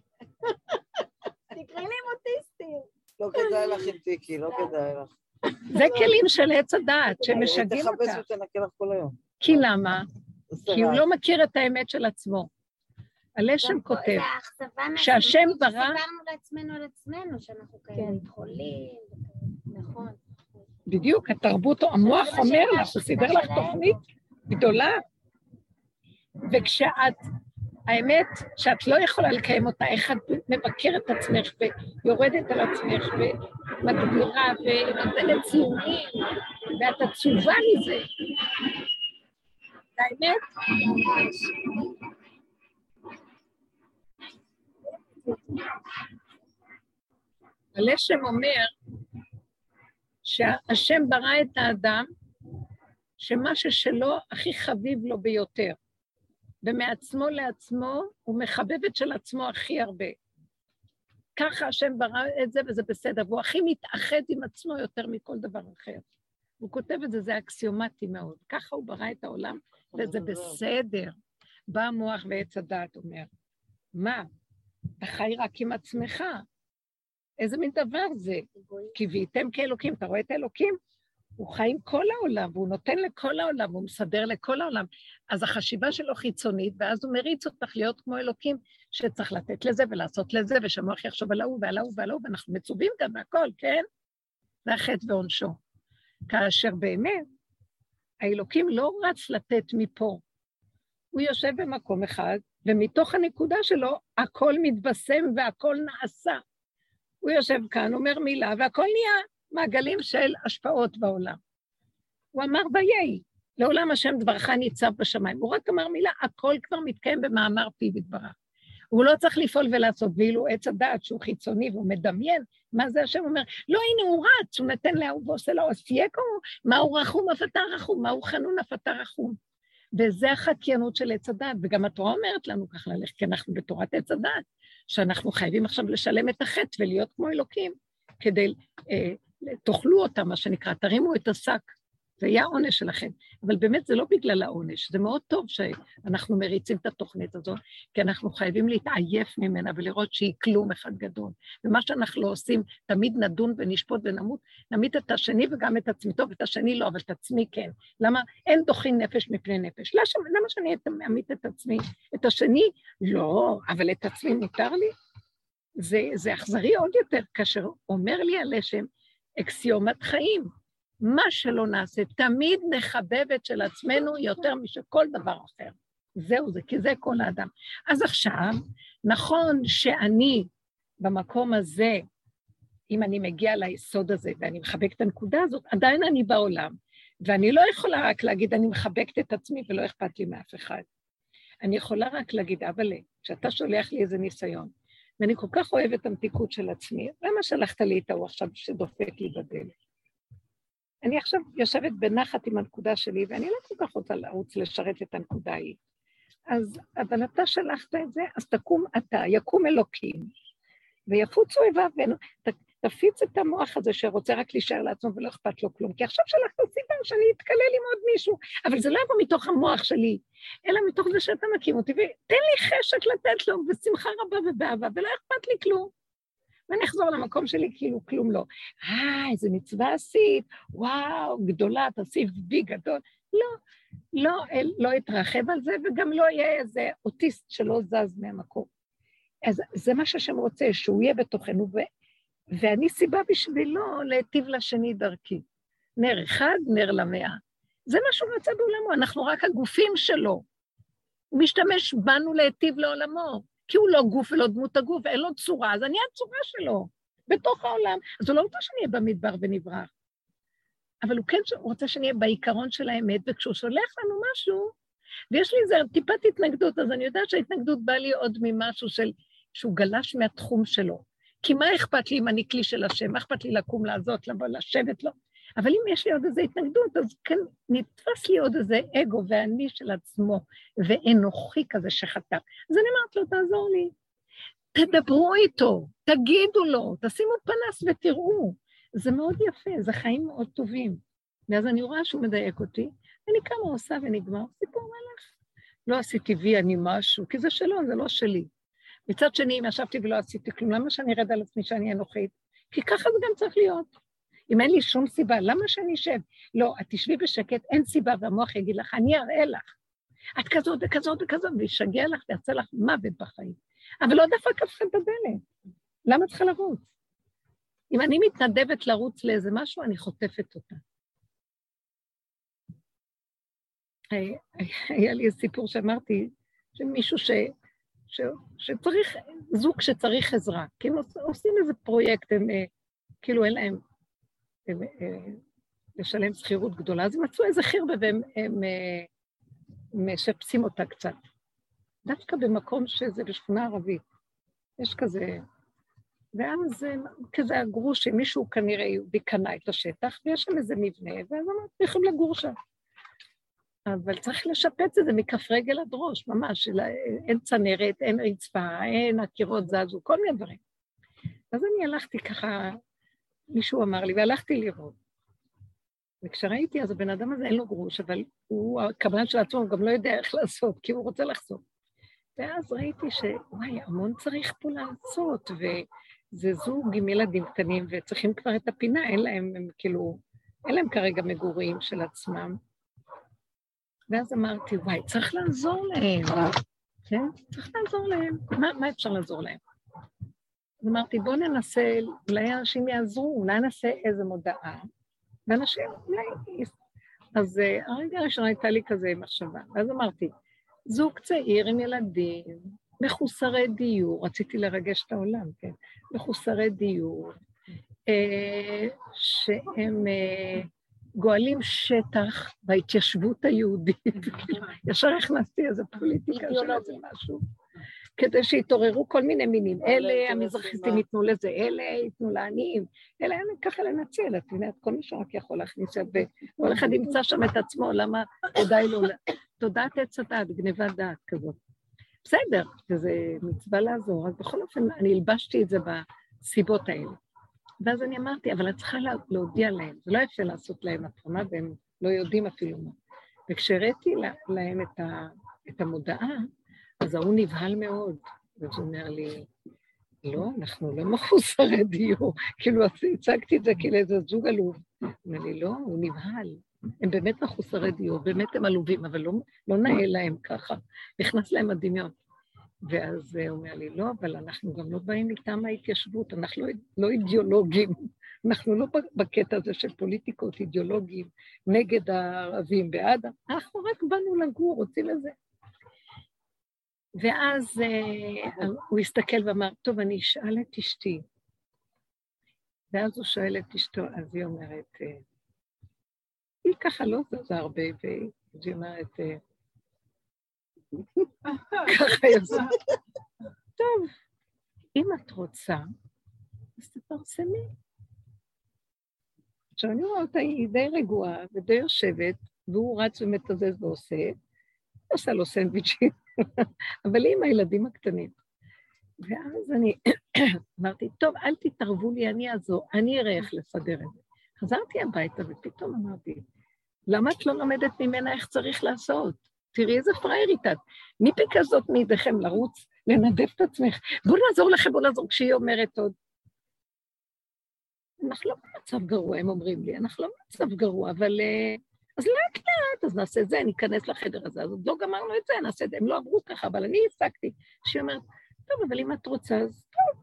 B: תקראי לי אוטיסטים.
D: לא כדאי לך עם תיקי, לא כדאי לך.
A: זה כלים של עץ הדת, שמשגעים אותך.
D: תחפש ותנקה לך כל היום.
A: כי למה? כי הוא לא מכיר את האמת של עצמו. הלשם כותב, שהשם ברא...
F: סיפרנו לעצמנו על עצמנו, שאנחנו כאלה חולים, נכון.
A: בדיוק, התרבות, המוח אומר לך, הוא סידר לך תוכנית גדולה, וכשאת, האמת שאת לא יכולה לקיים אותה, איך את מבקרת את עצמך ויורדת על עצמך ומגבירה ונותנת ציונים, ואת עצובה מזה. האמת, הלשם אומר שהשם ברא את האדם, שמה ששלו הכי חביב לו ביותר, ומעצמו לעצמו הוא מחבב את של עצמו הכי הרבה. ככה השם ברא את זה וזה בסדר, והוא הכי מתאחד עם עצמו יותר מכל דבר אחר. הוא כותב את זה, זה אקסיומטי מאוד. ככה הוא ברא את העולם, וזה בסדר. בא המוח ועץ הדעת אומר, מה? אתה חי רק עם עצמך. איזה מין דבר זה? כי ויתם כאלוקים, אתה רואה את האלוקים? הוא חי עם כל העולם, והוא נותן לכל העולם, הוא מסדר לכל העולם. אז החשיבה שלו חיצונית, ואז הוא מריץ אותך להיות כמו אלוקים, שצריך לתת לזה ולעשות לזה, ושמוח יחשוב על ההוא ועל ההוא ועל ההוא, ואנחנו מצווים גם מהכל, כן? זה החטא ועונשו. כאשר באמת, האלוקים לא רץ לתת מפה. הוא יושב במקום אחד, ומתוך הנקודה שלו, הכל מתבשם והכל נעשה. הוא יושב כאן, אומר מילה, והכל נהיה מעגלים של השפעות בעולם. הוא אמר ויהי, לעולם השם דברך ניצב בשמיים. הוא רק אמר מילה, הכל כבר מתקיים במאמר פיו יתברך. הוא לא צריך לפעול ולעשות, ואילו עץ הדעת שהוא חיצוני והוא מדמיין, מה זה השם אומר? לא, הנה הוא רץ, הוא נתן להוא ועושה לו, אז תהיה כמו, מה הוא רחום אף אתה רחום, מה הוא חנון אף אתה רחום. וזה החקיינות של עץ הדעת, וגם התורה אומרת לנו כך ללכת, כי אנחנו בתורת עץ הדעת, שאנחנו חייבים עכשיו לשלם את החטא ולהיות כמו אלוקים, כדי תאכלו אותם, מה שנקרא, תרימו את השק, זה יהיה העונש שלכם, אבל באמת זה לא בגלל העונש, זה מאוד טוב שאנחנו מריצים את התוכנית הזאת, כי אנחנו חייבים להתעייף ממנה ולראות שהיא כלום אחד גדול, ומה שאנחנו לא עושים, תמיד נדון ונשפוט ונמות, נמית את השני וגם את עצמי, טוב, את השני לא, אבל את עצמי כן, למה אין דוחין נפש מפני נפש, למה שאני אמית את עצמי, את השני לא, אבל את עצמי מותר לי, זה אכזרי עוד יותר, כאשר אומר לי הלשם, אקסיומת חיים, מה שלא נעשה, תמיד נחבב את של עצמנו יותר משכל דבר אחר. זהו זה, כי זה כל האדם. אז עכשיו, נכון שאני במקום הזה, אם אני מגיע ליסוד הזה, ואני מחבקת את הנקודה הזאת, עדיין אני בעולם, ואני לא יכולה רק להגיד, אני מחבקת את עצמי, ולא אכפת לי מאף אחד. אני יכולה רק להגיד, אבל כשאתה שולח לי איזה ניסיון, ואני כל כך אוהבת את המתיקות של עצמי. למה שלחת לי איתה הוא עכשיו שדופק לי בדלת? אני עכשיו יושבת בנחת עם הנקודה שלי, ואני לא כל כך רוצה לרוץ לשרת את הנקודה ההיא. אז, אבל אתה שלחת את זה, אז תקום אתה, יקום אלוקים, ויפוצו איביו, תפיץ את המוח הזה שרוצה רק להישאר לעצמו ולא אכפת לו כלום, כי עכשיו שלחת סיבה שאני אתקלל עם עוד מישהו, אבל זה לא יבוא מתוך המוח שלי, אלא מתוך זה שאתה מקים אותי, ותן לי חשק לתת לו בשמחה רבה ובאהבה, ולא אכפת לי כלום. ואני אחזור למקום שלי כאילו כלום לא. איזה מצווה עשית, וואו, גדולה, תוסיף בי גדול. לא אתרחב על זה, וגם לא יהיה איזה אוטיסט שלא זז מהמקום. אז זה מה שהשם רוצה, שהוא יהיה בתוכנו, ואני סיבה בשבילו להיטיב לשני דרכי. נר אחד, נר למאה. זה מה שהוא רצה בעולמו, אנחנו רק הגופים שלו. הוא משתמש בנו להיטיב לעולמו, כי הוא לא גוף ולא דמות הגוף, אין לו צורה, אז אני הצורה שלו, בתוך העולם. אז הוא לא רוצה שנהיה במדבר ונברח. אבל הוא כן רוצה שנהיה בעיקרון של האמת, וכשהוא שולח לנו משהו, ויש לי איזה טיפת התנגדות, אז אני יודעת שההתנגדות באה לי עוד ממשהו שהוא גלש מהתחום שלו. כי מה אכפת לי אם אני כלי של השם? מה אכפת לי לקום לעזות, לבוא, לשבת לו? אבל אם יש לי עוד איזו התנגדות, אז כן נתפס לי עוד איזה אגו ואני של עצמו, ואנוכי כזה שחטא. אז אני אמרת לו, תעזור לי. תדברו איתו, תגידו לו, תשימו פנס ותראו. זה מאוד יפה, זה חיים מאוד טובים. ואז אני רואה שהוא מדייק אותי, אני כמה עושה ונגמר, סיפור מלך. לא עשיתי וי אני משהו, כי זה שלו, זה לא שלי. מצד שני, אם ישבתי ולא עשיתי כלום, למה שאני ארד על עצמי שאני אנוכית? כי ככה זה גם צריך להיות. אם אין לי שום סיבה, למה שאני אשב? לא, את תשבי בשקט, אין סיבה, והמוח יגיד לך, אני אראה לך. את כזאת וכזאת וכזאת, וישגע לך ויעשה לך מוות בחיים. אבל לא דפק אף אחד בדלת. למה צריכה לרוץ? אם אני מתנדבת לרוץ לאיזה משהו, אני חוטפת אותה. היה לי סיפור שאמרתי, שמישהו שצריך, זוג שצריך עזרה, כי הם עושים איזה פרויקט, הם כאילו אין להם לשלם שכירות גדולה, אז הם מצאו איזה חירבה והם משפצים אותה קצת. דווקא במקום שזה בשכונה ערבית, יש כזה, ואז כזה הגרוש, מישהו כנראה יהודי קנה את השטח, ויש שם איזה מבנה, ואז אמרתי, יכולים לגור שם. אבל צריך לשפץ את זה מכף רגל עד ראש, ממש, אין צנרת, אין רצפה, אין הקירות זזו, כל מיני דברים. אז אני הלכתי ככה, מישהו אמר לי, והלכתי לראות. וכשראיתי, אז הבן אדם הזה אין לו גרוש, אבל הוא, הקבלן של עצמו, הוא גם לא יודע איך לעשות, כי הוא רוצה לחסות. ואז ראיתי שוואי, המון צריך פה לעשות, וזה זוג עם ילדים קטנים, וצריכים כבר את הפינה, אין להם, כאילו, אין להם כרגע מגורים של עצמם. ואז אמרתי, וואי, צריך לעזור להם. כן? צריך לעזור להם. מה אפשר לעזור להם? אז אמרתי, בוא ננסה, אולי אנשים יעזרו, אולי ננסה איזו מודעה, ואנשים, אולי... אז הרגע הראשון הייתה לי כזה מחשבה, ואז אמרתי, זוג צעיר עם ילדים, מחוסרי דיור, רציתי לרגש את העולם, כן? מחוסרי דיור, שהם גואלים שטח בהתיישבות היהודית, ישר הכנסתי איזה פוליטיקה של איזה משהו, כדי שיתעוררו כל מיני מינים, אלה המזרחיסטים ייתנו לזה, אלה ייתנו לעניים, אלה אין ככה לנצל, את יודעת, כל מי שרק יכול להכניס, וכל אחד ימצא שם את עצמו, למה כדאי לו, תודעת עץ הדעת, גניבת דעת כזאת. בסדר, וזה מצווה לעזור, אז בכל אופן אני הלבשתי את זה בסיבות האלה. ואז אני אמרתי, אבל את צריכה להודיע להם, זה לא יפה לעשות להם התרמה, והם לא יודעים אפילו מה. וכשראיתי להם את המודעה, אז הוא נבהל מאוד, ואז הוא אומר לי, לא, אנחנו לא מחוסרי דיור, כאילו הצגתי את זה כאילו איזה זוג עלוב. הוא אומר לי, לא, הוא נבהל, הם באמת מחוסרי דיור, באמת הם עלובים, אבל לא נאה להם ככה, נכנס להם הדמיון. ואז הוא אומר לי, לא, אבל אנחנו גם לא באים איתם ההתיישבות, אנחנו לא אידיאולוגים, אנחנו לא בקטע הזה של פוליטיקות אידיאולוגיים, נגד הערבים, בעד, אנחנו רק באנו לגור, רוצים לזה. ואז הוא הסתכל ואמר, טוב, אני אשאל את אשתי. ואז הוא שואל את אשתו, אז היא אומרת, היא ככה לא זזה הרבה, והיא אומרת, ככה יוצא. טוב, אם את רוצה, אז תפרסמי. עכשיו אני רואה אותה, היא די רגועה ודי יושבת, והוא רץ ומתזז ועושה, עושה לו סנדוויצ'ים, אבל היא עם הילדים הקטנים. ואז אני אמרתי, טוב, אל תתערבו לי, אני אעזור, אני אראה איך לסדר את זה. חזרתי הביתה ופתאום אמרתי, למה את לא לומדת ממנה איך צריך לעשות? תראי איזה פריירית את. מי כזאת מידיכם לרוץ, לנדף את עצמך? בואו נעזור לכם, בואו נעזור כשהיא אומרת עוד. אנחנו לא במצב גרוע, הם אומרים לי, אנחנו לא במצב גרוע, אבל אז לאט לאט, אז נעשה את זה, ניכנס לחדר הזה, אז עוד לא גמרנו את זה, נעשה את זה, הם לא אמרו ככה, אבל אני הפסקתי, שהיא אומרת, טוב, אבל אם את רוצה, אז טוב.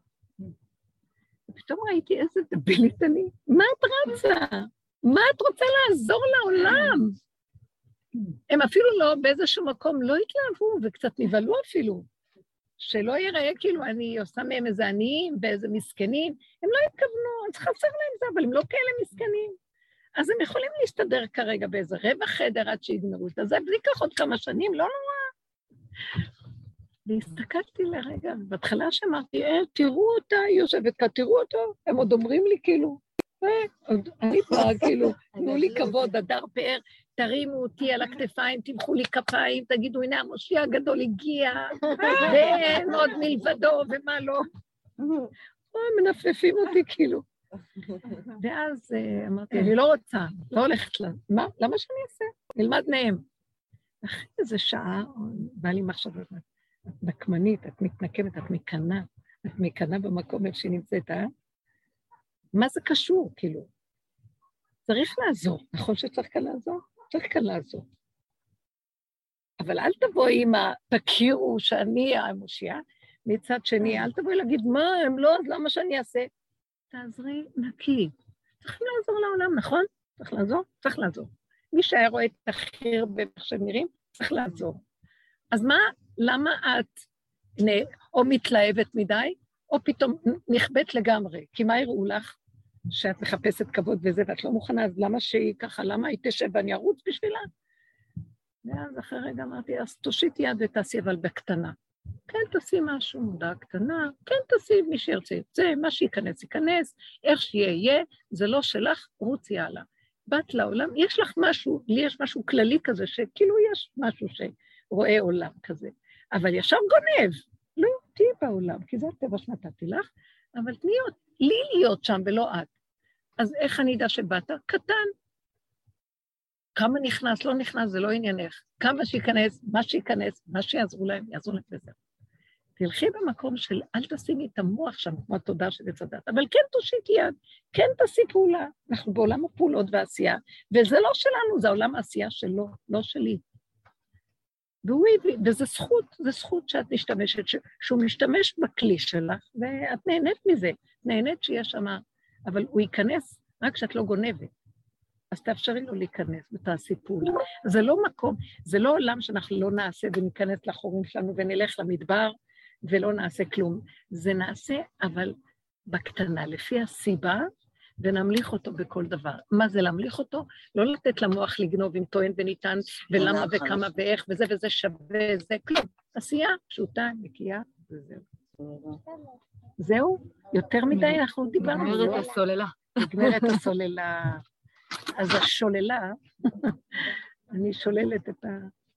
A: ופתאום ראיתי איזה דבילית אני, מה את רצה? מה את רוצה לעזור לעולם? הם אפילו לא באיזשהו מקום לא התלהבו, וקצת נבלו אפילו, שלא ייראה כאילו אני עושה מהם איזה עניים ואיזה מסכנים, הם לא התכוונו, אז חסר להם זה, אבל הם לא כאלה מסכנים. אז הם יכולים להסתדר כרגע באיזה רבע חדר עד שיגמרו את זה, זה ייקח עוד כמה שנים, לא נורא. והסתכלתי לרגע, בהתחלה שאמרתי, תראו אותה, היא יושבת כאן, תראו אותו, הם עוד אומרים לי כאילו, אני פה כאילו, תנו לי כבוד, הדר פאר, תרימו אותי על הכתפיים, תמחו לי כפיים, תגידו, הנה המושיע הגדול הגיע, ואין עוד מלבדו, ומה לא. מנפפים אותי כאילו. ואז אמרתי, אני לא רוצה, לא הולכת לה. מה? למה שאני אעשה? נלמד מהם. אחרי איזה שעה, בא לי מחשבה, את נקמנית, את מתנקמת, את מקנה במקום איפה שהיא נמצאת, מה זה קשור, כאילו? צריך לעזור, נכון שצריך כאן לעזור? צריך כאן לעזור. אבל אל תבואי עם תכירו שאני המושיעה, מצד שני, אל תבואי להגיד, מה, הם לא, אז למה שאני אעשה? תעזרי נקי. צריך לעזור לעולם, נכון? צריך לעזור? צריך לעזור. מי שהיה רואה את הכי הרבה שהם נראים, צריך לעזור. אז מה, למה את או מתלהבת מדי, או פתאום נכבדת לגמרי? כי מה יראו לך? שאת מחפשת כבוד וזה, ואת לא מוכנה, אז למה שהיא ככה, למה היא תשב ואני ארוץ בשבילה? ואז אחרי רגע אמרתי, אז תושיט יד ותעשי, אבל בקטנה. כן, תעשי משהו, מודעה קטנה, כן, תעשי, מי שירצה יצא, מה שיכנס, ייכנס, איך שיהיה, זה לא שלך, רוצי הלאה. בת לעולם, יש לך משהו, לי יש משהו כללי כזה, שכאילו יש משהו שרואה עולם כזה, אבל ישר גונב, לא, תהי בעולם, כי זה הטבע שנתתי לך, אבל תני לי להיות שם ולא את. אז איך אני יודע שבאת? קטן. כמה נכנס, לא נכנס, זה לא עניינך. כמה שיכנס, מה שיעזרו להם, יעזרו להם בזה. תלכי במקום של אל תשימי את המוח שם, כמו התודה שבצדת, אבל כן תושיט יד, כן תעשי פעולה. אנחנו בעולם הפעולות והעשייה, וזה לא שלנו, זה העולם העשייה שלו, לא שלי. וזה זכות שאת משתמשת, שהוא משתמש בכלי שלך, ואת נהנית מזה, נהנית שיש שם, אבל הוא ייכנס רק כשאת לא גונבת. אז תאפשרי לו להיכנס ותעשי פעולה. זה לא מקום, זה לא עולם שאנחנו לא נעשה וניכנס לחורים שלנו ונלך למדבר ולא נעשה כלום. זה נעשה, אבל בקטנה, לפי הסיבה, ונמליך אותו בכל דבר. מה זה להמליך אותו? לא לתת למוח לגנוב עם טוען וניתן, ולמה וכמה ואיך, וזה שווה, זה כלום. עשייה פשוטה, נקייה, וזהו. זהו? יותר מדי אנחנו דיברנו.
H: נגמרת הסוללה.
A: נגמרת הסוללה. אז השוללה, אני שוללת את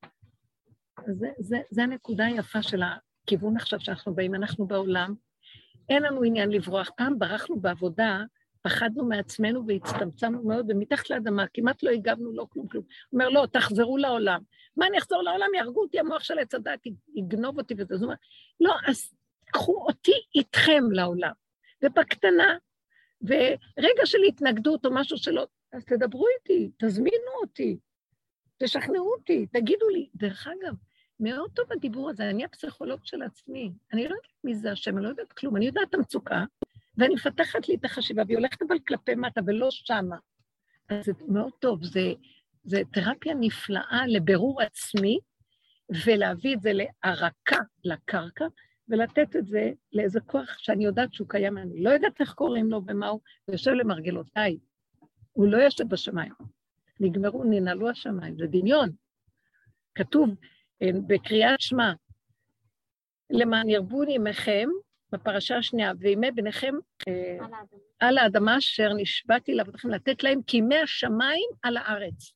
A: זה הנקודה היפה של הכיוון עכשיו שאנחנו באים, אנחנו בעולם, אין לנו עניין לברוח. פעם ברחנו בעבודה, פחדנו מעצמנו והצטמצמנו מאוד, ומתחת לאדמה, כמעט לא הגבנו, לא כלום. אומר, לא, תחזרו לעולם. מה אני אחזור לעולם? יהרגו אותי, המוח של עץ הדת, יגנוב אותי וזה. זאת אומרת, לא, אז קחו אותי איתכם לעולם. ובקטנה, ורגע של התנגדות או משהו שלא, אז תדברו איתי, תזמינו אותי, תשכנעו אותי, תגידו לי. דרך אגב, מאוד טוב הדיבור הזה, אני הפסיכולוג של עצמי, אני לא יודעת מי זה השם, אני לא יודעת כלום, אני יודעת המצוקה, ואני מפתחת לי את החשיבה, והיא הולכת אבל כלפי מטה ולא שמה. אז זה מאוד טוב, זה תרפיה נפלאה לבירור עצמי, ולהביא את זה להרקה לקרקע, ולתת את זה לאיזה כוח שאני יודעת שהוא קיים, אני לא יודעת איך קוראים לו ומה הוא, ויושב למרגלותיי, הוא לא יושב בשמיים. נגמרו, ננעלו השמיים, זה דמיון. כתוב בקריאת שמע, למען ירבו נימכם, בפרשה השנייה, וימי ביניכם על האדמה אשר נשבעתי לעבודכם לתת להם, כי ימי השמיים על הארץ.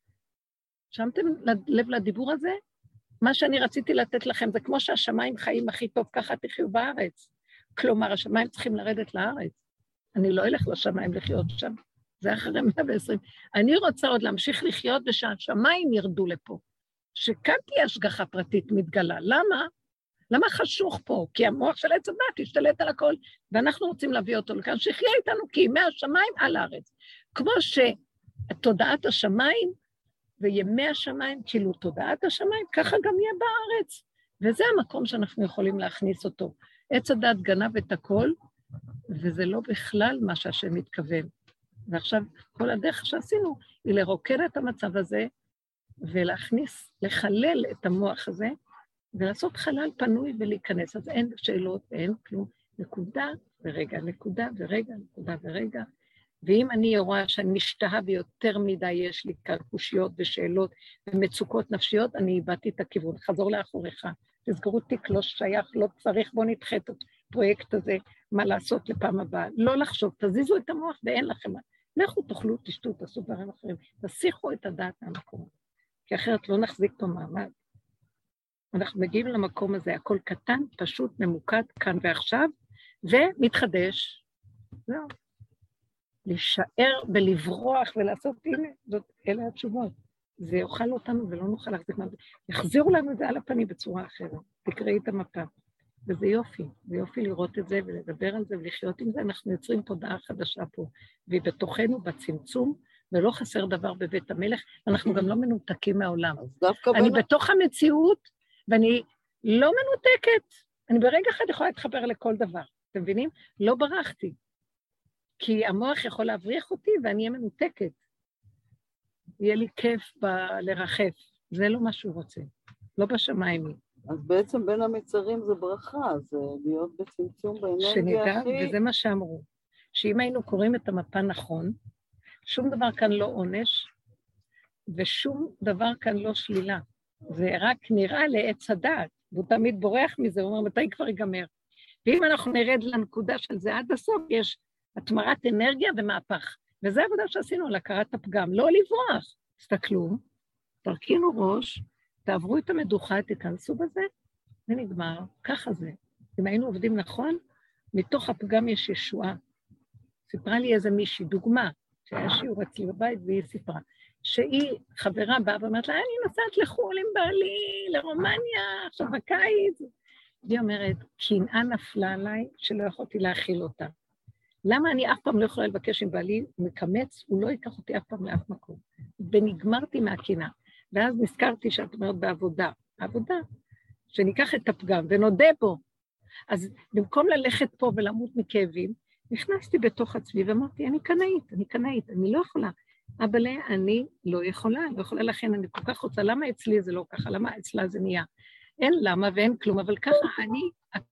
A: שמתם לב לדיבור הזה? מה שאני רציתי לתת לכם, זה כמו שהשמיים חיים הכי טוב, ככה תחיו בארץ. כלומר, השמיים צריכים לרדת לארץ. אני לא אלך לשמיים לחיות שם, זה אחרי 120. אני רוצה עוד להמשיך לחיות ושהשמיים ירדו לפה. שכאן תהיה השגחה פרטית מתגלה. למה? למה חשוך פה? כי המוח של עץ הדת ישתלט על הכל, ואנחנו רוצים להביא אותו לכאן, שיחיה איתנו כי ימי השמיים על הארץ. כמו שתודעת השמיים וימי השמיים, כאילו תודעת השמיים, ככה גם יהיה בארץ. וזה המקום שאנחנו יכולים להכניס אותו. עץ הדת גנב את הכל, וזה לא בכלל מה שהשם מתכוון. ועכשיו כל הדרך שעשינו היא לרוקד את המצב הזה, ולהכניס, לחלל את המוח הזה, ולעשות חלל פנוי ולהיכנס. אז אין שאלות ואין כלום. נקודה ורגע, נקודה ורגע, נקודה ורגע. ואם אני רואה שאני משתהה ויותר מדי יש לי קושיות ושאלות ומצוקות נפשיות, אני איבדתי את הכיוון. חזור לאחוריך. תזכרו תיק, לא שייך, לא צריך, בוא נדחה את הפרויקט הזה, מה לעשות לפעם הבאה. לא לחשוב, תזיזו את המוח ואין לכם. לכו תאכלו, תשתו, תעשו דברים אחרים. תסיכו את הדעת מהמקום. כי אחרת לא נחזיק פה מעמד. אנחנו מגיעים למקום הזה, הכל קטן, פשוט, ממוקד, כאן ועכשיו, ומתחדש. זהו. להישאר ולברוח ולעשות, הנה, אלה התשובות. זה יאכל אותנו ולא נוכל להחזיק מעמד. יחזירו לנו את זה על הפנים בצורה אחרת. תקראי את המפה. וזה יופי. זה יופי לראות את זה ולדבר על זה ולחיות עם זה. אנחנו יוצרים תודעה חדשה פה. והיא בתוכנו, בצמצום, ולא חסר דבר בבית המלך, אנחנו גם לא מנותקים מהעולם. אני בתוך המציאות, ואני לא מנותקת. אני ברגע אחד יכולה להתחבר לכל דבר. אתם מבינים? לא ברחתי. כי המוח יכול להבריח אותי, ואני אהיה מנותקת. יהיה לי כיף לרחף. זה לא מה שהוא רוצה. לא בשמיים.
D: אז בעצם בין המצרים זה ברכה, זה להיות בצמצום באנרגיה
A: שנדע,
D: הכי...
A: וזה מה שאמרו. שאם היינו קוראים את המפה נכון, שום דבר כאן לא עונש, ושום דבר כאן לא שלילה. זה רק נראה לעץ הדעת, והוא תמיד בורח מזה, הוא אומר, מתי כבר ייגמר? ואם אנחנו נרד לנקודה של זה עד הסוף, יש התמרת אנרגיה ומהפך. וזה העבודה שעשינו על הכרת הפגם, לא לברוח. תסתכלו, תרכינו ראש, תעברו את המדוכה, תיכנסו בזה, ונגמר. ככה זה. אם היינו עובדים נכון, מתוך הפגם יש ישועה. סיפרה לי איזה מישהי, דוגמה, שהיה שיעור אצלי בבית, והיא סיפרה, שהיא חברה באה ואומרת לה, אני נוסעת לחו"ל עם בעלי, לרומניה, עכשיו בקיץ. והיא אומרת, קנאה נפלה עליי, שלא יכולתי להכיל אותה. למה אני אף פעם לא יכולה לבקש עם בעלי, הוא מקמץ, הוא לא ייקח אותי אף פעם לאף מקום. ונגמרתי מהקנאה. ואז נזכרתי שאת אומרת בעבודה, העבודה, שניקח את הפגם ונודה בו. אז במקום ללכת פה ולמות מכאבים, נכנסתי בתוך עצמי ואמרתי, אני קנאית, אני לא יכולה. אבל אני לא יכולה, לכן אני כל כך רוצה, למה אצלי זה לא ככה, למה אצלה זה נהיה? אין למה ואין כלום, אבל ככה אני